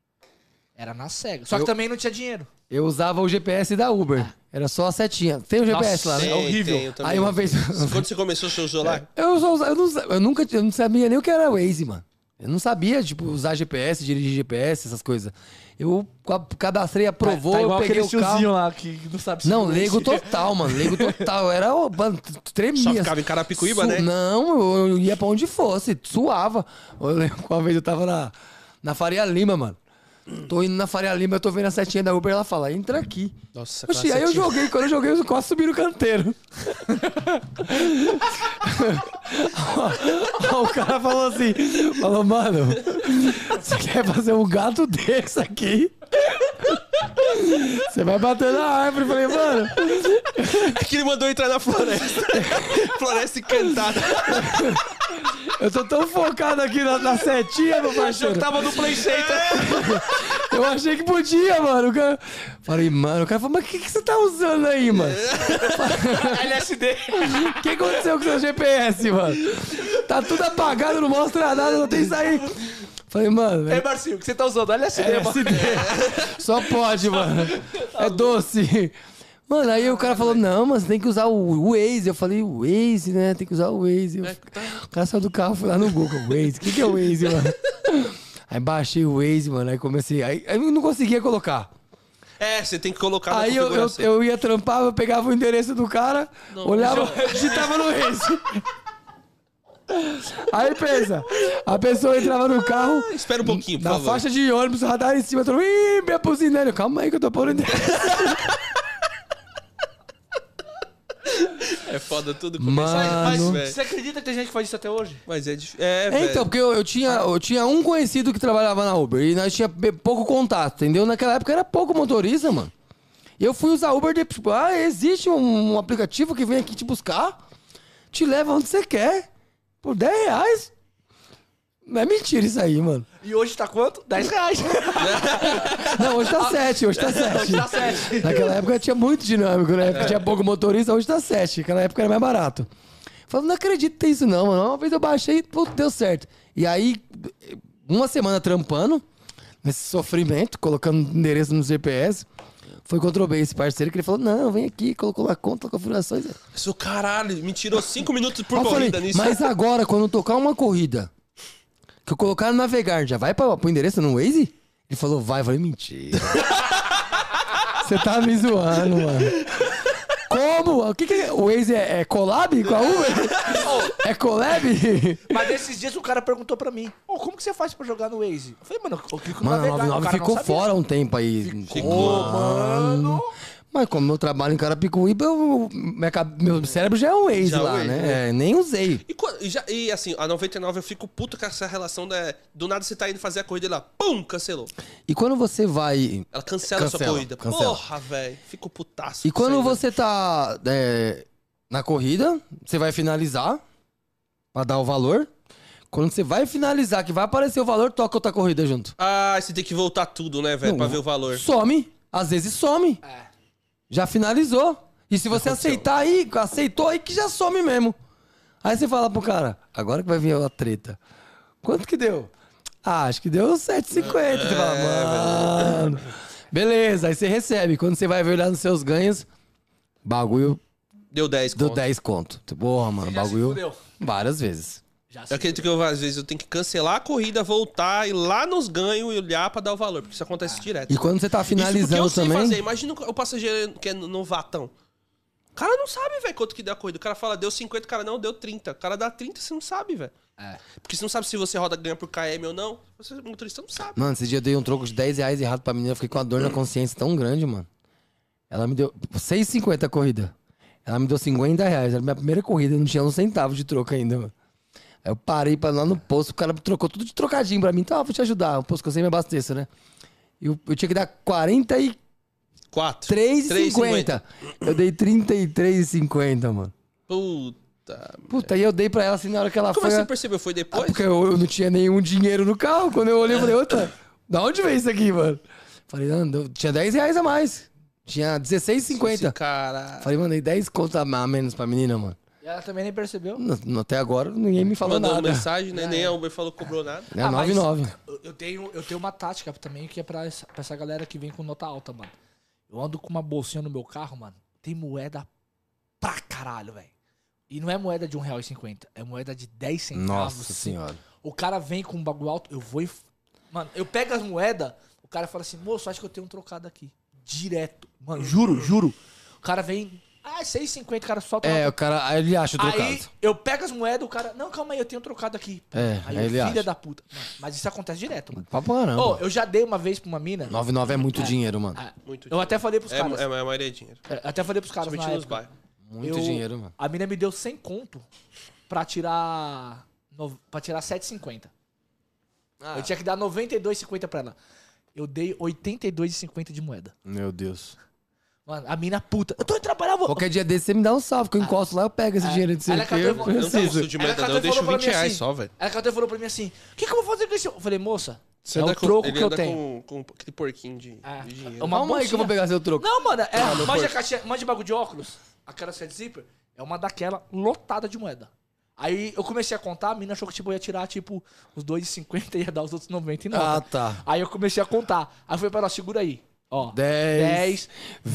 Era na cega. Só que Eu- também não tinha dinheiro. Eu usava o G P S da Uber. Era só a setinha. Tem o G P S Nossa, lá, né? é horrível. Aí uma vez. Quando você começou, você usou lá? Eu, só usava- eu, não, sa- eu nunca eu não sabia nem o que era Waze, mano. Eu não sabia, tipo, usar G P S, dirigir G P S, essas coisas. Eu ca- cadastrei, aprovou, tá eu igual peguei aquele o carro. tiozinho lá que não sabe se Não, segura leigo esse- total, mano. Leigo total. Eu era, ó, mano, tremia. Só ficava em Carapicuíba, Su- né? Não, eu ia pra onde fosse, suava. Eu lembro que uma vez eu tava na, na Faria Lima, mano. Tô indo na Faria Lima, eu tô vendo a setinha da Uber, ela fala, entra aqui. Nossa, Oxi, aquela aí eu setinha. joguei, quando eu joguei, eu quase subi no canteiro. Ó, o cara falou assim, falou, mano, você quer fazer um gato desse aqui? Você vai bater na árvore. Eu falei, mano, É que ele mandou entrar na floresta. Floresta encantada. eu tô tão focado aqui na, na setinha, meu Achou parceiro. que tava no Play Center. Eu achei que podia, mano. O cara... Falei, mano, o cara falou, mas o que, que você tá usando aí, mano? L S D. O que aconteceu com o seu G P S, mano? Tá tudo apagado, não mostra nada, não tem isso aí. Falei, mano, Ei, é Marcinho, o que você tá usando? L S D, mano. L S D. Só pode, mano. É doce. Mano, aí o cara falou, não, mas você tem que usar o Waze. Eu falei, Waze, né? Tem que usar o Waze. Eu- O cara saiu do carro, fui lá no Google, Waze. O que, que é o Waze, mano? Aí baixei o Waze, mano, aí comecei. Aí, aí eu não conseguia colocar. É, você tem que colocar na Aí eu, eu, configuração. eu ia trampar, eu pegava o endereço do cara, olhava, digitava no Waze. Aí pensa, a pessoa entrava no carro, Espera um pouquinho, por na favor. faixa de ônibus, o radar em cima, todo, ih, minha buzinando. Calma aí que eu tô pondo endereço. É foda tudo Mano. Mas velho. você acredita que tem gente que faz isso até hoje? Mas é difícil. É, É, velho. então, porque eu, eu, tinha, eu tinha um conhecido que trabalhava na Uber e nós tinha be- pouco contato, entendeu? Naquela época era pouco motorista, mano. E eu fui usar Uber, de, tipo, ah, existe um, um aplicativo que vem aqui te buscar, te leva onde você quer, por dez reais. Não é mentira isso aí, mano. E hoje tá quanto? dez reais. Não, hoje tá sete, hoje tá sete. Hoje tá sete. Naquela época tinha muito dinâmico, né? Porque tinha pouco motorista, hoje tá sete. Naquela época era mais barato. Falei, não acredito que tem isso não, mano. Uma vez eu baixei e pô, deu certo. E aí, uma semana trampando, nesse sofrimento, colocando endereço no G P S, foi que eu trobei esse parceiro que ele falou, não, vem aqui, colocou na conta, configurações. Seu caralho, me tirou cinco minutos por Aí eu falei, corrida nisso. mas agora, quando tocar uma corrida, que eu colocar no navegar, já vai pra, pro endereço no Waze? Ele falou, vai. Eu falei, mentira. Você tá me zoando, mano. Como? O que que é? O Waze é, é collab com a Uber? É collab? Mas esses dias o cara perguntou pra mim, ô, como que você faz pra jogar no Waze? Eu falei, mano, eu clico no Mano, a navegar. noventa e nove O cara não ficou sabia. fora um tempo aí. Ficou, mano. Mas como eu trabalho em Carapicuíba, eu, minha cabe- meu cérebro já é um Waze Já é o lá, Waze, né? né? É, nem usei. E, qua- e já- e, assim, a noventa e nove eu fico puto com essa relação da. Do nada você tá indo fazer a corrida e lá, pum, cancelou. E quando você vai... Ela cancela, a sua Cancela, corrida. cancela. Porra, velho. Fico putaço. E com isso quando aí, você tá é, na corrida, você vai finalizar pra dar o valor. Quando você vai finalizar, que vai aparecer o valor, toca outra corrida junto. Ah, você tem que voltar tudo, né, velho? Não, Pra ver o valor. Some. Às vezes some. É. Já finalizou. E se você aconteceu. aceitar aí, aceitou aí que já some mesmo. Aí você fala pro cara, agora que vai vir a treta. Quanto que deu? Ah, acho que deu sete e cinquenta. Você fala, mano. Beleza, aí você recebe. Quando você vai ver lá nos seus ganhos, bagulho Deu dez, deu conto. dez conto. Porra, mano, Já se bagulho fudeu. várias vezes. Já se Eu acredito que eu, às vezes eu tenho que cancelar a corrida, voltar, ir lá nos ganhos e olhar pra dar o valor, porque isso acontece direto. E quando você tá Isso porque finalizando eu sei também... fazer. Imagina o passageiro que é no no vatão. O cara não sabe, velho, quanto que deu a corrida. O cara fala, deu cinquenta, o cara não, deu trinta. O cara dá trinta, você não sabe, velho. É. Porque você não sabe se você roda ganha por K M ou não. Você, o motorista não sabe. Mano, esse dia eu dei um troco de dez reais errado pra menina. Eu fiquei com uma dor na consciência tão grande, mano. Ela me deu seis e cinquenta a corrida. Ela me deu cinquenta reais. Era a minha primeira corrida, eu não tinha um centavo de troco ainda, mano. Aí eu parei pra ir lá no posto, o cara trocou tudo de trocadinho pra mim. Então, ah, vou te ajudar. O posto que eu sempre me abasteço, né? E eu, eu tinha que dar quarenta e Quatro. três e Três e cinquenta. Eu dei trinta e três e cinquenta, mano. Puta. Puta, aí eu dei pra ela assim na hora que ela Como foi. você percebeu? Foi Ah, depois? porque eu, eu não tinha nenhum dinheiro no carro. Quando eu olhei, eu falei, outra, da onde veio isso aqui, mano? Falei, não, deu- tinha dez reais a mais. Tinha dezesseis e cinquenta. Cara. Falei, mano, dei dez conto a menos pra menina, mano. E ela também nem percebeu. N- n- Até agora ninguém me falou Mandou nada. mensagem, né? Nem a Uber falou que cobrou nada. É Ah, nove mas nove. Eu, eu tenho, eu tenho uma tática também que é pra essa, pra essa galera que vem com nota alta, mano. Eu ando com uma bolsinha no meu carro, mano. Tem moeda pra caralho, velho. E não é moeda de um real e cinquenta. É moeda de dez centavos. Nossa senhora. O cara vem com um bagulho alto, eu vou e... Mano, eu pego as moedas, o cara fala assim, moço, acho que eu tenho um trocado aqui. Direto. Mano, juro, juro. O cara vem... Ah, seis e cinquenta, o cara solta É, uma- o cara, aí ele acha o trocado. Aí eu pego as moedas, o cara... Não, calma aí, eu tenho um trocado aqui. É, Aí, aí eu, ele filha acha. da puta. Mano, mas isso acontece direto, mano. Pra caramba. Ô, eu já dei uma vez pra uma mina. nove nove é muito dinheiro, mano. Ah, Muito eu até falei pros É, caras. é, a maioria é dinheiro. é, Até falei pros caras Somente na nos época. bairros. Muito eu- dinheiro, mano. A mina me deu cem conto pra tirar... No, pra tirar sete e cinquenta. Ah. Eu tinha que dar noventa e dois e cinquenta pra ela. Eu dei oitenta e dois e cinquenta de moeda. Meu Deus. Mano, a mina puta. Eu tô indo trabalhar, vou... Qualquer dia desse você me dá um salve, que eu encosto lá, eu pego esse dinheiro de você. Ela porque eu catou e Eu não preciso. gosto de Ela moeda, não. catou Eu e deixo falou pra vinte mim reais assim, só, velho. Ela até falou pra mim assim, o que, que eu vou fazer com esse... Eu falei, moça, Você é o anda com- troco ele que eu anda tenho. Com, com aquele porquinho de, É. de dinheiro. Uma Calma aí que eu vou bolsinha. pegar seu troco. Não, mano, é, no manja, a porco. caixinha, manja bagulho de óculos, aquela set zipper, é uma daquela lotada de moeda. Aí eu comecei a contar, a mina achou que tipo, eu ia tirar tipo os dois e cinquenta e ia dar os outros noventa e nove. Ah, tá. Aí eu comecei a contar. Aí eu falei pra ela, segura aí. Ó, dez, dez,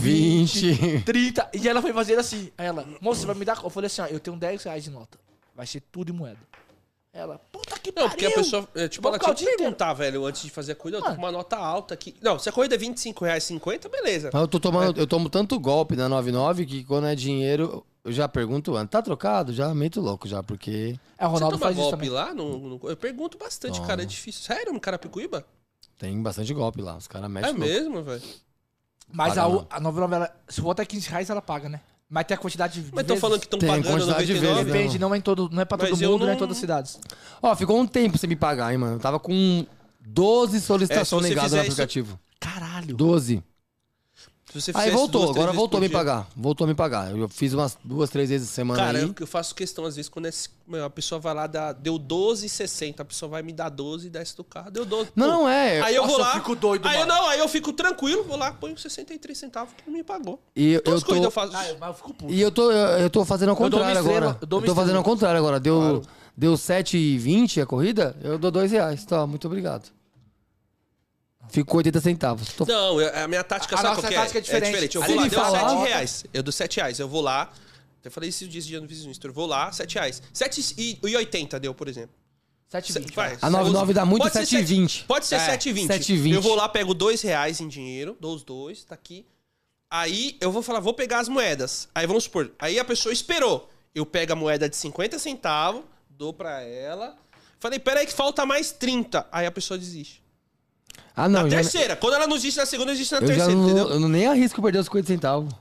vinte. trinta. E ela foi fazer assim. Aí ela, moça, você vai me dar? Eu falei assim, ó, eu tenho dez reais de nota. Vai ser tudo em moeda. Ela, puta que pariu. Não, porque a pessoa, é, tipo, Vou ela ficar tinha o que dia perguntar, velho, antes de fazer a corrida, eu tô Mano. com uma nota alta aqui. Não, se a corrida é vinte e cinco reais e cinquenta, beleza. Mas eu tô tomando, eu tomo tanto golpe na nove nove que quando é dinheiro, eu já pergunto antes. Tá trocado? Já meto louco já, porque... É, o Você Ronaldo toma faz isso golpe também. lá? No, no- eu pergunto bastante, Toma. cara, é difícil. Sério, no Carapicuíba? Tem bastante golpe lá. Os caras mexem É louco. mesmo, velho? Mas Paga a, não. a novela, ela, se botar quinze reais, ela paga, né? Mas tem a quantidade de Mas estão vezes. falando que estão Tem pagando quantidade de noventa e nove. vezes, né? Depende, não é, em todo, não é pra Mas todo eu mundo, não é em não- todas as cidades. Ó, ficou um tempo sem me pagar, hein, mano. Eu tava com doze solicitações É, se você negadas no fizer isso- aplicativo. Caralho. doze. Se você Aí fizesse voltou, duas, três agora vezes voltou a por me dia- pagar. Voltou a me pagar. Eu fiz umas duas, três vezes por semana Cara, aí. eu, eu faço questão, às vezes, quando é, meu, a pessoa vai lá, dá, deu doze e sessenta, a pessoa vai me dar doze e desce do carro, deu doze. Não, Pô, não é. Aí eu Nossa, vou eu lá. fico doido, aí eu mano. não, aí eu fico tranquilo, vou lá, ponho sessenta e três centavos que não me pagou. E eu, Todas eu as corridas tô... eu faço. Ah, eu- mas eu fico puto. E eu tô, eu, eu tô fazendo ao Eu dou uma contrário estrela, agora. eu Eu, dou uma tô fazendo estrela. ao contrário agora. Deu, deu sete e vinte a corrida, eu dou dois reais. Tá, muito obrigado. Fico com oitenta centavos. Tô... Não, eu- a minha tática, A sabe nossa qual que tática é diferente. Eu Se vou lá, ele deu falar- sete reais. Eu dou sete reais. Eu vou lá. Até falei esses dias de ano fiz isso. Eu vou lá, sete reais. sete e oitenta deu, por exemplo. sete e vinte. Vai. A nove nove dá muito Pode ser sete e vinte. Pode ser É, sete e vinte. sete e vinte. Eu vou lá, pego dois reais em dinheiro, dou os dois, tá aqui. Aí eu vou falar, vou pegar as moedas. Aí vamos supor, aí a pessoa esperou. Eu pego a moeda de cinquenta centavos, dou pra ela. Falei, peraí que falta mais trinta. Aí a pessoa desiste. Ah, não. Na já- terceira. Quando ela não existe na segunda, existe na Eu já terceira, não, entendeu? eu não nem arrisco perder os cinquenta centavos.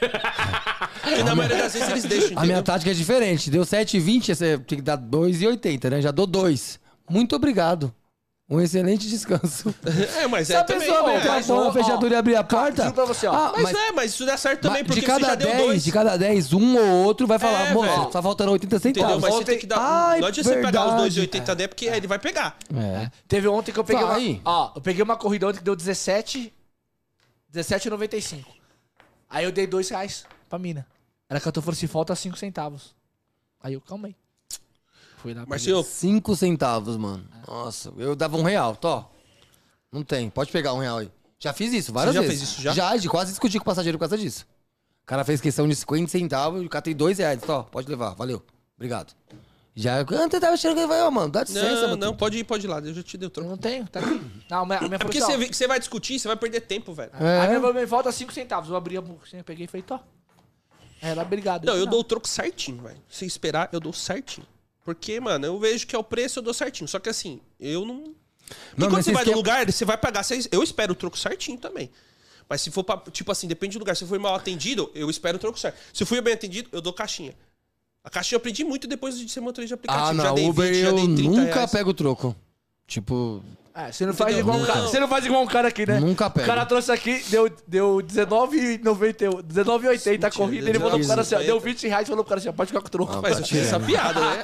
Porque na maioria das vezes eles deixam, A entendeu? minha tática é diferente. Deu sete e vinte, você tem que dar dois e oitenta, né? Já dou dois. Muito obrigado. Um excelente descanso. É, mas Se é a também... pessoa é, meter a mas- mão na ó, fechadura e abrir a porta... juro pra você, ó. Ah, Mas, mas, é, mas isso dá certo também, mas porque de você já cada deu dez, dois. de cada dez, um ou outro vai falar, É, moço, velho. tá faltando oitenta Entendeu? centavos. Mas você Ontem- tem que dar... Ai, não adianta você pegar os dois e verdade. oitenta D, porque aí ele vai pegar. É. Teve ontem que eu peguei Vai. uma... Ó, eu peguei uma corrida ontem que deu dezessete... dezessete e noventa e cinco. Aí eu dei dois reais pra mina. Ela cantou, falou assim, falta cinco centavos. Aí eu, calma aí. Fui lá, peguei. Marcinho, Cinco centavos, mano. Nossa, eu dava um real, tô. Não tem, pode pegar um real aí. Já fiz isso várias Você já vezes. fez isso já? Já, de quase discuti com o passageiro por causa disso. O cara fez questão de cinquenta centavos, eu catei dois reais. Tó, pode levar, valeu. Obrigado. Já, antes eu tava achando que ele vai, ó, mano, dá licença, não, mano. não, pode ir, pode ir lá, eu já te dei o Eu troco. não tenho, tá aqui. Não, a minha, a minha É porque falou você, assim, vê que você vai discutir, você vai perder tempo, velho. ó, a minha É. falou, me falta cinco centavos. Eu abri a bolsinha, peguei e falei, tó. Aí ela, obrigado. Não, eu falei, dou o troco certinho, velho. Se esperar, eu dou certinho. Porque, mano, eu vejo que é o preço, eu dou certinho. Só que assim, eu não... Porque Não, quando mas você vai no esquema- lugar, você vai pagar, você- eu espero o troco certinho também. Mas se for pra, tipo assim, depende do lugar. Se eu fui mal atendido, eu espero o troco certo. Se eu fui bem atendido, eu dou caixinha. A caixinha eu aprendi muito depois de ser motorista de aplicativo. Ah, já na dei Uber vinte, já eu dei trinta nunca reais. pego o troco. Tipo, É, você não faz Entendeu? igual um cara. Não. Você não faz igual um cara aqui, né? Nunca O pego. cara trouxe aqui, deu, deu dezenove e noventa e um, dezenove e oitenta a Mentira, corrida, ele falou pro cara assim, ó, dezenove e deu vinte reais e falou pro cara assim, ó, pode ficar com o troco. Ah, Mas eu tinha essa piada, né?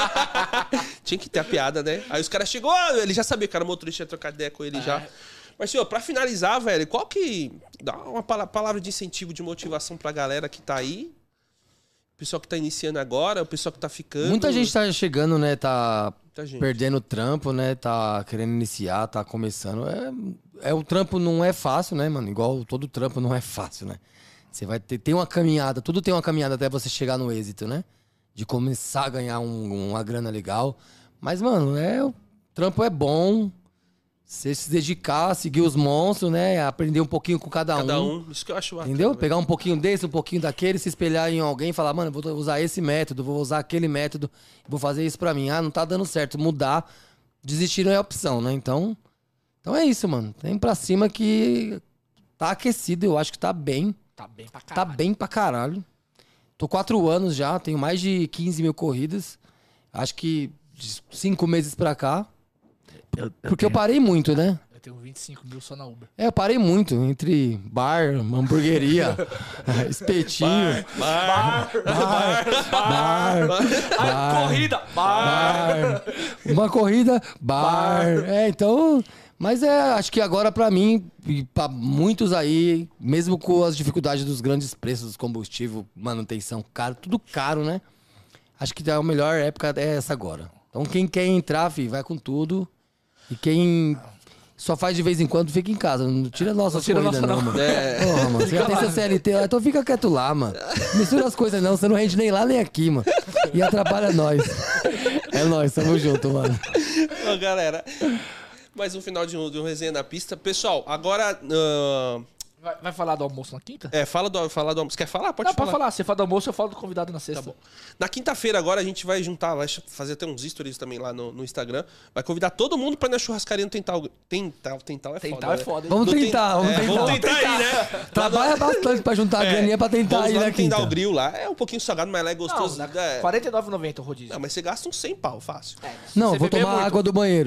Tinha que ter a piada, né? Aí os caras chegou, ah, ele já sabia que era motorista, ia trocar ideia com ele já. Mas, senhor, pra finalizar, velho, qual que... Dá uma pala- palavra de incentivo, de motivação pra galera que tá aí. O pessoal que tá iniciando agora, o pessoal que tá ficando. muita gente tá chegando, né, tá Muita gente. perdendo o trampo, né, tá querendo iniciar, tá começando. É, é um trampo não é fácil, né, mano? Igual todo trampo não é fácil, né? Você vai ter, tem uma caminhada, tudo tem uma caminhada até você chegar no êxito, né? De começar a ganhar um- uma grana legal. Mas, mano, é, o trampo é bom. Você se dedicar, seguir os monstros, né? Aprender um pouquinho com cada, Cada um. um. Isso que eu acho bacana, Entendeu? velho. Pegar um pouquinho desse, um pouquinho daquele, se espelhar em alguém e falar, mano, eu vou usar esse método, vou usar aquele método, vou fazer isso pra mim. Ah, não tá dando certo. Mudar, desistir não é opção, né? Então, então é isso, mano. Tem pra cima que tá aquecido, eu acho que tá bem. Tá bem pra Tá caralho. bem pra caralho. Tô quatro anos já, tenho mais de quinze mil corridas. Acho que de cinco meses pra cá. Porque eu parei muito, né? Eu tenho vinte e cinco mil só na Uber. É, eu parei muito entre bar, hamburgueria, espetinho, Bar, bar, bar, Ai, corrida! Bar. bar, uma corrida, bar. É, então, mas é, acho que agora pra mim e pra muitos aí, mesmo com as dificuldades dos grandes preços dos combustíveis, manutenção caro, tudo caro, né? Acho que a melhor época é essa agora. Então quem quer entrar, filho, vai com tudo. E quem só faz de vez em quando, fica em casa. Não tira nossa Não tira corrida, nossa, não, não. mano. É. Porra, mano. Você já tem seu C L T lá, então fica quieto lá, mano. Mistura as coisas não, você não rende nem lá nem aqui, mano. E atrapalha nós. É nós, tamo junto, mano. Ô, galera, mais um final de um, de um resenha na pista. Pessoal, agora... ah, Vai, vai falar do almoço na quinta? é, fala do, fala do almoço. Quer falar? Pode Não, falar. pode falar. Você fala do almoço, eu falo do convidado na sexta. Tá bom. Na quinta-feira agora a gente vai juntar, vai fazer até uns stories também lá no, no Instagram. Vai convidar todo mundo pra ir na churrascaria no Tental. Tental, Tental é Tentar foda, é né? foda, hein? Vamos No Ten- tentar, vamos é, tentar. Vamos tentar aí, né? Trabalha bastante pra juntar a graninha pra tentar Vamos ir lá na no Tendal quinta. Grill lá. É um pouquinho salgado, mas lá é gostoso. Não, é. quarenta e nove reais e noventa centavos o rodízio. Não, mas você gasta uns cem pau, fácil. Se Não, você vou beber tomar muito. água do banheiro.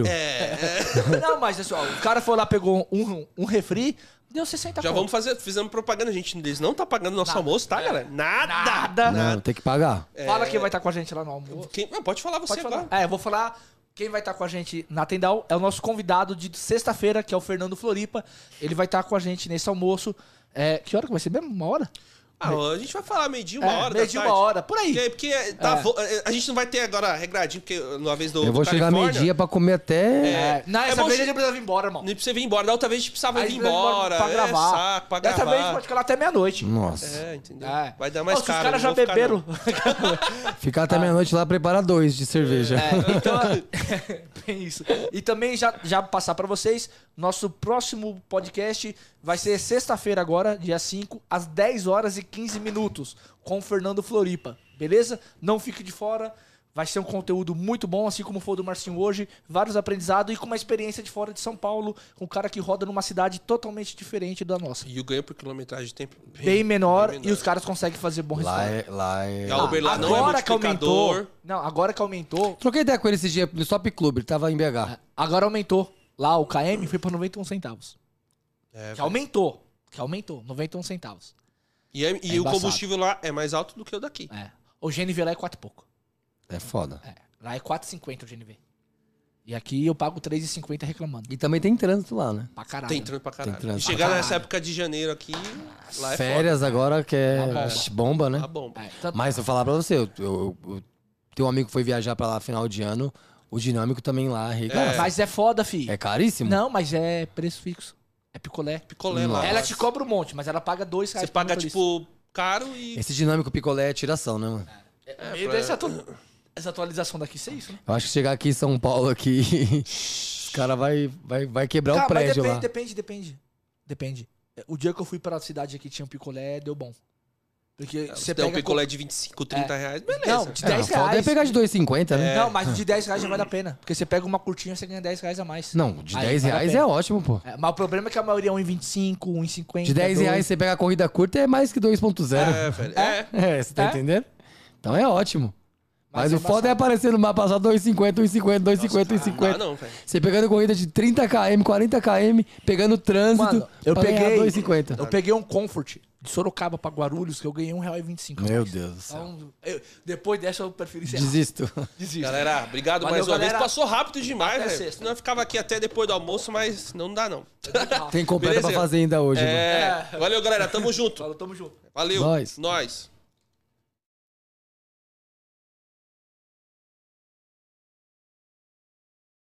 Não, mas assim, ó, o cara foi lá, pegou um, um refri, deu sessenta Já conto. vamos fazer, fizemos propaganda. A gente eles não tá pagando nosso Nada. almoço, tá, galera? Nada! Nada. Não, tem que pagar. Fala quem vai estar com a gente lá no almoço. Quem- ah, pode falar você Pode falar. agora. É, eu vou falar. Quem vai estar com a gente na Tendal é o nosso convidado de sexta-feira, que é o Fernando Floripa. Ele vai estar com a gente nesse almoço. É, que hora que vai ser mesmo? Uma hora? Ah, a gente vai falar meio-dia, uma É, hora meio da de tarde. uma hora, por aí. Porque, porque tá É. vo- a gente não vai ter agora regradinho, porque uma vez do Eu vou do chegar Califórnia, meio-dia pra comer até. É, não, É essa bom vez che- ele precisa vir embora, irmão. Nem pra você vir embora. Da outra vez a gente precisava Aí vir ele precisa vir embora. pra é, gravar. saco, pra Dessa gravar. vez a gente pode ficar lá até meia-noite. Nossa. É, entendeu? É. Vai dar mais Ó, se caro. os caras não já vou ficar, beberam. não. Ficar até meia-noite lá, prepara dois de cerveja. É, então, bem isso. E também já, já passar pra vocês, nosso próximo podcast vai ser sexta-feira agora, dia cinco, às dez horas e quinze minutos, com o Fernando Floripa, beleza? Não fique de fora, Vai ser um conteúdo muito bom, assim como foi o do Marcinho hoje. Vários aprendizados e com uma experiência de fora de São Paulo. Um cara que roda numa cidade totalmente diferente da nossa. E o ganho por quilometragem de tempo bem, Bem menor, bem e os caras conseguem fazer bom Lá resultado. é. Lá é... E a Uber lá não é agora que multiplicador. aumentou. Não, agora que aumentou. Troquei ideia com ele esse dia no Stop Club, ele tava em B H. Agora aumentou. Lá o K M foi pra noventa e um centavos. É, Que velho. aumentou. Que aumentou. noventa e um centavos. E, é- e É o embaçado. combustível lá é mais alto do que o daqui. É. O G N V lá é quatro e pouco. É foda. É. Lá é quatro e cinquenta o G N V. E aqui eu pago três e cinquenta reclamando. E também tem trânsito lá, né? Pra caralho. Tem trânsito pra caralho. Tem trânsito e chegar pra nessa caralho. época de janeiro aqui, lá é Férias agora que é Uma bomba. Ixi, bomba, né? foda. Tá bom. É, tanto- Mas eu vou falar pra você, eu, eu, eu tenho um amigo que foi viajar pra lá final de ano, o dinâmico também lá, arregaça. Mas é foda, fi. É caríssimo? Não, mas é preço fixo. É picolé. Picolé lá. Ela te cobra um monte, mas ela paga dois reais Você paga, por motorista. tipo, caro e... Esse dinâmico picolé é tiração, né, mano? É, meio dessa atu- essa atualização daqui ser isso, né? Eu acho que chegar aqui em São Paulo aqui, os caras vai, vai, vai quebrar Cara, o prédio mas lá. depende, depende, depende. Depende. O dia que eu fui pra cidade aqui tinha um picolé, deu bom. Porque Você você tem pega... um picolé de vinte e cinco, trinta reais, beleza. Não, de É, dez a foda é reais. pegar de dois e cinquenta, né? Não, mas o de dez reais já vale a pena. Porque você pega uma curtinha, você ganha dez reais a mais. Não, de Aí, dez vale a reais pena. é ótimo, pô. É, mas o problema é que a maioria é um e vinte e cinco, um e cinquenta. De dez reais você pega a corrida curta é mais que dois ponto zero. É, velho. É. É, você tá É? entendendo? Então é ótimo. Mas, Mas é o foda é embaçado. aparecer no mapa só dois e cinquenta, um e cinquenta, dois e cinquenta, um e Ah, cinquenta. não, velho. Você pegando corrida de trinta quilômetros, quarenta quilômetros, pegando trânsito, Mano, eu pra ganhar peguei. dois e cinquenta. Eu peguei um Comfort de Sorocaba pra Guarulhos, que eu ganhei um real e vinte e cinco. Meu Deus do céu. Então, eu- depois dessa eu prefiro encerrar. Desisto. Desisto. Galera, obrigado Valeu, mais uma galera. vez. Passou rápido demais, Até velho. sexta. Senão eu ficava aqui até depois do almoço, mas não dá, não. Tem completa Beleza? pra fazer ainda hoje, mano. É. Valeu, galera. Tamo junto. Falou, tamo junto. Valeu. Nós. Nós.